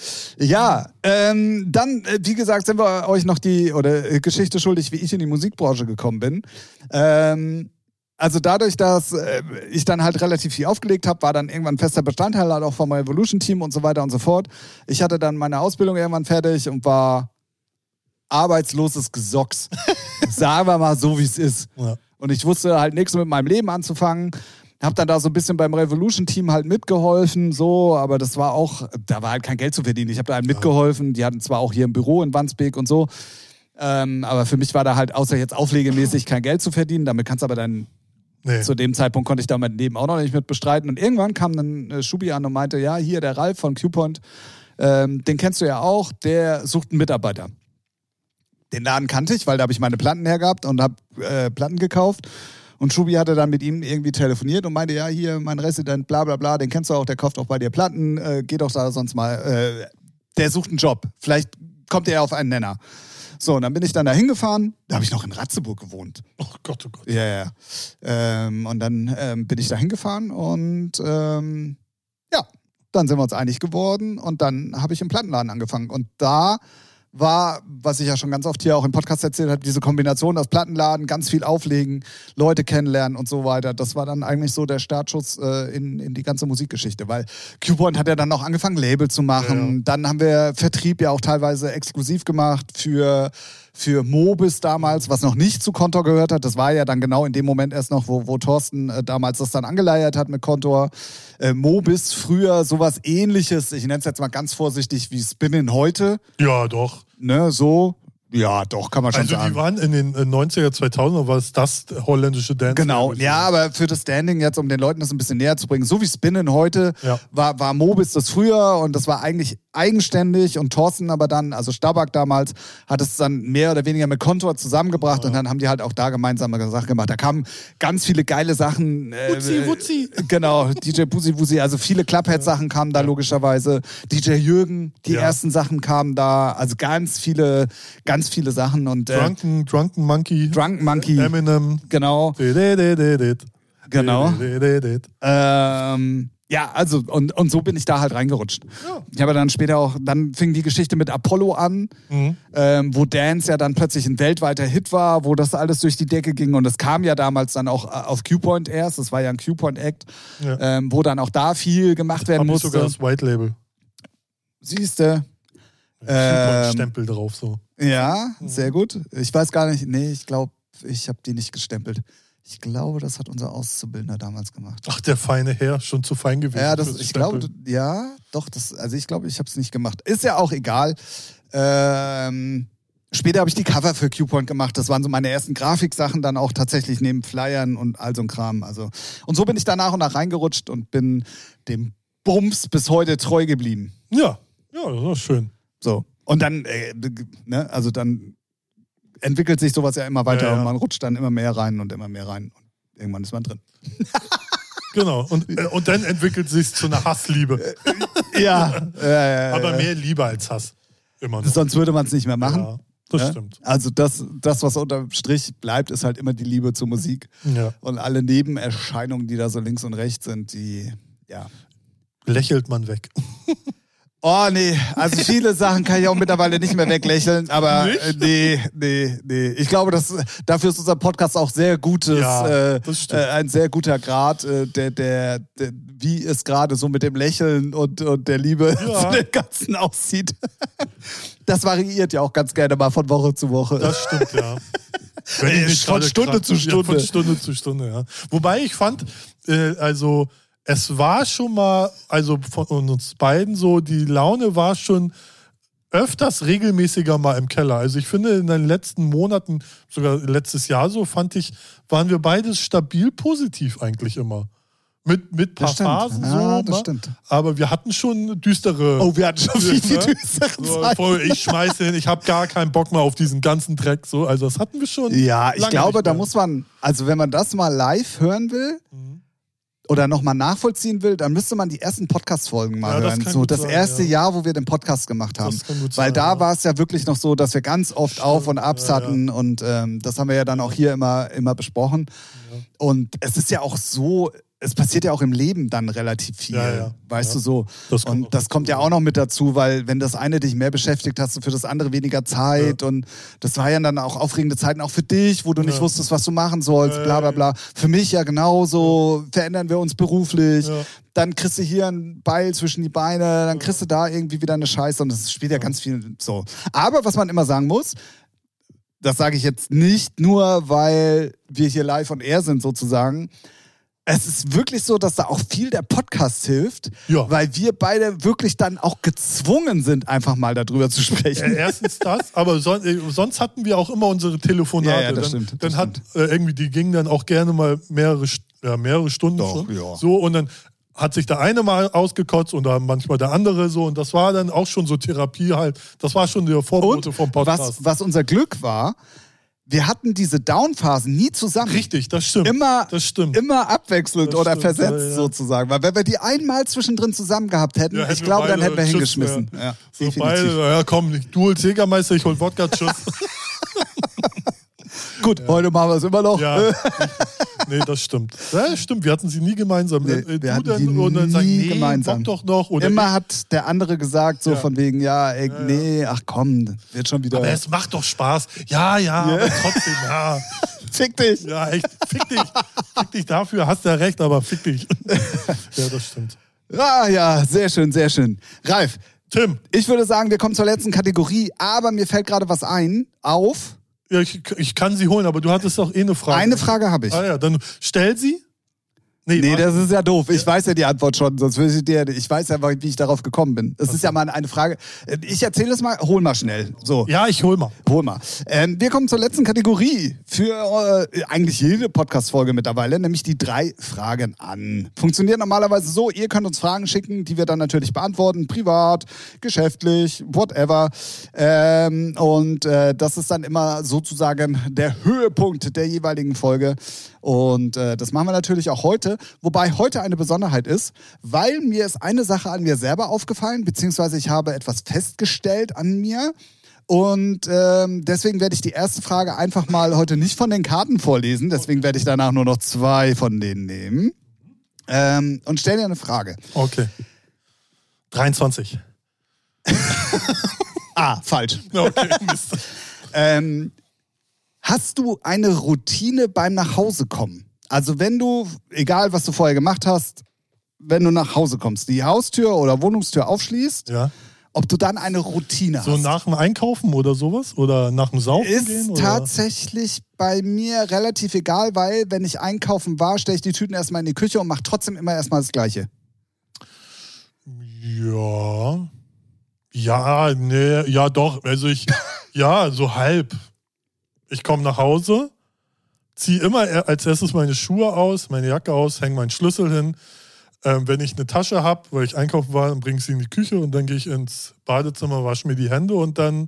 Speaker 2: Ja, ähm, dann, äh, wie gesagt, sind wir euch noch die oder äh, Geschichte schuldig, wie ich in die Musikbranche gekommen bin. Ähm, also dadurch, dass äh, ich dann halt relativ viel aufgelegt habe, war dann irgendwann fester Bestandteil halt auch vom Revolution-Team und so weiter und so fort. Ich hatte dann meine Ausbildung irgendwann fertig und war arbeitsloses Gesocks. Sagen wir mal so, wie es ist.
Speaker 1: Ja.
Speaker 2: Und ich wusste halt nichts mit meinem Leben anzufangen. Hab dann da so ein bisschen beim Revolution-Team halt mitgeholfen, so, aber das war auch, da war halt kein Geld zu verdienen. Ich habe da halt mitgeholfen, die hatten zwar auch hier ein Büro in Wandsbek und so, ähm, aber für mich war da halt außer jetzt auflegemäßig kein Geld zu verdienen. Damit kannst du aber dann,
Speaker 1: Nee.
Speaker 2: zu dem Zeitpunkt konnte ich da mein Leben auch noch nicht mit bestreiten. Und irgendwann kam dann äh, Schubi an und meinte, ja, hier der Ralf von Q-Point, ähm, den kennst du ja auch, der sucht einen Mitarbeiter. Den Laden kannte ich, weil da habe ich meine Platten hergehabt und habe äh, Platten gekauft. Und Schubi hatte dann mit ihm irgendwie telefoniert und meinte, ja, hier, mein Resident, bla bla bla, den kennst du auch, der kauft auch bei dir Platten, äh, geh doch da sonst mal, äh, der sucht einen Job. Vielleicht kommt er auf einen Nenner. So, und dann bin ich dann da hingefahren. Da habe ich noch in Ratzeburg gewohnt.
Speaker 1: Oh Gott, oh Gott.
Speaker 2: Ja, ja. Ähm, und dann ähm, bin ich da hingefahren und ähm, ja, dann sind wir uns einig geworden und dann habe ich im Plattenladen angefangen. Und da war, was ich ja schon ganz oft hier auch im Podcast erzählt habe, diese Kombination aus Plattenladen, ganz viel auflegen, Leute kennenlernen und so weiter. Das war dann eigentlich so der Startschuss äh, in, in die ganze Musikgeschichte, weil Q-Point hat ja dann auch angefangen, Label zu machen. Ja. Dann haben wir Vertrieb ja auch teilweise exklusiv gemacht für für Mobis damals, was noch nicht zu Kontor gehört hat. Das war ja dann genau in dem Moment erst noch, wo, wo Thorsten äh, damals das dann angeleiert hat mit Kontor. Äh, Mobis früher sowas Ähnliches, ich nenne es jetzt mal ganz vorsichtig, wie Spinnin heute.
Speaker 1: Ja, doch.
Speaker 2: Ne, so. Ja, doch, kann man schon
Speaker 1: also
Speaker 2: sagen.
Speaker 1: Also die waren in den neunziger, zweitausender, war es das holländische Dance.
Speaker 2: Genau, ja, aber für das Standing jetzt, um den Leuten das ein bisschen näher zu bringen, so wie Spinnin heute, ja. war, war Mobis das früher und das war eigentlich eigenständig und Thorsten aber dann, also Stabak damals, hat es dann mehr oder weniger mit Kontor zusammengebracht ja. und dann haben die halt auch da gemeinsame Sachen gemacht. Da kamen ganz viele geile Sachen. Äh,
Speaker 1: Wutzi, Wutzi.
Speaker 2: Genau, D J Pussy Wutzi, also viele Clubhead-Sachen kamen da ja. logischerweise. D J Jürgen, die ja. ersten Sachen kamen da, also ganz viele, ganz viele Sachen. Und, äh,
Speaker 1: Drunken, Drunken Monkey.
Speaker 2: Drunken Monkey.
Speaker 1: Eminem.
Speaker 2: Genau. Genau. Ähm... Ja, also und, und so bin ich da halt reingerutscht. Ja. Ich habe dann später auch, dann fing die Geschichte mit Apollo an, mhm. ähm, wo Dance ja dann plötzlich ein weltweiter Hit war, wo das alles durch die Decke ging und das kam ja damals dann auch auf Q-Point erst, das war ja ein Q-Point-Act, ja. ähm, wo dann auch da viel gemacht werden musste.
Speaker 1: Sogar das White Label.
Speaker 2: Siehste.
Speaker 1: Q-Point-Stempel ähm, drauf so.
Speaker 2: Ja, mhm. sehr gut. Ich weiß gar nicht, nee, ich glaube, ich habe die nicht gestempelt. Ich glaube, das hat unser Auszubildender damals gemacht.
Speaker 1: Ach, der feine Herr, schon zu fein gewesen.
Speaker 2: Ja, das, ich glaube, ja, doch, das, also ich glaube, ich habe es nicht gemacht. Ist ja auch egal. Ähm, später habe ich die Cover für Q-Point gemacht. Das waren so meine ersten Grafiksachen dann auch tatsächlich neben Flyern und all so ein Kram. Also, und so bin ich da nach und nach reingerutscht und bin dem Bums bis heute treu geblieben.
Speaker 1: Ja, ja, das war schön.
Speaker 2: So, und dann, äh, ne, also dann entwickelt sich sowas ja immer weiter ja, ja. und man rutscht dann immer mehr rein und immer mehr rein und irgendwann ist man drin.
Speaker 1: Genau, und, äh, und dann entwickelt sich zu einer Hassliebe.
Speaker 2: ja. Äh,
Speaker 1: Aber mehr Liebe als Hass. Immer noch.
Speaker 2: Sonst würde man es nicht mehr machen.
Speaker 1: Ja, das
Speaker 2: ja?
Speaker 1: stimmt.
Speaker 2: Also das, das, was unterm Strich bleibt, ist halt immer die Liebe zur Musik.
Speaker 1: Ja.
Speaker 2: Und alle Nebenerscheinungen, die da so links und rechts sind, die, ja.
Speaker 1: Lächelt man weg.
Speaker 2: Oh, nee, also viele Sachen kann ich auch mittlerweile nicht mehr weglächeln, aber äh, nee, nee, nee. Ich glaube, dass, dafür ist unser Podcast auch sehr gutes,
Speaker 1: ja,
Speaker 2: äh, äh, ein sehr guter Grad, äh, der, der, der, wie es gerade so mit dem Lächeln und, und der Liebe ja. zu dem Ganzen aussieht. Das variiert ja auch ganz gerne mal von Woche zu Woche.
Speaker 1: Das stimmt, ja.
Speaker 2: Wenn ich von Stunde grad, zu Stunde.
Speaker 1: Ja, von Stunde zu Stunde, ja. Wobei ich fand, äh, also es war schon mal, also von uns beiden so, die Laune war schon öfters regelmäßiger mal im Keller. Also ich finde, in den letzten Monaten, sogar letztes Jahr so, fand ich, waren wir beides stabil positiv eigentlich immer. Mit, mit ein paar Phasen so.
Speaker 2: Ja, das stimmt.
Speaker 1: Aber wir hatten schon düstere...
Speaker 2: Oh, wir hatten schon viel, viel düstere
Speaker 1: so, Zeiten. Ich schmeiße hin, ich habe gar keinen Bock mehr auf diesen ganzen Dreck. So. Also das hatten wir schon.
Speaker 2: Ja, ich glaube, da muss man, also wenn man das mal live hören will, mhm. oder nochmal nachvollziehen will, dann müsste man die ersten Podcast-Folgen mal ja, hören. Das so das sein, erste ja. Jahr, wo wir den Podcast gemacht haben. Weil sein, da ja. war es ja wirklich noch so, dass wir ganz oft Stimmt. Auf- und Abs ja, hatten ja. und ähm, das haben wir ja dann auch hier immer, immer besprochen. Ja. Und es ist ja auch so, es passiert ja auch im Leben dann relativ viel,
Speaker 1: ja, ja.
Speaker 2: weißt
Speaker 1: ja.
Speaker 2: du so.
Speaker 1: Das
Speaker 2: und das kommt ja auch noch mit dazu, weil wenn das eine dich mehr beschäftigt, hast du für das andere weniger Zeit ja. und das war ja dann auch aufregende Zeiten auch für dich, wo du nicht ja. wusstest, was du machen sollst, ja, bla bla bla. Für mich ja genauso, verändern wir uns beruflich, ja. dann kriegst du hier einen Beil zwischen die Beine, dann kriegst du da irgendwie wieder eine Scheiße und das spielt ja, ja ganz viel so. Aber was man immer sagen muss, das sage ich jetzt nicht nur, weil wir hier live on air sind sozusagen, es ist wirklich so, dass da auch viel der Podcast hilft,
Speaker 1: ja.
Speaker 2: weil wir beide wirklich dann auch gezwungen sind, einfach mal darüber zu sprechen.
Speaker 1: Ja, erstens das, aber son- sonst hatten wir auch immer unsere Telefonate.
Speaker 2: Ja, ja, das
Speaker 1: dann
Speaker 2: stimmt,
Speaker 1: dann
Speaker 2: das
Speaker 1: hat äh, irgendwie, die gingen dann auch gerne mal mehrere, ja, mehrere Stunden.
Speaker 2: Doch,
Speaker 1: schon.
Speaker 2: Ja.
Speaker 1: So, und dann hat sich der eine mal ausgekotzt und dann manchmal der andere so. Und das war dann auch schon so Therapie halt. Das war schon der Vorbote
Speaker 2: und
Speaker 1: vom Podcast.
Speaker 2: Was, was unser Glück war, wir hatten diese Down-Phasen nie zusammen.
Speaker 1: Richtig, das stimmt.
Speaker 2: Immer,
Speaker 1: das stimmt.
Speaker 2: immer abwechselnd
Speaker 1: Das
Speaker 2: oder
Speaker 1: stimmt,
Speaker 2: versetzt
Speaker 1: ja, ja.
Speaker 2: sozusagen. Weil wenn wir die einmal zwischendrin zusammen gehabt hätten,
Speaker 1: Ja, hätten
Speaker 2: ich
Speaker 1: wir
Speaker 2: glaube, dann
Speaker 1: beide
Speaker 2: hätten wir
Speaker 1: Schuss,
Speaker 2: hingeschmissen.
Speaker 1: ja.
Speaker 2: Ja,
Speaker 1: So
Speaker 2: definitiv.
Speaker 1: beide, ja komm, du holst Jägermeister, ich hol Wodka-Schuss.
Speaker 2: Gut, ja. Heute machen wir es immer noch.
Speaker 1: Ja, ich, nee, das stimmt. Ja, stimmt, wir hatten sie nie gemeinsam.
Speaker 2: Nee,
Speaker 1: äh,
Speaker 2: wir hatten
Speaker 1: du
Speaker 2: die
Speaker 1: dann, und dann sagen,
Speaker 2: nie
Speaker 1: nee,
Speaker 2: gemeinsam.
Speaker 1: Bock doch noch. Oder
Speaker 2: Immer
Speaker 1: ich.
Speaker 2: hat der andere gesagt, so
Speaker 1: Ja.
Speaker 2: von wegen, ja, ey,
Speaker 1: Ja, ja.
Speaker 2: nee, ach komm, wird schon wieder.
Speaker 1: Aber es macht doch Spaß. Ja, ja,
Speaker 2: Ja.
Speaker 1: aber trotzdem, ja.
Speaker 2: Fick dich.
Speaker 1: Ja, echt, fick dich. Fick dich dafür, hast ja recht, aber fick dich. Ja, das stimmt.
Speaker 2: Ah ja, sehr schön, sehr schön. Ralf,
Speaker 1: Tim,
Speaker 2: ich würde sagen, wir kommen zur letzten Kategorie, aber mir fällt gerade was ein, auf.
Speaker 1: ja, ich, ich kann sie holen, aber du hattest doch eh eine Frage.
Speaker 2: Eine Frage habe ich.
Speaker 1: Ah ja, dann stell sie.
Speaker 2: Nee,
Speaker 1: warte.
Speaker 2: das ist ja doof. Ich weiß ja die Antwort schon, sonst würde ich dir, ich weiß ja, wie ich darauf gekommen bin. Das ist ja mal eine Frage. Ich erzähle es mal, hol mal schnell. So.
Speaker 1: Ja, ich hol mal.
Speaker 2: Hol mal. Ähm, wir kommen zur letzten Kategorie für äh, eigentlich jede Podcast-Folge mittlerweile, nämlich die drei Fragen an. Funktioniert normalerweise so, ihr könnt uns Fragen schicken, die wir dann natürlich beantworten, privat, geschäftlich, whatever. Ähm, und äh, das ist dann immer sozusagen der Höhepunkt der jeweiligen Folge. Und äh, das machen wir natürlich auch heute, wobei heute eine Besonderheit ist, weil mir ist eine Sache an mir selber aufgefallen, beziehungsweise ich habe etwas festgestellt an mir. Und ähm, deswegen werde ich die erste Frage einfach mal heute nicht von den Karten vorlesen. Deswegen werde ich danach nur noch zwei von denen nehmen. Ähm, und stell dir eine Frage.
Speaker 1: Okay. dreiundzwanzig.
Speaker 2: Ah, falsch.
Speaker 1: Okay, Mist.
Speaker 2: Ähm, hast du eine Routine beim Nachhausekommen? Also wenn du, egal was du vorher gemacht hast, wenn du nach Hause kommst, die Haustür oder Wohnungstür aufschließt,
Speaker 1: Ja.
Speaker 2: ob du dann eine Routine
Speaker 1: So
Speaker 2: hast.
Speaker 1: nach dem Einkaufen oder sowas? Oder nach dem Saufen
Speaker 2: Ist
Speaker 1: gehen? Oder?
Speaker 2: tatsächlich bei mir relativ egal, weil wenn ich einkaufen war, stelle ich die Tüten erstmal in die Küche und mache trotzdem immer erstmal das Gleiche.
Speaker 1: Ja. Ja, nee, ja doch. Also ich, ja, so halb. Ich komme nach Hause, ziehe immer als erstes meine Schuhe aus, meine Jacke aus, hänge meinen Schlüssel hin. Ähm, wenn ich eine Tasche habe, weil ich einkaufen war, dann bringe ich sie in die Küche und dann gehe ich ins Badezimmer, wasche mir die Hände und dann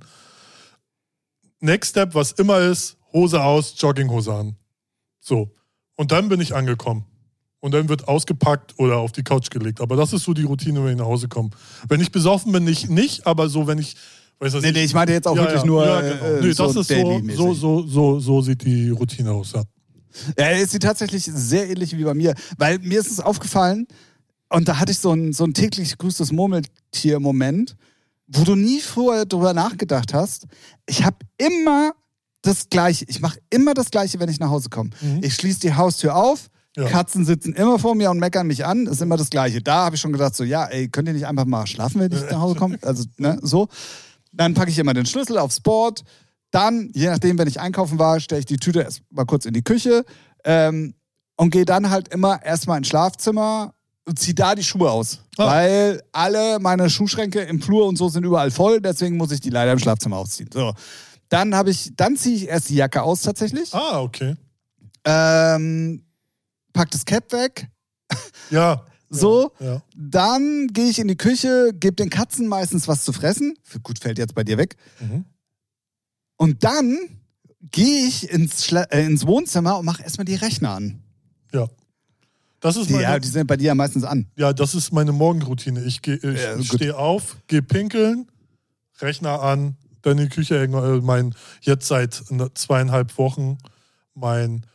Speaker 1: Next Step, was immer ist, Hose aus, Jogginghose an. So. Und dann bin ich angekommen. Und dann wird ausgepackt oder auf die Couch gelegt. Aber das ist so die Routine, wenn ich nach Hause komme. Wenn ich besoffen bin, nicht, nicht aber so, wenn ich... Weiß das
Speaker 2: Nee,
Speaker 1: nicht,
Speaker 2: nee, ich meinte jetzt auch
Speaker 1: ja,
Speaker 2: wirklich
Speaker 1: ja,
Speaker 2: nur
Speaker 1: ja, genau.
Speaker 2: äh,
Speaker 1: nee,
Speaker 2: so
Speaker 1: das ist so,
Speaker 2: daily-mäßig.
Speaker 1: so, so, so, so sieht die Routine aus, ja.
Speaker 2: Ja, es sieht tatsächlich sehr ähnlich wie bei mir. Weil mir ist es aufgefallen, und da hatte ich so ein, so ein täglich grüßtes Murmeltier-Moment, wo du nie vorher drüber nachgedacht hast. Ich habe immer das Gleiche. Ich mache immer das Gleiche, wenn ich nach Hause komme.
Speaker 1: Mhm.
Speaker 2: Ich schließe die Haustür auf.
Speaker 1: Ja.
Speaker 2: Katzen sitzen immer vor mir und meckern mich an. Ist immer das Gleiche. Da habe ich schon gedacht, so, ja, ey, könnt ihr nicht einfach mal schlafen, wenn ich nach Hause komme? Also, ne, so. Dann packe ich immer den Schlüssel aufs Board. Dann, je nachdem, wenn ich einkaufen war, stelle ich die Tüte erst mal kurz in die Küche ähm, und gehe dann halt immer erstmal ins Schlafzimmer und ziehe da die Schuhe aus.
Speaker 1: Ah.
Speaker 2: Weil alle meine Schuhschränke im Flur und so sind überall voll. Deswegen muss ich die leider im Schlafzimmer ausziehen. So. Dann habe ich, dann ziehe ich erst die Jacke aus tatsächlich.
Speaker 1: Ah, okay.
Speaker 2: Ähm, pack das Cap weg.
Speaker 1: Ja.
Speaker 2: So,
Speaker 1: Ja.
Speaker 2: dann gehe ich in die Küche, gebe den Katzen meistens was zu fressen. Gut, fällt jetzt bei dir weg.
Speaker 1: Mhm.
Speaker 2: Und dann gehe ich ins, Schla äh, ins Wohnzimmer und mache erstmal die Rechner an.
Speaker 1: Ja. Das ist
Speaker 2: Die,
Speaker 1: meine,
Speaker 2: ja, die sind bei dir ja meistens an.
Speaker 1: ja, das ist meine Morgenroutine. Ich, geh- ich
Speaker 2: Ja, gut.
Speaker 1: stehe auf, gehe pinkeln, Rechner an, dann in die Küche hängen, äh, mein, jetzt seit ne- zweieinhalb Wochen mein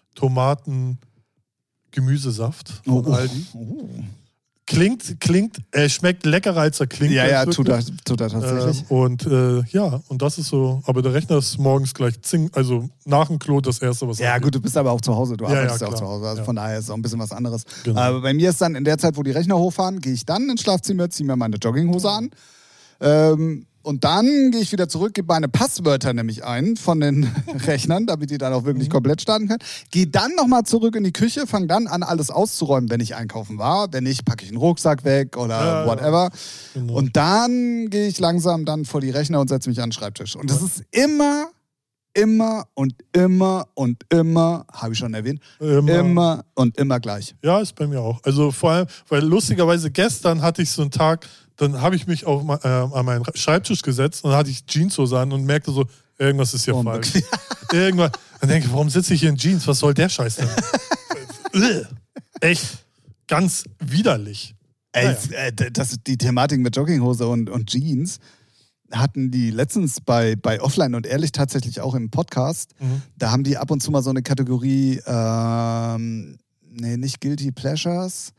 Speaker 1: Tomaten-Gemüsesaft von
Speaker 2: Oh, oh.
Speaker 1: Aldi. Klingt, klingt, äh, schmeckt leckerer als er klingt.
Speaker 2: Ja,
Speaker 1: das
Speaker 2: ja,
Speaker 1: wirklich.
Speaker 2: tut er, tut er tatsächlich.
Speaker 1: Ähm, und äh, ja, und das ist so, aber der Rechner ist morgens gleich zing, also nach dem Klo das erste, was
Speaker 2: Ja,
Speaker 1: angeht.
Speaker 2: gut, du bist aber auch zu Hause. Du
Speaker 1: Ja,
Speaker 2: arbeitest ja,
Speaker 1: ja,
Speaker 2: auch zu
Speaker 1: klar.
Speaker 2: Hause. Also
Speaker 1: Ja.
Speaker 2: von daher ist es auch ein bisschen was anderes.
Speaker 1: Genau.
Speaker 2: Aber bei mir ist dann in der Zeit, wo die Rechner hochfahren, gehe ich dann ins Schlafzimmer, ziehe mir meine Jogginghose an. Ähm, und dann gehe ich wieder zurück, gebe meine Passwörter nämlich ein von den Rechnern, damit die dann auch wirklich
Speaker 1: Mhm. komplett
Speaker 2: komplett starten können. Gehe dann nochmal zurück in die Küche, fange dann an, alles auszuräumen, wenn ich einkaufen war. Wenn nicht, packe ich einen Rucksack weg oder
Speaker 1: Ja, ja.
Speaker 2: whatever.
Speaker 1: Genau.
Speaker 2: Und dann gehe ich langsam dann vor die Rechner und setze mich an den Schreibtisch. Und das ist immer, immer und immer und immer, habe ich schon erwähnt,
Speaker 1: Immer.
Speaker 2: immer und immer gleich.
Speaker 1: Ja, ist bei mir auch. Also vor allem, weil lustigerweise gestern hatte ich so einen Tag, dann habe ich mich auf, äh, an meinen Schreibtisch gesetzt und dann hatte ich Jeanshose an und merkte so, Irgendwas ist hier
Speaker 2: Unbequem.
Speaker 1: falsch. Irgendwas. Dann denke ich, warum sitze ich hier in Jeans? Was soll der Scheiß denn? Echt ganz widerlich.
Speaker 2: Ey,
Speaker 1: naja.
Speaker 2: das, die Thematik mit Jogginghose und, und Jeans hatten die letztens bei, bei Offline und Ehrlich tatsächlich auch im Podcast.
Speaker 1: Mhm.
Speaker 2: Da haben die ab und zu mal so eine Kategorie, ähm, nee, nicht Guilty Pleasures,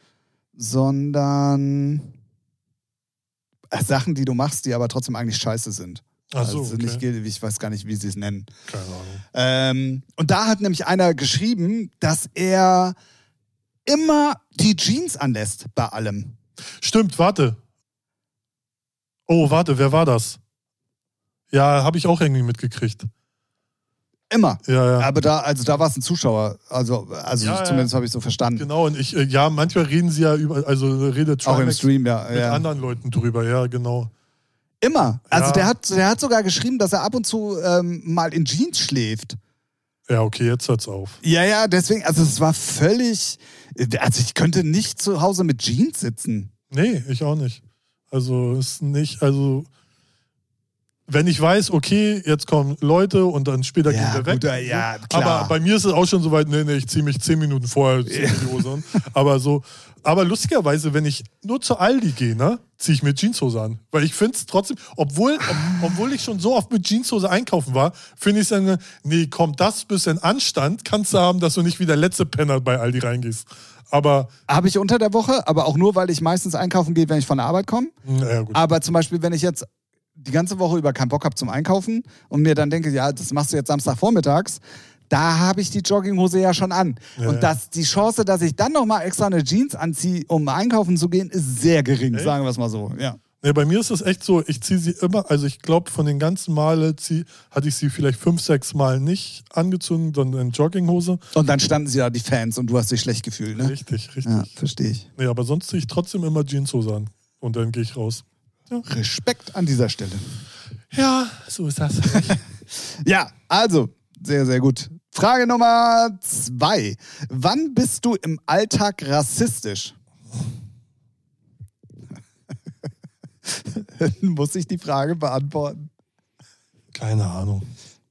Speaker 2: sondern Sachen, die du machst, die aber trotzdem eigentlich scheiße sind.
Speaker 1: Ach so,
Speaker 2: also
Speaker 1: okay.
Speaker 2: nicht, ich weiß gar nicht, wie sie es nennen.
Speaker 1: Keine Ahnung.
Speaker 2: Ähm, und da hat nämlich einer geschrieben, dass er immer die Jeans anlässt bei allem.
Speaker 1: Stimmt, warte. Oh, warte, wer war das? Ja, habe ich auch irgendwie mitgekriegt.
Speaker 2: Immer.
Speaker 1: Ja, ja.
Speaker 2: Aber da, also da war es ein Zuschauer. Also, also
Speaker 1: Ja,
Speaker 2: zumindest
Speaker 1: ja.
Speaker 2: habe ich so verstanden.
Speaker 1: Genau, und ich, äh, ja, manchmal reden sie ja über, also redet
Speaker 2: Auch im
Speaker 1: Trimax
Speaker 2: Stream, ja.
Speaker 1: mit
Speaker 2: ja.
Speaker 1: anderen Leuten drüber, ja, genau.
Speaker 2: Immer. Also
Speaker 1: Ja.
Speaker 2: der hat, der hat sogar geschrieben, dass er ab und zu ähm, mal in Jeans schläft.
Speaker 1: Ja, okay, jetzt hört's auf.
Speaker 2: Ja, ja, deswegen, also es war völlig, also ich könnte nicht zu Hause mit Jeans sitzen.
Speaker 1: Nee, ich auch nicht. Also ist nicht, also wenn ich weiß, okay, jetzt kommen Leute und dann später
Speaker 2: Ja,
Speaker 1: gehen wir
Speaker 2: gut,
Speaker 1: weg.
Speaker 2: ja, klar.
Speaker 1: Aber bei mir ist es auch schon so weit, nee, nee, ich ziehe mich zehn Minuten vorher zieh mir die Hose an. Aber so, aber lustigerweise, wenn ich nur zu Aldi gehe, ne, ziehe ich mir Jeanshose an. Weil ich finde es trotzdem, obwohl, ob, obwohl ich schon so oft mit Jeanshose einkaufen war, finde ich es dann, nee, komm, das bisschen Anstand kannst du haben, dass du nicht wie der letzte Penner bei Aldi reingehst. Aber
Speaker 2: Habe ich unter der Woche, aber auch nur, weil ich meistens einkaufen gehe, wenn ich von der Arbeit komme.
Speaker 1: naja, gut.
Speaker 2: Aber zum Beispiel, wenn ich jetzt die ganze Woche über keinen Bock habe zum Einkaufen und mir dann denke, ja, das machst du jetzt Samstagvormittags, da habe ich die Jogginghose ja schon an.
Speaker 1: Ja,
Speaker 2: und das, die Chance, dass ich dann nochmal extra eine Jeans anziehe, um einkaufen zu gehen, ist sehr gering,
Speaker 1: Echt?
Speaker 2: sagen wir es mal so. Ja.
Speaker 1: Nee, bei mir ist es echt so, ich ziehe sie immer, also ich glaube, von den ganzen Male zieh, hatte ich sie vielleicht fünf, sechs Mal nicht angezogen, sondern in Jogginghose.
Speaker 2: Und dann standen sie da, die Fans, und du hast dich schlecht gefühlt, ne?
Speaker 1: Richtig, richtig.
Speaker 2: Ja, verstehe ich.
Speaker 1: Nee, aber sonst ziehe ich trotzdem immer Jeanshose an. Und dann gehe ich raus.
Speaker 2: Respekt an dieser Stelle.
Speaker 1: Ja, so ist das.
Speaker 2: Ja, also, sehr, sehr gut. Frage Nummer zwei. Wann bist du im Alltag rassistisch? Muss ich die Frage beantworten?
Speaker 1: Keine Ahnung.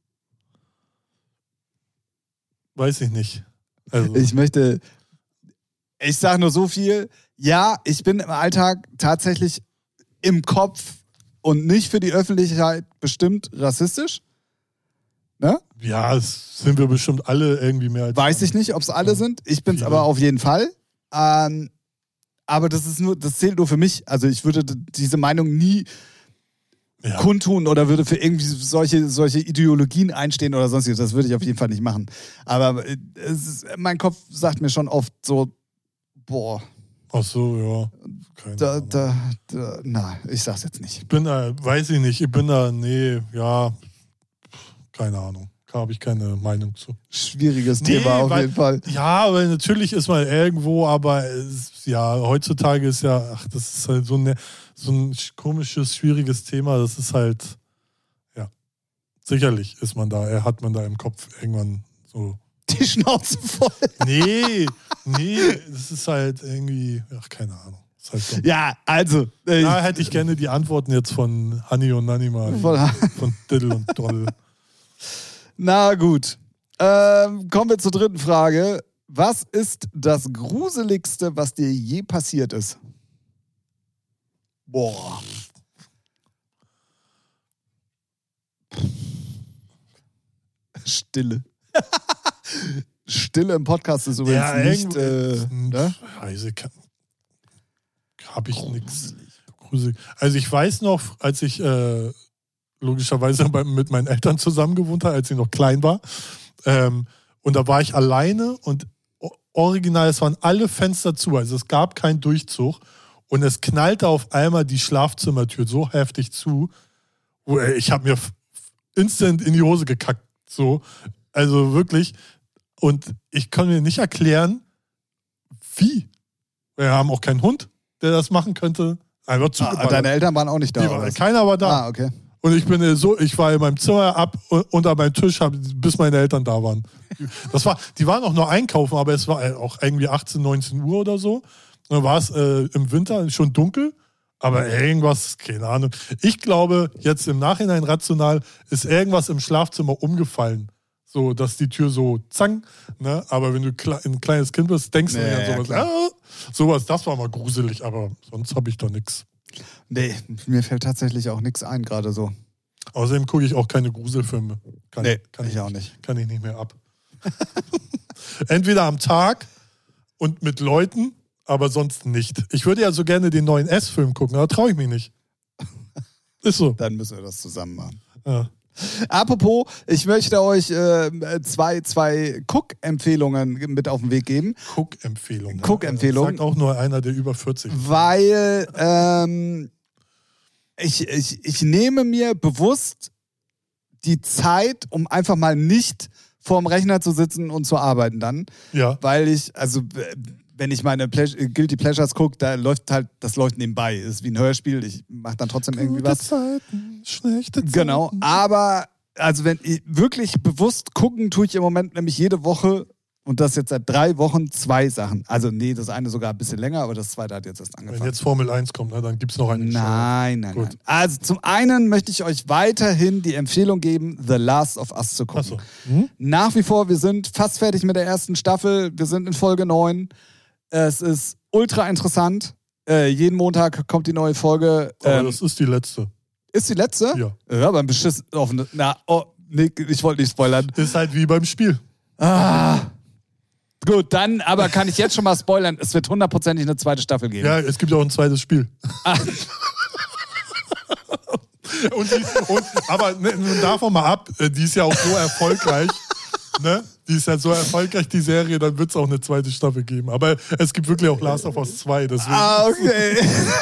Speaker 1: Weiß ich nicht. Also,
Speaker 2: Ich möchte, ich sage nur so viel. Ja, ich bin im Alltag tatsächlich im Kopf und nicht für die Öffentlichkeit bestimmt rassistisch. Ne?
Speaker 1: ja, das sind wir bestimmt alle irgendwie mehr als.
Speaker 2: Weiß ich nicht, ob es alle sind. Ich bin es
Speaker 1: Viele.
Speaker 2: aber auf jeden Fall. Ähm, aber das ist nur, das zählt nur für mich. Also ich würde d- diese Meinung nie
Speaker 1: Ja.
Speaker 2: kundtun oder würde für irgendwie solche, solche Ideologien einstehen oder sonstiges. Das würde ich auf jeden Fall nicht machen. Aber äh, es ist, mein Kopf sagt mir schon oft so, boah,
Speaker 1: Ach so, ja. Keine
Speaker 2: da,
Speaker 1: Ahnung.
Speaker 2: da, da, na, ich sag's jetzt nicht.
Speaker 1: Ich bin da, weiß ich nicht, ich bin da, nee, ja, keine Ahnung. Da habe ich keine Meinung zu.
Speaker 2: Schwieriges
Speaker 1: Nee,
Speaker 2: Thema auf
Speaker 1: weil-
Speaker 2: jeden Fall.
Speaker 1: Ja, aber natürlich ist man irgendwo, aber es, ja, heutzutage ist ja, ach, das ist halt so, ne, so ein sch- komisches, schwieriges Thema. Das ist halt, ja, sicherlich ist man da, er hat man da im Kopf irgendwann so.
Speaker 2: Die Schnauze voll.
Speaker 1: Nee, nee, das ist halt irgendwie, ach, keine Ahnung. Das ist halt dumm.
Speaker 2: Ja, also. Äh,
Speaker 1: Da hätte ich gerne die Antworten jetzt von Hanni und Nanni mal.
Speaker 2: voll,
Speaker 1: Von Diddle und Doddle.
Speaker 2: Na gut. Ähm, kommen wir zur dritten Frage. Was ist das Gruseligste, was dir je passiert ist? Boah. Stille. Stille im Podcast ist übrigens
Speaker 1: Ja,
Speaker 2: nicht.
Speaker 1: irgendwo-
Speaker 2: Äh, ne?
Speaker 1: Also, habe ich nichts. Gruselig. Also ich weiß noch, als ich äh, logischerweise bei, mit meinen Eltern zusammen gewohnt habe, als ich noch klein war. Ähm, und da war ich alleine und o- original, es waren alle Fenster zu, also es gab keinen Durchzug. Und es knallte auf einmal die Schlafzimmertür so heftig zu, wo äh, ich habe mir f- instant in die Hose gekackt. So. Also wirklich. Und ich kann mir nicht erklären, wie. Wir haben auch keinen Hund, der das machen könnte. Einfach
Speaker 2: Ah,
Speaker 1: zugeballert.
Speaker 2: deine Eltern waren auch nicht da.
Speaker 1: Die
Speaker 2: oder
Speaker 1: war,
Speaker 2: was?
Speaker 1: keiner war da.
Speaker 2: Ah, okay.
Speaker 1: Und ich bin äh, so, ich war in meinem Zimmer ab u- unter meinem Tisch, hab, bis meine Eltern da waren. Das war, die waren auch noch einkaufen, aber es war äh, auch irgendwie achtzehn, neunzehn Uhr oder so. Und dann war es äh, im Winter schon dunkel, Aber irgendwas, keine Ahnung. Ich glaube, jetzt im Nachhinein rational ist irgendwas im Schlafzimmer umgefallen. So, dass die Tür so zang, ne? Aber wenn du ein kleines Kind bist, denkst du
Speaker 2: Nee,
Speaker 1: ja
Speaker 2: ja,
Speaker 1: sowas.
Speaker 2: klar.
Speaker 1: Ah, sowas, das war mal gruselig, aber sonst habe ich da nichts.
Speaker 2: Nee, mir fällt tatsächlich auch nichts ein, gerade so.
Speaker 1: Außerdem gucke ich auch keine Gruselfilme. Kann,
Speaker 2: Nee,
Speaker 1: kann
Speaker 2: ich auch nicht.
Speaker 1: Kann ich nicht mehr ab. Entweder am Tag und mit Leuten, aber sonst nicht. Ich würde ja so gerne den neuen S-Film gucken, aber traue ich mich nicht. Ist so.
Speaker 2: Dann müssen wir das zusammen machen.
Speaker 1: Ja.
Speaker 2: Apropos, ich möchte euch äh, zwei, zwei Cook-Empfehlungen mit auf den Weg geben.
Speaker 1: Cook-Empfehlung.
Speaker 2: Cook-Empfehlung.
Speaker 1: Sagt auch nur einer, der über vierzig ist.
Speaker 2: Weil ähm, ich, ich, ich nehme mir bewusst die Zeit, um einfach mal nicht vorm Rechner zu sitzen und zu arbeiten dann.
Speaker 1: Ja.
Speaker 2: Weil ich, also wenn ich meine Ple- Guilty Pleasures gucke, da läuft halt, das läuft nebenbei. Ist wie ein Hörspiel, ich mache dann trotzdem irgendwie
Speaker 1: Gute
Speaker 2: was.
Speaker 1: Zeiten, schlechte Zeiten.
Speaker 2: Genau, aber also wenn ich wirklich bewusst gucken, tue ich im Moment nämlich jede Woche und das jetzt seit drei Wochen zwei Sachen. Also nee, das eine sogar ein bisschen länger, aber das zweite hat jetzt erst angefangen.
Speaker 1: Wenn jetzt Formel eins kommt, ne, dann gibt es noch eine
Speaker 2: Nein, nein,
Speaker 1: Gut.
Speaker 2: nein. Also zum einen möchte ich euch weiterhin die Empfehlung geben, The Last of Us zu gucken.
Speaker 1: Achso. Hm?
Speaker 2: Nach wie vor, wir sind fast fertig mit der ersten Staffel. Wir sind in Folge neun. Es ist ultra interessant. Äh, jeden Montag kommt die neue Folge.
Speaker 1: Aber
Speaker 2: Ähm,
Speaker 1: das ist die letzte.
Speaker 2: ist die letzte?
Speaker 1: Ja.
Speaker 2: Ja, aber ein Beschiss offene. Na, oh, nee, ich wollte nicht spoilern.
Speaker 1: Ist halt wie beim Spiel.
Speaker 2: Ah. Gut, dann aber kann ich jetzt schon mal spoilern. Es wird hundertprozentig eine zweite Staffel geben.
Speaker 1: Ja, es gibt auch ein zweites Spiel.
Speaker 2: Ah.
Speaker 1: und die, und, aber ne, nun davon mal ab, äh, die ist ja auch so erfolgreich. Ne? Die ist ja so erfolgreich, die Serie, dann wird es auch eine zweite Staffel geben. Aber es gibt wirklich auch Last of Us zwei, deswegen.
Speaker 2: Ah, okay.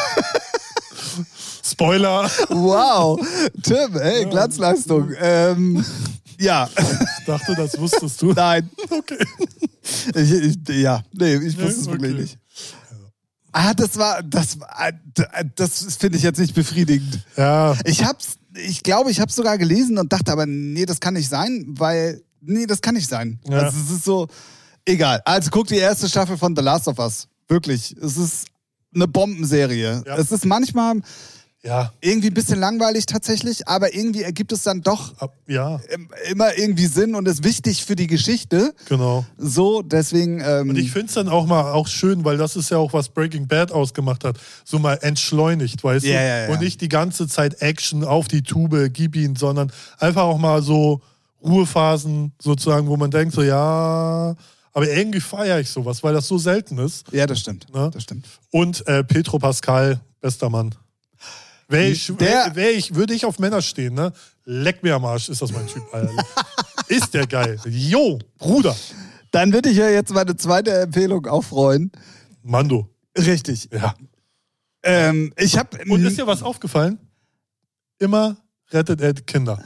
Speaker 1: Spoiler.
Speaker 2: Wow. Tim, hey, Glanzleistung. Ähm, ja.
Speaker 1: Ich dachte, das wusstest du.
Speaker 2: Nein.
Speaker 1: Okay.
Speaker 2: Ich, ich, ja, nee, ich wusste es
Speaker 1: Okay.
Speaker 2: wirklich nicht. Ah, das war, das war, das finde ich jetzt nicht befriedigend.
Speaker 1: Ja.
Speaker 2: Ich hab's, ich glaube, ich hab's sogar gelesen und dachte aber, nee, das kann nicht sein, weil, nee, das kann nicht sein.
Speaker 1: Ja.
Speaker 2: Also es ist so, egal. Also guck die erste Staffel von The Last of Us. Wirklich. Es ist eine Bombenserie.
Speaker 1: Ja.
Speaker 2: Es ist manchmal
Speaker 1: Ja.
Speaker 2: irgendwie ein bisschen langweilig tatsächlich, aber irgendwie ergibt es dann doch
Speaker 1: Ab, ja,
Speaker 2: im- immer irgendwie Sinn und ist wichtig für die Geschichte.
Speaker 1: genau.
Speaker 2: So, deswegen. Ähm,
Speaker 1: Und ich finde es dann auch mal auch schön, weil das ist ja auch, was Breaking Bad ausgemacht hat. So mal entschleunigt, weißt
Speaker 2: Ja,
Speaker 1: du?
Speaker 2: ja, ja.
Speaker 1: Und nicht die ganze Zeit Action auf die Tube, gib ihn, sondern einfach auch mal so Ruhephasen sozusagen, wo man denkt, so ja, aber irgendwie feiere ich sowas, weil das so selten ist.
Speaker 2: ja, das stimmt.
Speaker 1: Ne?
Speaker 2: Das stimmt.
Speaker 1: Und äh, Petro Pascal, bester Mann. Wär ich,
Speaker 2: Der-
Speaker 1: wär, wär ich, würde ich auf Männer stehen, ne? Leck mir am Arsch, ist das mein Typ, Alter. Ist der geil. Jo, Bruder.
Speaker 2: Dann würde ich ja jetzt meine zweite Empfehlung auch freuen.
Speaker 1: Mando.
Speaker 2: Richtig.
Speaker 1: Ja.
Speaker 2: Ähm, ich habe.
Speaker 1: Und ist dir was aufgefallen? Immer rettet er die Kinder.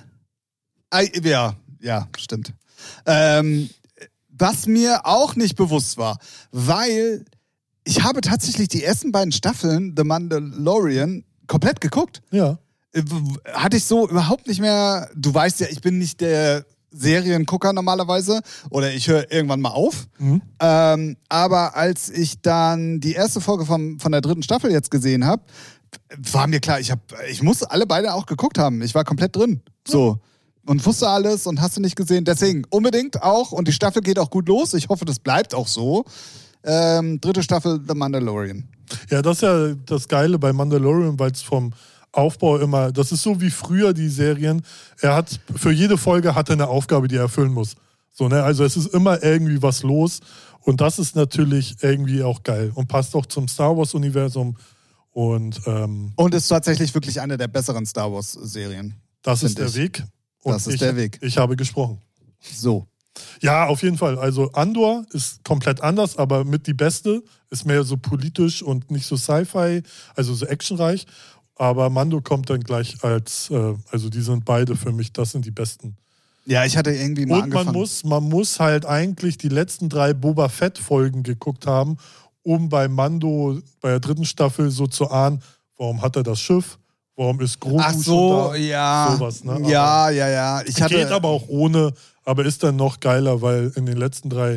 Speaker 2: Ja, ja, stimmt. Ähm, was mir auch nicht bewusst war, weil ich habe tatsächlich die ersten beiden Staffeln The Mandalorian komplett geguckt.
Speaker 1: Ja.
Speaker 2: Äh, Hatte ich so überhaupt nicht mehr. Du weißt ja, ich bin nicht der Seriengucker normalerweise oder ich höre irgendwann mal auf.
Speaker 1: Mhm.
Speaker 2: Ähm, aber als ich dann die erste Folge vom, von der dritten Staffel jetzt gesehen habe, war mir klar, ich, hab, ich muss alle beide auch geguckt haben. Ich war komplett drin. So. Und wusste alles und hast du nicht gesehen. Deswegen unbedingt auch. Und die Staffel geht auch gut los. Ich hoffe, das bleibt auch so. Ähm, dritte Staffel The Mandalorian.
Speaker 1: Ja, das ist ja das Geile bei Mandalorian, weil es vom Aufbau immer, das ist so wie früher die Serien. Er hat, für jede Folge hat er eine Aufgabe, die er erfüllen muss. So, ne? Also es ist immer irgendwie was los. Und das ist natürlich irgendwie auch geil. Und passt auch zum Star Wars-Universum. Und ähm,
Speaker 2: Und ist tatsächlich wirklich eine der besseren Star Wars-Serien.
Speaker 1: das ist
Speaker 2: Find
Speaker 1: der
Speaker 2: ich.
Speaker 1: Weg. Und
Speaker 2: Das ist
Speaker 1: ich,
Speaker 2: der Weg.
Speaker 1: Ich habe gesprochen.
Speaker 2: So.
Speaker 1: Ja, auf jeden Fall. Also Andor ist komplett anders, aber mit die beste. Ist mehr so politisch und nicht so Sci-Fi, also so actionreich. Aber Mando kommt dann gleich als, äh, also die sind beide für mich, das sind die besten.
Speaker 2: Ja, ich hatte irgendwie mal
Speaker 1: Und
Speaker 2: angefangen.
Speaker 1: man muss, man muss halt eigentlich die letzten drei Boba Fett-Folgen geguckt haben, um bei Mando bei der dritten Staffel so zu ahnen, warum hat er das Schiff, warum ist Grogu
Speaker 2: Ach
Speaker 1: schon
Speaker 2: so,
Speaker 1: da?
Speaker 2: ja.
Speaker 1: Sowas, ne?
Speaker 2: Ja, ja, ja. Ich hatte,
Speaker 1: Geht aber auch ohne, aber ist dann noch geiler, weil in den letzten drei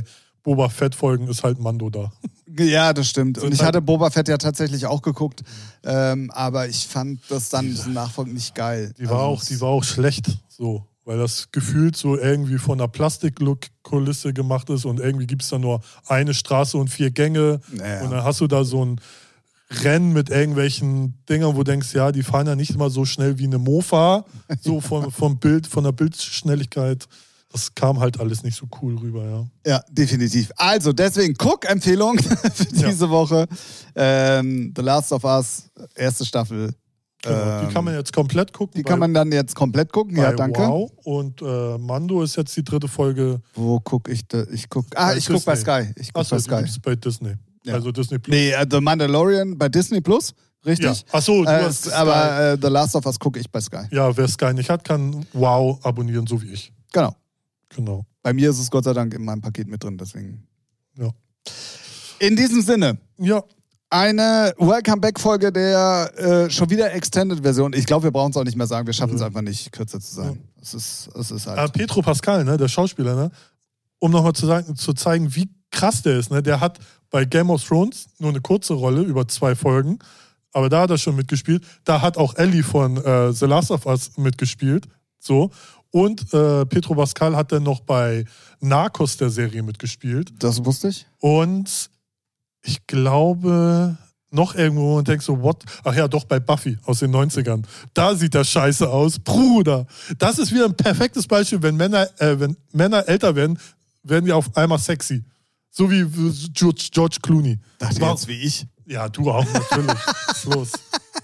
Speaker 1: Boba Fett-Folgen ist halt Mando da.
Speaker 2: Ja, das stimmt. Und
Speaker 1: Sind
Speaker 2: ich
Speaker 1: halt-
Speaker 2: hatte Boba Fett ja tatsächlich auch geguckt, ähm, aber ich fand das dann diesen Nachfolg nicht geil.
Speaker 1: Die war,
Speaker 2: Also
Speaker 1: auch, die war auch schlecht, so, weil das gefühlt so irgendwie von einer Plastik-Look-Kulisse gemacht ist und irgendwie gibt es da nur eine Straße und vier Gänge
Speaker 2: Naja.
Speaker 1: und dann hast du da so ein Rennen mit irgendwelchen Dingern, wo du denkst, ja, die fahren ja nicht immer so schnell wie eine Mofa, so vom, vom Bild, von der Bildschnelligkeit. Das kam halt alles nicht so cool rüber, ja.
Speaker 2: Ja, definitiv. Also, deswegen Guck-Empfehlung für diese
Speaker 1: Ja.
Speaker 2: Woche. Ähm, The Last of Us, erste Staffel.
Speaker 1: Genau.
Speaker 2: Ähm,
Speaker 1: Die kann man jetzt komplett gucken.
Speaker 2: Die kann man dann jetzt komplett gucken. Ja,
Speaker 1: bei
Speaker 2: danke.
Speaker 1: Wow. Und äh, Mando ist jetzt die dritte Folge.
Speaker 2: Wo guck ich da? Ich guck. Ah,
Speaker 1: Bei
Speaker 2: ich guck bei
Speaker 1: Disney.
Speaker 2: Sky. Ich guck
Speaker 1: Achso,
Speaker 2: bei
Speaker 1: die
Speaker 2: Sky.
Speaker 1: gibt's bei Disney.
Speaker 2: Ja.
Speaker 1: Also Disney Plus.
Speaker 2: Nee, äh, The Mandalorian bei Disney Plus, richtig?
Speaker 1: Ja. Achso, du
Speaker 2: Äh,
Speaker 1: hast
Speaker 2: es-
Speaker 1: Sky.
Speaker 2: aber äh, The Last of Us gucke ich bei Sky.
Speaker 1: Ja, wer Sky nicht hat, kann Wow abonnieren, so wie ich.
Speaker 2: Genau.
Speaker 1: Genau.
Speaker 2: Bei mir ist es Gott sei Dank in meinem Paket mit drin, deswegen.
Speaker 1: Ja.
Speaker 2: In diesem Sinne,
Speaker 1: Ja,
Speaker 2: eine Welcome-Back-Folge der äh, schon wieder Extended-Version. Ich glaube, wir brauchen es auch nicht mehr sagen. Wir schaffen es
Speaker 1: Ja.
Speaker 2: einfach nicht, kürzer zu sein. Es ist, es ist
Speaker 1: äh,
Speaker 2: halt.
Speaker 1: Pedro Pascal, ne, der Schauspieler, ne, um nochmal zu, sagen, zu zeigen, wie krass der ist. Ne, der hat bei Game of Thrones nur eine kurze Rolle über zwei Folgen, aber da hat er schon mitgespielt. Da hat auch Ellie von äh, The Last of Us mitgespielt. So. Und äh, Pedro Pascal hat dann noch bei Narcos der Serie mitgespielt.
Speaker 2: Das wusste ich.
Speaker 1: Und ich glaube, noch irgendwo und denkst so, what? Ach ja, doch, bei Buffy aus den neunzigern. Da sieht das scheiße aus. Bruder, das ist wieder ein perfektes Beispiel, wenn Männer, äh, wenn Männer älter werden, werden die auf einmal sexy. So wie George, George Clooney.
Speaker 2: Dachte
Speaker 1: War-
Speaker 2: jetzt wie ich.
Speaker 1: Ja, du auch, natürlich. Was ist los?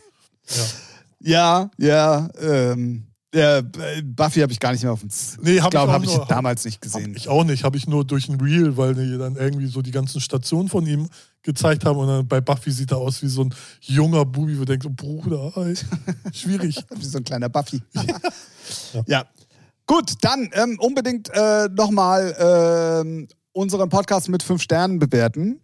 Speaker 1: Ja.
Speaker 2: Ja, ja. Ähm, ja Buffy habe ich gar nicht mehr auf dem Z-
Speaker 1: Nee, hab
Speaker 2: Ich glaube,
Speaker 1: ich auch
Speaker 2: habe ich
Speaker 1: nur-
Speaker 2: damals nicht gesehen.
Speaker 1: Ich auch nicht, habe ich nur durch ein Reel, weil die dann irgendwie so die ganzen Stationen von ihm gezeigt haben und dann bei Buffy sieht er aus wie so ein junger Bubi, wo du denkst, oh, Bruder, ey, schwierig.
Speaker 2: Wie so ein kleiner Buffy.
Speaker 1: Ja.
Speaker 2: Ja. Gut, dann ähm, unbedingt äh, nochmal ähm, unseren Podcast mit fünf Sternen bewerten.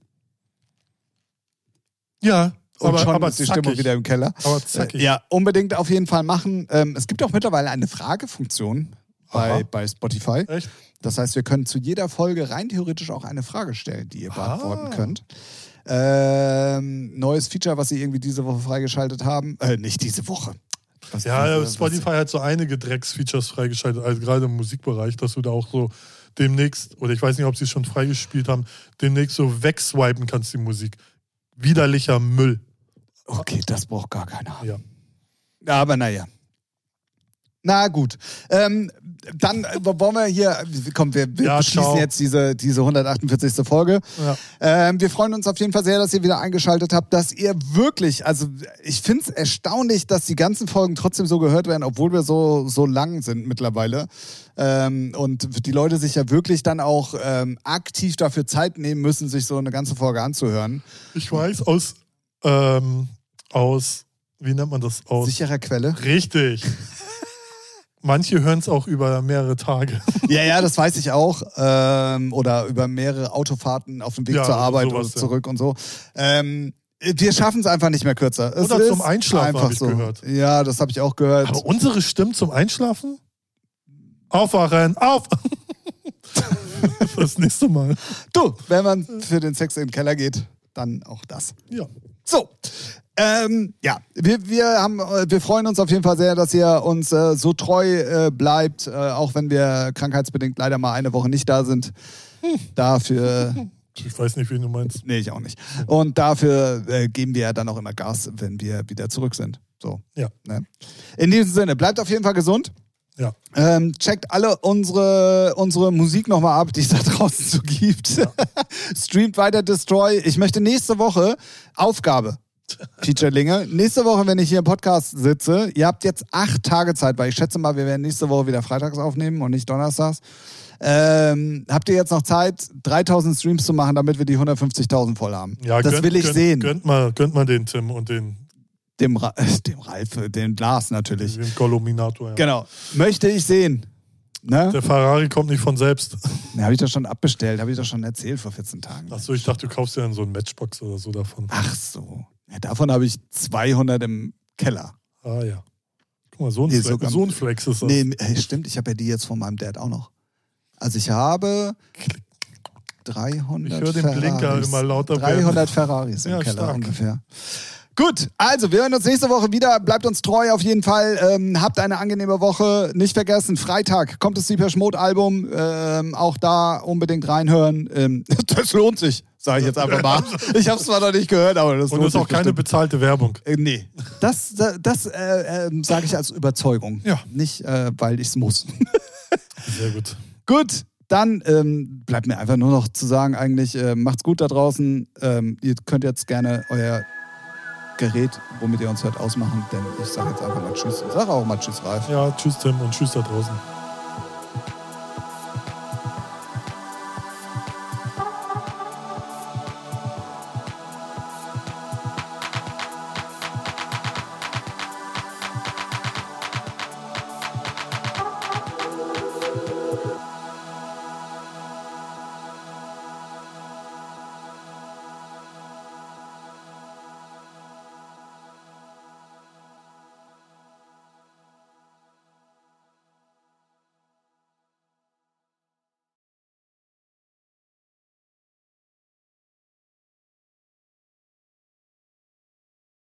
Speaker 1: Ja,
Speaker 2: Und
Speaker 1: aber,
Speaker 2: schon
Speaker 1: aber
Speaker 2: ist die Stimmung
Speaker 1: zackig.
Speaker 2: wieder im Keller.
Speaker 1: Aber zackig.
Speaker 2: Äh, ja, unbedingt auf jeden Fall machen. Ähm, es gibt auch mittlerweile eine Fragefunktion bei,
Speaker 1: Aha.
Speaker 2: bei Spotify.
Speaker 1: Echt?
Speaker 2: Das heißt, wir können zu jeder Folge rein theoretisch auch eine Frage stellen, die ihr beantworten
Speaker 1: Ah.
Speaker 2: könnt. Ähm, neues Feature, was sie irgendwie diese Woche freigeschaltet haben. Äh, nicht diese Woche. Was,
Speaker 1: Ja,
Speaker 2: was-
Speaker 1: Spotify hat so einige Drecks-Features freigeschaltet, also gerade im Musikbereich, dass du da auch so demnächst, oder ich weiß nicht, ob sie es schon freigespielt haben, demnächst so wegswipen kannst, die Musik. Widerlicher Müll.
Speaker 2: Okay, das braucht gar keiner.
Speaker 1: Ja.
Speaker 2: Aber naja. Na gut. Ähm, dann äh, wollen wir hier, komm, wir, wir
Speaker 1: Ja,
Speaker 2: beschließen
Speaker 1: ciao.
Speaker 2: jetzt diese, diese hundertachtundvierzigste Folge.
Speaker 1: Ja.
Speaker 2: Ähm, wir freuen uns auf jeden Fall sehr, dass ihr wieder eingeschaltet habt, dass ihr wirklich, also ich finde es erstaunlich, dass die ganzen Folgen trotzdem so gehört werden, obwohl wir so, so lang sind mittlerweile. Ähm, und die Leute sich ja wirklich dann auch ähm, aktiv dafür Zeit nehmen müssen, sich so eine ganze Folge anzuhören.
Speaker 1: Ich weiß aus, ähm, aus, wie nennt man das? Aus.
Speaker 2: Sicherer Quelle.
Speaker 1: Richtig. Manche hören es auch über mehrere Tage.
Speaker 2: Ja, ja, das weiß ich auch. Ähm, oder über mehrere Autofahrten auf dem Weg
Speaker 1: Ja,
Speaker 2: zur
Speaker 1: oder
Speaker 2: Arbeit
Speaker 1: sowas,
Speaker 2: oder
Speaker 1: ja.
Speaker 2: zurück und so. Ähm, wir schaffen es einfach nicht mehr kürzer. Es
Speaker 1: Oder
Speaker 2: ist
Speaker 1: zum Einschlafen,
Speaker 2: einfach
Speaker 1: hab ich
Speaker 2: so.
Speaker 1: gehört.
Speaker 2: Ja, das habe ich auch gehört.
Speaker 1: Aber unsere Stimmen zum Einschlafen? Aufwachen, auf! Das nächste Mal.
Speaker 2: Du, wenn man für den Sex in den Keller geht, dann auch das.
Speaker 1: Ja.
Speaker 2: So. Ähm, ja, wir, wir, haben, äh, wir freuen uns auf jeden Fall sehr, dass ihr uns äh, so treu äh, bleibt, äh, auch wenn wir krankheitsbedingt leider mal eine Woche nicht da sind. Dafür,
Speaker 1: Ich weiß nicht, wen du meinst.
Speaker 2: nee, ich auch nicht. Und dafür äh, geben wir dann auch immer Gas, wenn wir wieder zurück sind. So.
Speaker 1: Ja.
Speaker 2: Ne? In diesem Sinne, bleibt auf jeden Fall gesund.
Speaker 1: Ja.
Speaker 2: Ähm, checkt alle unsere, unsere Musik nochmal ab, die es da draußen so gibt.
Speaker 1: Ja.
Speaker 2: Streamt weiter Destroy. Ich möchte nächste Woche Aufgabe. Featurelinge. Nächste Woche, wenn ich hier im Podcast sitze, ihr habt jetzt acht Tage Zeit, weil ich schätze mal, wir werden nächste Woche wieder freitags aufnehmen und nicht donnerstags. Ähm, habt ihr jetzt noch Zeit, dreitausend Streams zu machen, damit wir die hundertfünfzigtausend voll haben?
Speaker 1: Ja,
Speaker 2: das
Speaker 1: gönnt,
Speaker 2: will ich
Speaker 1: gönnt,
Speaker 2: sehen.
Speaker 1: Gönnt mal, gönnt mal den Tim und den,
Speaker 2: Dem, Ra dem Ralf, dem Lars natürlich.
Speaker 1: den Golominator. Ja.
Speaker 2: Genau. Möchte ich sehen. Ne?
Speaker 1: Der Ferrari kommt nicht von selbst.
Speaker 2: Ne, habe ich doch schon abbestellt, habe ich doch schon erzählt vor vierzehn Tagen.
Speaker 1: Achso, ich dachte, du kaufst ja dann so ein Matchbox oder so davon.
Speaker 2: Ach so. Ja, davon habe ich zweihundert im Keller.
Speaker 1: Ah ja. Guck mal, so ein,
Speaker 2: Nee,
Speaker 1: Flex,
Speaker 2: sogar-
Speaker 1: so ein Flex ist das.
Speaker 2: Nee, äh, stimmt, ich habe ja die jetzt von meinem Dad auch noch. Also ich habe dreihundert
Speaker 1: Ich höre den
Speaker 2: Ferraris.
Speaker 1: Blinker immer lauter
Speaker 2: dreihundert Ferraris im
Speaker 1: Ja,
Speaker 2: Keller
Speaker 1: stark.
Speaker 2: ungefähr. Gut, also wir hören uns nächste Woche wieder. Bleibt uns treu auf jeden Fall. Ähm, habt eine angenehme Woche. Nicht vergessen, Freitag kommt das Depeche Mode Album. Ähm, auch da unbedingt reinhören. Ähm, das lohnt sich, sage ich jetzt einfach mal. Ich habe es zwar noch nicht gehört, aber das
Speaker 1: Und
Speaker 2: lohnt
Speaker 1: das ist auch
Speaker 2: sich
Speaker 1: keine
Speaker 2: bestimmt.
Speaker 1: bezahlte Werbung.
Speaker 2: Äh, nee, das, das, das äh, äh, sage ich als Überzeugung.
Speaker 1: Ja.
Speaker 2: Nicht, äh, weil ich es muss.
Speaker 1: Sehr gut.
Speaker 2: Gut, dann ähm, bleibt mir einfach nur noch zu sagen, eigentlich äh, macht's gut da draußen. Ähm, ihr könnt jetzt gerne euer Gerät, womit ihr uns hört, ausmachen, denn ich sage jetzt einfach mal Tschüss. Ich sage auch mal Tschüss, Ralf.
Speaker 1: Ja, tschüss Tim und tschüss da draußen.